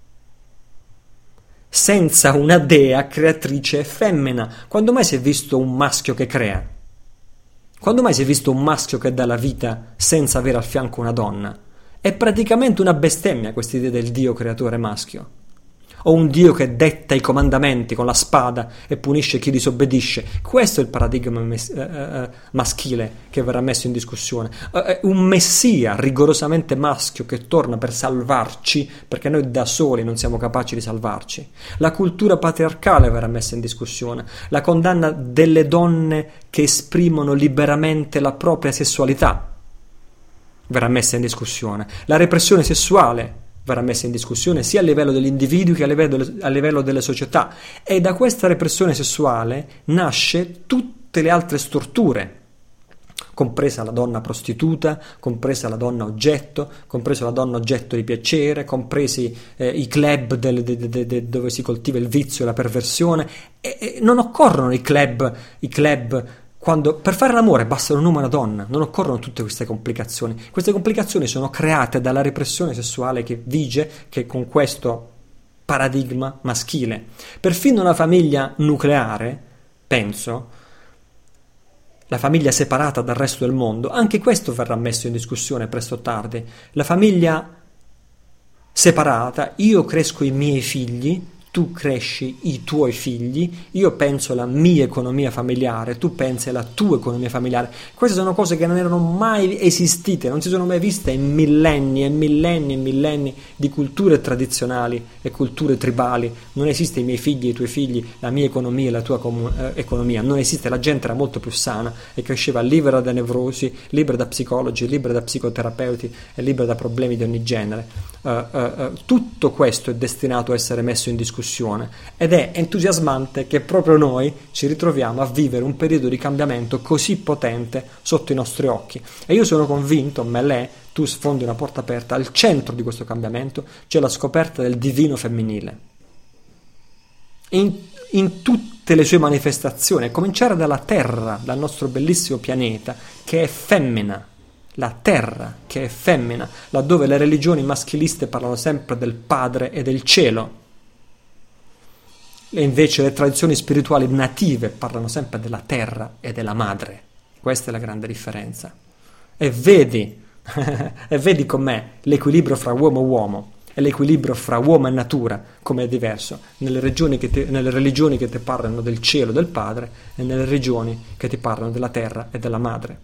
senza una dea creatrice femmina. Quando mai si è visto un maschio che crea? Quando mai si è visto un maschio che dà la vita senza avere al fianco una donna? È praticamente una bestemmia questa idea del Dio creatore maschio, o un Dio che detta i comandamenti con la spada e punisce chi disobbedisce. Questo è il paradigma maschile che verrà messo in discussione. Un messia rigorosamente maschio che torna per salvarci, perché noi da soli non siamo capaci di salvarci. La cultura patriarcale verrà messa in discussione, la condanna delle donne che esprimono liberamente la propria sessualità verrà messa in discussione, la repressione sessuale verrà messa in discussione sia a livello degli individui che a livello delle società, e da questa repressione sessuale nasce tutte le altre storture, compresa la donna prostituta, compresa la donna oggetto, compresa la donna oggetto di piacere, compresi i club dove si coltiva il vizio e la perversione. E non occorrono i club quando per fare l'amore bastano un uomo e una donna, non occorrono tutte queste complicazioni. Queste complicazioni sono create dalla repressione sessuale che vige, che con questo paradigma maschile. Perfino una famiglia nucleare, penso, la famiglia separata dal resto del mondo, anche questo verrà messo in discussione presto o tardi. La famiglia separata, io cresco i miei figli, tu cresci i tuoi figli, io penso alla mia economia familiare, tu pensi alla tua economia familiare. Queste sono cose che non erano mai esistite, non si sono mai viste in millenni e millenni e millenni di culture tradizionali e culture tribali. Non esiste i miei figli e i tuoi figli, la mia economia e la tua economia, non esiste. La gente era molto più sana e cresceva libera da nevrosi, libera da psicologi, libera da psicoterapeuti e libera da problemi di ogni genere. Tutto questo è destinato a essere messo in discussione ed è entusiasmante che proprio noi ci ritroviamo a vivere un periodo di cambiamento così potente sotto i nostri occhi, e io sono convinto, Melè, tu sfondi una porta aperta. Al centro di questo cambiamento c'è la scoperta del divino femminile in tutte le sue manifestazioni, a cominciare dalla Terra, dal nostro bellissimo pianeta che è femmina. La terra che è femmina, laddove le religioni maschiliste parlano sempre del padre e del cielo, e invece le tradizioni spirituali native parlano sempre della terra e della madre. Questa è la grande differenza. E vedi com'è l'equilibrio fra uomo e uomo e l'equilibrio fra uomo e natura, come è diverso nelle religioni che ti parlano del cielo e del padre e nelle religioni che ti parlano della terra e della madre.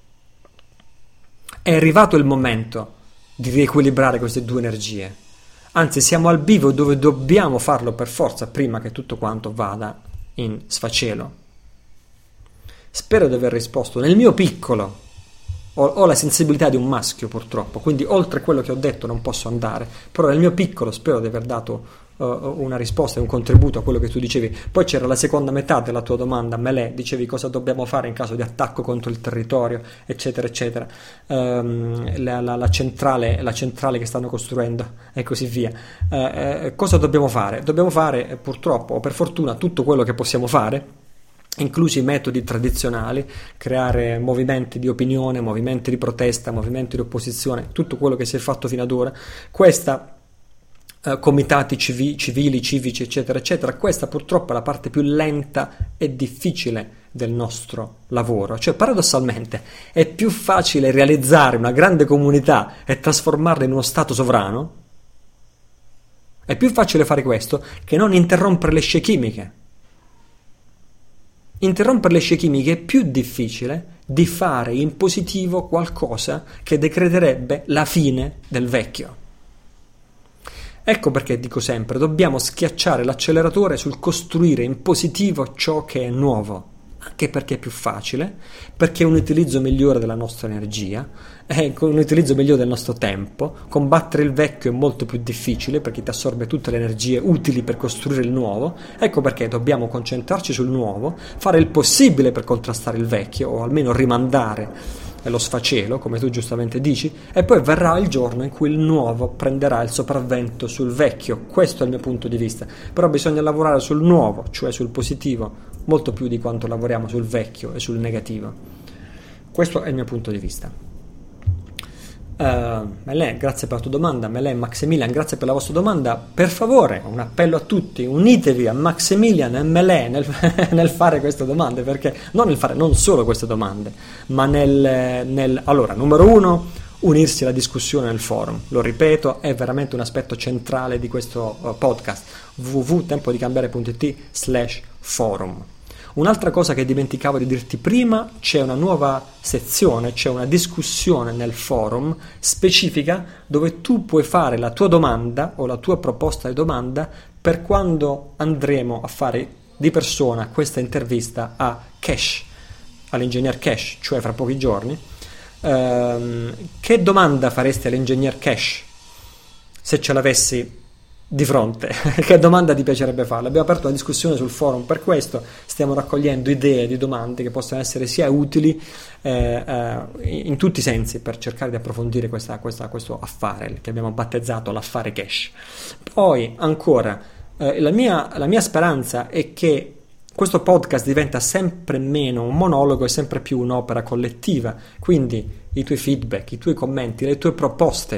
È arrivato il momento di riequilibrare queste due energie. Anzi, siamo al bivio dove dobbiamo farlo per forza prima che tutto quanto vada in sfacelo. Spero di aver risposto. Nel mio piccolo ho la sensibilità di un maschio, purtroppo, quindi oltre quello che ho detto non posso andare, però nel mio piccolo spero di aver dato una risposta e un contributo a quello che tu dicevi. Poi c'era la seconda metà della tua domanda, Melè, dicevi cosa dobbiamo fare in caso di attacco contro il territorio, eccetera eccetera, la centrale che stanno costruendo e così via. Cosa dobbiamo fare? Dobbiamo fare, purtroppo o per fortuna, tutto quello che possiamo fare, inclusi i metodi tradizionali, creare movimenti di opinione, movimenti di protesta, movimenti di opposizione, tutto quello che si è fatto fino ad ora. Comitati civili, civici, eccetera eccetera. Questa purtroppo è la parte più lenta e difficile del nostro lavoro. Cioè, paradossalmente, è più facile realizzare una grande comunità e trasformarla in uno stato sovrano. È più facile fare questo che non interrompere le scie chimiche. Interrompere le scie chimiche è più difficile di fare in positivo qualcosa che decreterebbe la fine del vecchio. Ecco perché dico sempre, dobbiamo schiacciare l'acceleratore sul costruire in positivo ciò che è nuovo, anche perché è più facile, perché è un utilizzo migliore della nostra energia, è un utilizzo migliore del nostro tempo. Combattere il vecchio è molto più difficile perché ti assorbe tutte le energie utili per costruire il nuovo. Ecco perché dobbiamo concentrarci sul nuovo, fare il possibile per contrastare il vecchio o almeno rimandare lo sfacelo, come tu giustamente dici, e poi verrà il giorno in cui il nuovo prenderà il sopravvento sul vecchio. Questo è il mio punto di vista. Però bisogna lavorare sul nuovo, cioè sul positivo, molto più di quanto lavoriamo sul vecchio e sul negativo. Questo è il mio punto di vista. Melè, grazie per la tua domanda. Melè, Maximilian, grazie per la vostra domanda. Per favore, un appello a tutti, unitevi a Maximilian e Melè nel fare queste domande, perché non solo queste domande, ma allora, numero 1, unirsi alla discussione nel forum. Lo ripeto, è veramente un aspetto centrale di questo podcast. www.tempodicambiare.it/forum. Un'altra cosa che dimenticavo di dirti prima, c'è una nuova sezione, c'è una discussione nel forum specifica dove tu puoi fare la tua domanda o la tua proposta di domanda per quando andremo a fare di persona questa intervista a Cash, all'ingegner Cash, cioè fra pochi giorni. Che domanda faresti all'ingegner Cash se ce l'avessi di fronte? Che domanda ti piacerebbe farle? Abbiamo aperto una discussione sul forum per questo, stiamo raccogliendo idee di domande che possono essere sia utili in tutti i sensi per cercare di approfondire questo affare che abbiamo battezzato l'affare Cash. Poi ancora la mia speranza è che questo podcast diventa sempre meno un monologo e sempre più un'opera collettiva, quindi i tuoi feedback, i tuoi commenti, le tue proposte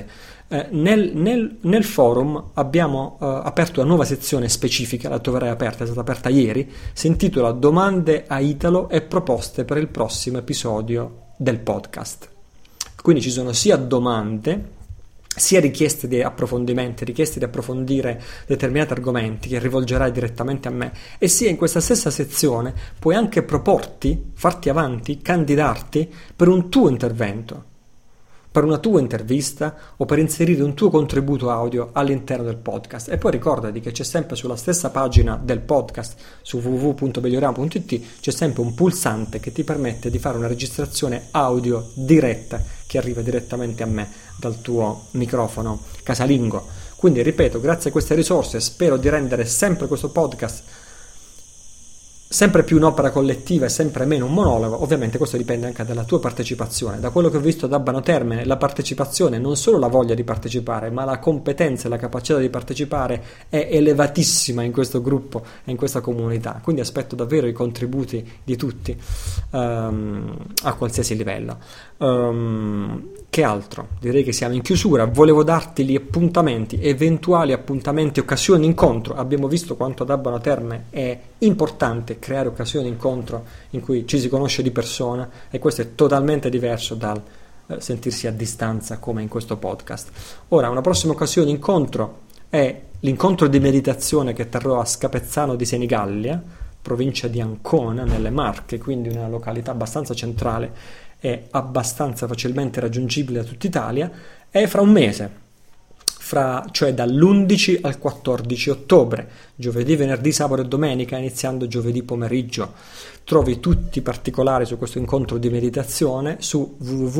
Nel forum abbiamo aperto una nuova sezione specifica, la troverai aperta, è stata aperta ieri, si intitola Domande a Italo e proposte per il prossimo episodio del podcast. Quindi ci sono sia domande, sia richieste di approfondimenti, richieste di approfondire determinati argomenti che rivolgerai direttamente a me, e sia in questa stessa sezione puoi anche proporti, farti avanti, candidarti per un tuo intervento, per una tua intervista o per inserire un tuo contributo audio all'interno del podcast. E poi ricordati che c'è sempre sulla stessa pagina del podcast, su www.belliorama.it, c'è sempre un pulsante che ti permette di fare una registrazione audio diretta che arriva direttamente a me dal tuo microfono casalingo. Quindi ripeto, grazie a queste risorse spero di rendere sempre questo podcast sempre più un'opera collettiva e sempre meno un monologo. Ovviamente questo dipende anche dalla tua partecipazione. Da quello che ho visto da Abano Termine, la partecipazione, non solo la voglia di partecipare, ma la competenza e la capacità di partecipare è elevatissima in questo gruppo e in questa comunità. Quindi aspetto davvero i contributi di tutti a qualsiasi livello. Che altro? Direi che siamo in chiusura. Volevo darti gli appuntamenti, eventuali appuntamenti, occasioni incontro. Abbiamo visto quanto ad Abano Terme è importante creare occasioni incontro in cui ci si conosce di persona, e questo è totalmente diverso dal sentirsi a distanza come in questo podcast. Ora, una prossima occasione incontro è l'incontro di meditazione che terrò a Scapezzano di Senigallia, provincia di Ancona, nelle Marche, quindi una località abbastanza centrale e abbastanza facilmente raggiungibile da tutta Italia. È fra un mese, cioè dall'11 al 14 ottobre, giovedì, venerdì, sabato e domenica, iniziando giovedì pomeriggio. Trovi tutti i particolari su questo incontro di meditazione su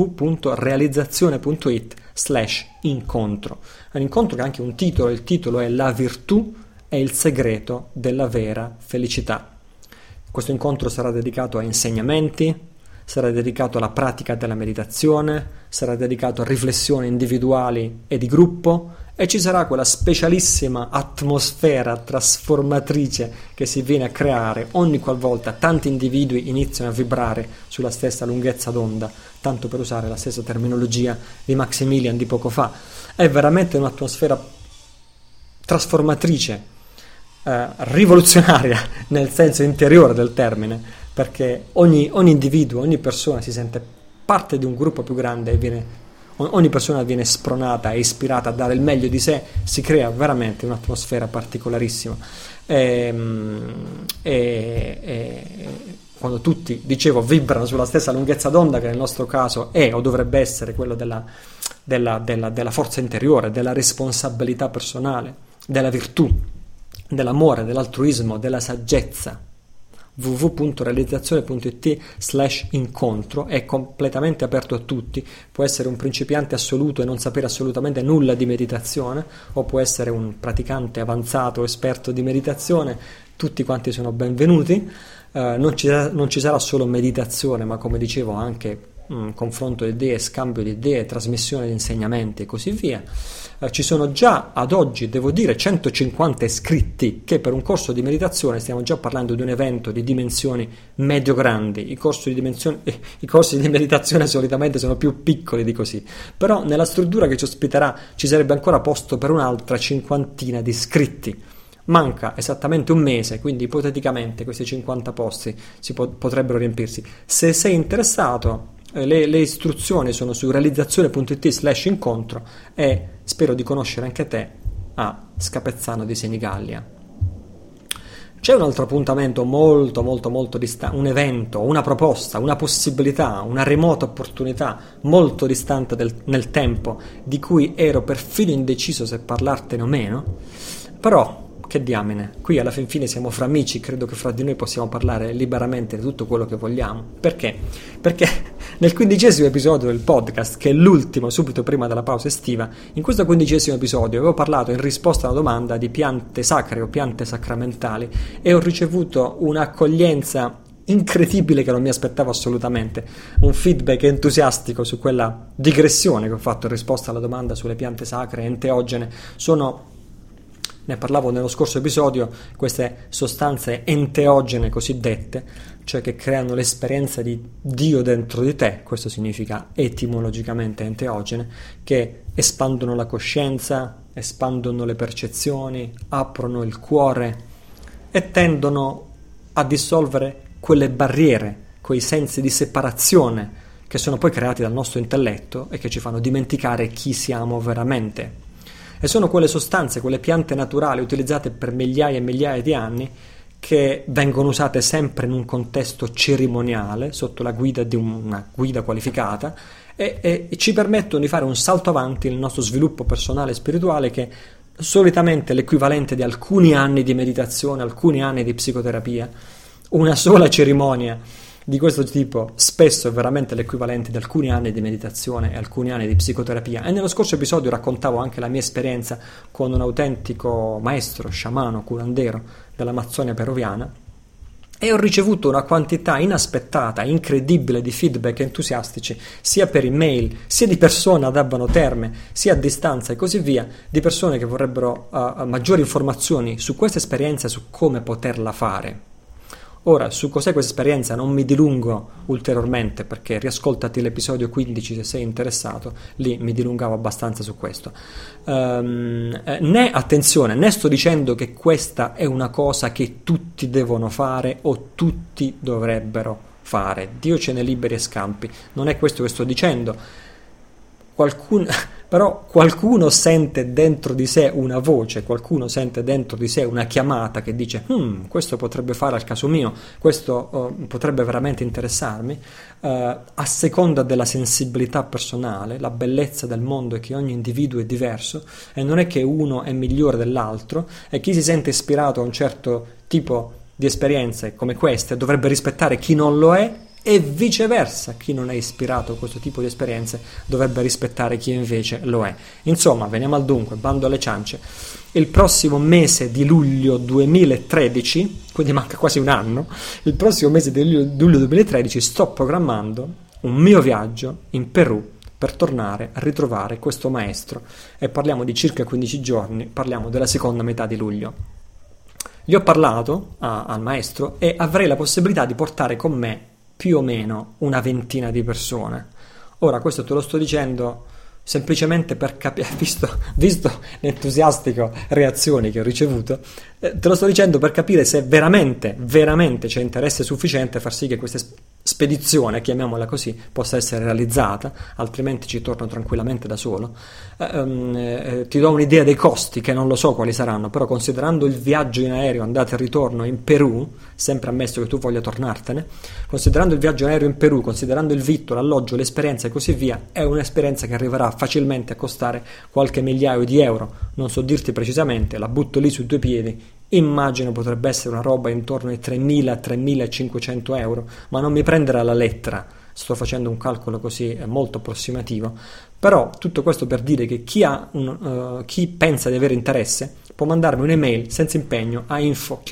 www.realizzazione.it/incontro. È un incontro che ha anche un titolo, il titolo è La virtù è il segreto della vera felicità. Questo incontro sarà dedicato a insegnamenti, sarà dedicato alla pratica della meditazione, sarà dedicato a riflessioni individuali e di gruppo, e ci sarà quella specialissima atmosfera trasformatrice che si viene a creare ogni qualvolta tanti individui iniziano a vibrare sulla stessa lunghezza d'onda, tanto per usare la stessa terminologia di Maximilian di poco fa. È veramente un'atmosfera trasformatrice, rivoluzionaria nel senso interiore del termine, perché ogni individuo, ogni persona si sente parte di un gruppo più grande e ogni persona viene spronata e ispirata a dare il meglio di sé. Si crea veramente un'atmosfera particolarissima, quando tutti, dicevo, vibrano sulla stessa lunghezza d'onda, che nel nostro caso è o dovrebbe essere quello della forza interiore, della responsabilità personale, della virtù, dell'amore, dell'altruismo, della saggezza. www.realizzazione.it/incontro è completamente aperto a tutti. Può essere un principiante assoluto e non sapere assolutamente nulla di meditazione, o può essere un praticante avanzato, esperto di meditazione. Tutti quanti sono benvenuti. Non ci sarà solo meditazione, ma, come dicevo, anche confronto di idee, scambio di idee, trasmissione di insegnamenti e così via. Ci sono già ad oggi, devo dire, 150 iscritti, che per un corso di meditazione stiamo già parlando di un evento di dimensioni medio-grandi. I corsi di meditazione solitamente sono più piccoli di così, però nella struttura che ci ospiterà ci sarebbe ancora posto per un'altra cinquantina di iscritti. Manca esattamente un mese, quindi ipoteticamente questi 50 posti potrebbero riempirsi. Se sei interessato, le istruzioni sono su realizzazione.it/incontro, e spero di conoscere anche te a Scapezzano di Senigallia. C'è un altro appuntamento molto distante, un evento, una proposta, una possibilità, una remota opportunità molto distante nel tempo, di cui ero perfino indeciso se parlartene o meno, però che diamine, qui alla fin fine siamo fra amici, credo che fra di noi possiamo parlare liberamente di tutto quello che vogliamo. Perché? Perché nel 15° episodio del podcast, che è l'ultimo subito prima della pausa estiva, in questo 15° episodio avevo parlato in risposta a una domanda di piante sacre o piante sacramentali, e ho ricevuto un'accoglienza incredibile che non mi aspettavo assolutamente, un feedback entusiastico su quella digressione che ho fatto in risposta alla domanda sulle piante sacre enteogene. ne parlavo nello scorso episodio, queste sostanze enteogene cosiddette, cioè che creano l'esperienza di Dio dentro di te, questo significa etimologicamente enteogene, che espandono la coscienza, espandono le percezioni, aprono il cuore e tendono a dissolvere quelle barriere, quei sensi di separazione che sono poi creati dal nostro intelletto e che ci fanno dimenticare chi siamo veramente. E sono quelle sostanze, quelle piante naturali utilizzate per migliaia e migliaia di anni, che vengono usate sempre in un contesto cerimoniale, sotto la guida di una guida qualificata, e ci permettono di fare un salto avanti nel nostro sviluppo personale e spirituale, che solitamente è l'equivalente di alcuni anni di meditazione, alcuni anni di psicoterapia. Una sola cerimonia di questo tipo spesso è veramente l'equivalente di alcuni anni di meditazione e alcuni anni di psicoterapia. E nello scorso episodio raccontavo anche la mia esperienza con un autentico maestro, sciamano, curandero dell'Amazzonia peruviana, e ho ricevuto una quantità inaspettata, incredibile di feedback entusiastici, sia per email, sia di persone ad Abano Terme, sia a distanza e così via, di persone che vorrebbero maggiori informazioni su questa esperienza e su come poterla fare. Ora, su cos'è questa esperienza non mi dilungo ulteriormente, perché riascoltati l'episodio 15 se sei interessato, lì mi dilungavo abbastanza su questo. Attenzione, né sto dicendo che questa è una cosa che tutti devono fare o tutti dovrebbero fare. Dio ce ne liberi e scampi, non è questo che sto dicendo. Però qualcuno sente dentro di sé una voce, qualcuno sente dentro di sé una chiamata che dice questo potrebbe fare al caso mio, questo potrebbe veramente interessarmi, a seconda della sensibilità personale. La bellezza del mondo è che ogni individuo è diverso e non è che uno è migliore dell'altro, e chi si sente ispirato a un certo tipo di esperienze come queste dovrebbe rispettare chi non lo è, e viceversa, chi non è ispirato a questo tipo di esperienze dovrebbe rispettare chi invece lo è. Insomma, veniamo al dunque, bando alle ciance. Il prossimo mese di luglio 2013, quindi manca quasi un anno, il prossimo mese di luglio 2013 sto programmando un mio viaggio in Perù per tornare a ritrovare questo maestro, e parliamo di circa 15 giorni, parliamo della seconda metà di luglio. Gli ho parlato al maestro e avrei la possibilità di portare con me più o meno una ventina di persone. Ora, questo te lo sto dicendo semplicemente per capire, visto le entusiastiche reazioni che ho ricevuto, te lo sto dicendo per capire se veramente c'è interesse sufficiente a far sì che questa spedizione, chiamiamola così, possa essere realizzata, altrimenti ci torno tranquillamente da solo. Ti do un'idea dei costi, che non lo so quali saranno, però considerando il viaggio in aereo andata e ritorno in Perù, sempre ammesso che tu voglia tornartene, considerando il viaggio in aereo in Perù, considerando il vitto, l'alloggio, l'esperienza e così via, è un'esperienza che arriverà facilmente a costare qualche migliaio di euro. Non so dirti precisamente, la butto lì su due piedi. Immagino potrebbe essere una roba intorno ai 3.000-3.500 euro, ma non mi prendere alla lettera, sto facendo un calcolo così molto approssimativo. Però tutto questo per dire che chi pensa di avere interesse può mandarmi un'email senza impegno a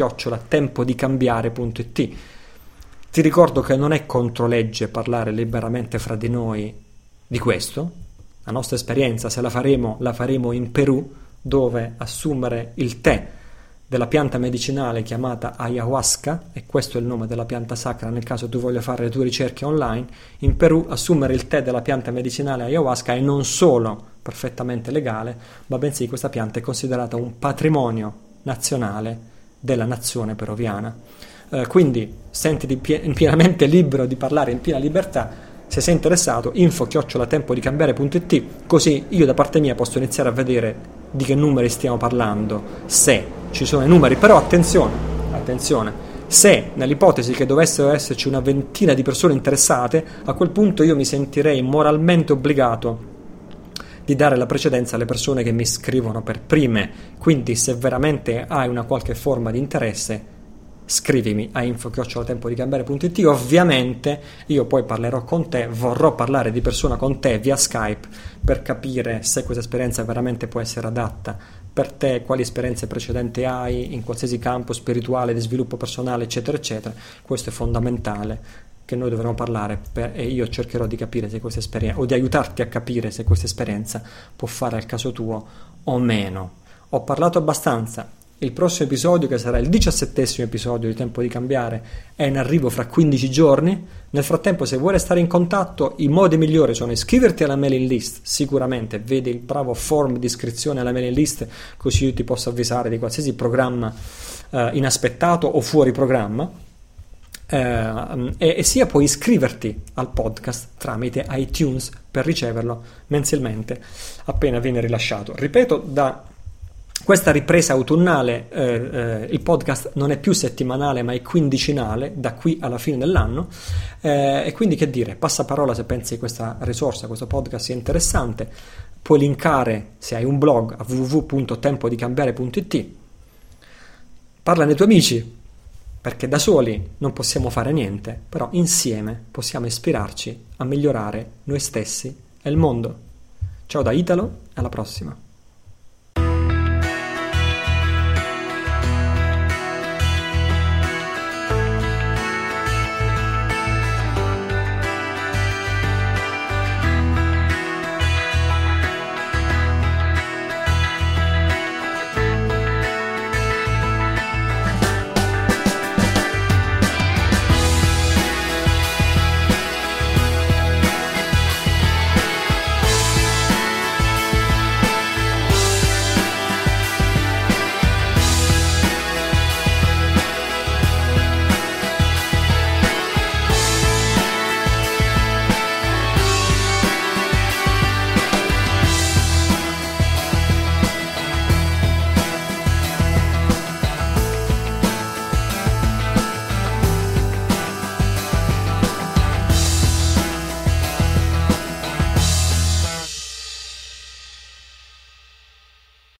info@tempodicambiare.it. Ti ricordo che non è controlegge parlare liberamente fra di noi di questo. La nostra esperienza, se la faremo in Perù, dove assumere il tè della pianta medicinale chiamata ayahuasca, e questo è il nome della pianta sacra nel caso tu voglia fare le tue ricerche online. In Perù assumere il tè della pianta medicinale ayahuasca è non solo perfettamente legale, ma bensì questa pianta è considerata un patrimonio nazionale della nazione peruviana. Quindi sentiti pienamente libero di parlare in piena libertà. Se sei interessato, info@tempodicambiare.it, così io da parte mia posso iniziare a vedere di che numeri stiamo parlando, se ci sono i numeri. Però attenzione, se nell'ipotesi che dovessero esserci una ventina di persone interessate, a quel punto io mi sentirei moralmente obbligato di dare la precedenza alle persone che mi scrivono per prime. Quindi se veramente hai una qualche forma di interesse, scrivimi a info@tempodicambiare.it. Ovviamente io poi parlerò con te, vorrò parlare di persona con te via Skype per capire se questa esperienza veramente può essere adatta per te, quali esperienze precedenti hai in qualsiasi campo spirituale, di sviluppo personale, eccetera eccetera. Questo è fondamentale, che noi dovremo parlare e io cercherò di capire se questa esperienza, o di aiutarti a capire se questa esperienza può fare al caso tuo o meno. ho parlato abbastanza. Il prossimo episodio, che sarà il 17° episodio di Tempo di Cambiare, è in arrivo fra 15 giorni. Nel frattempo, se vuoi restare in contatto, i modi migliori sono iscriverti alla mailing list, sicuramente, vedi il bravo form di iscrizione alla mailing list, così io ti posso avvisare di qualsiasi programma inaspettato o fuori programma, e sia puoi iscriverti al podcast tramite iTunes per riceverlo mensilmente appena viene rilasciato. Ripeto, da questa ripresa autunnale il podcast non è più settimanale ma è quindicinale da qui alla fine dell'anno, e quindi che dire, passa parola se pensi che questa risorsa, questo podcast sia interessante. Puoi linkare, se hai un blog, a www.tempodicambiare.it. Parlane ai tuoi amici, perché da soli non possiamo fare niente, però insieme possiamo ispirarci a migliorare noi stessi e il mondo. Ciao da Italo, alla prossima.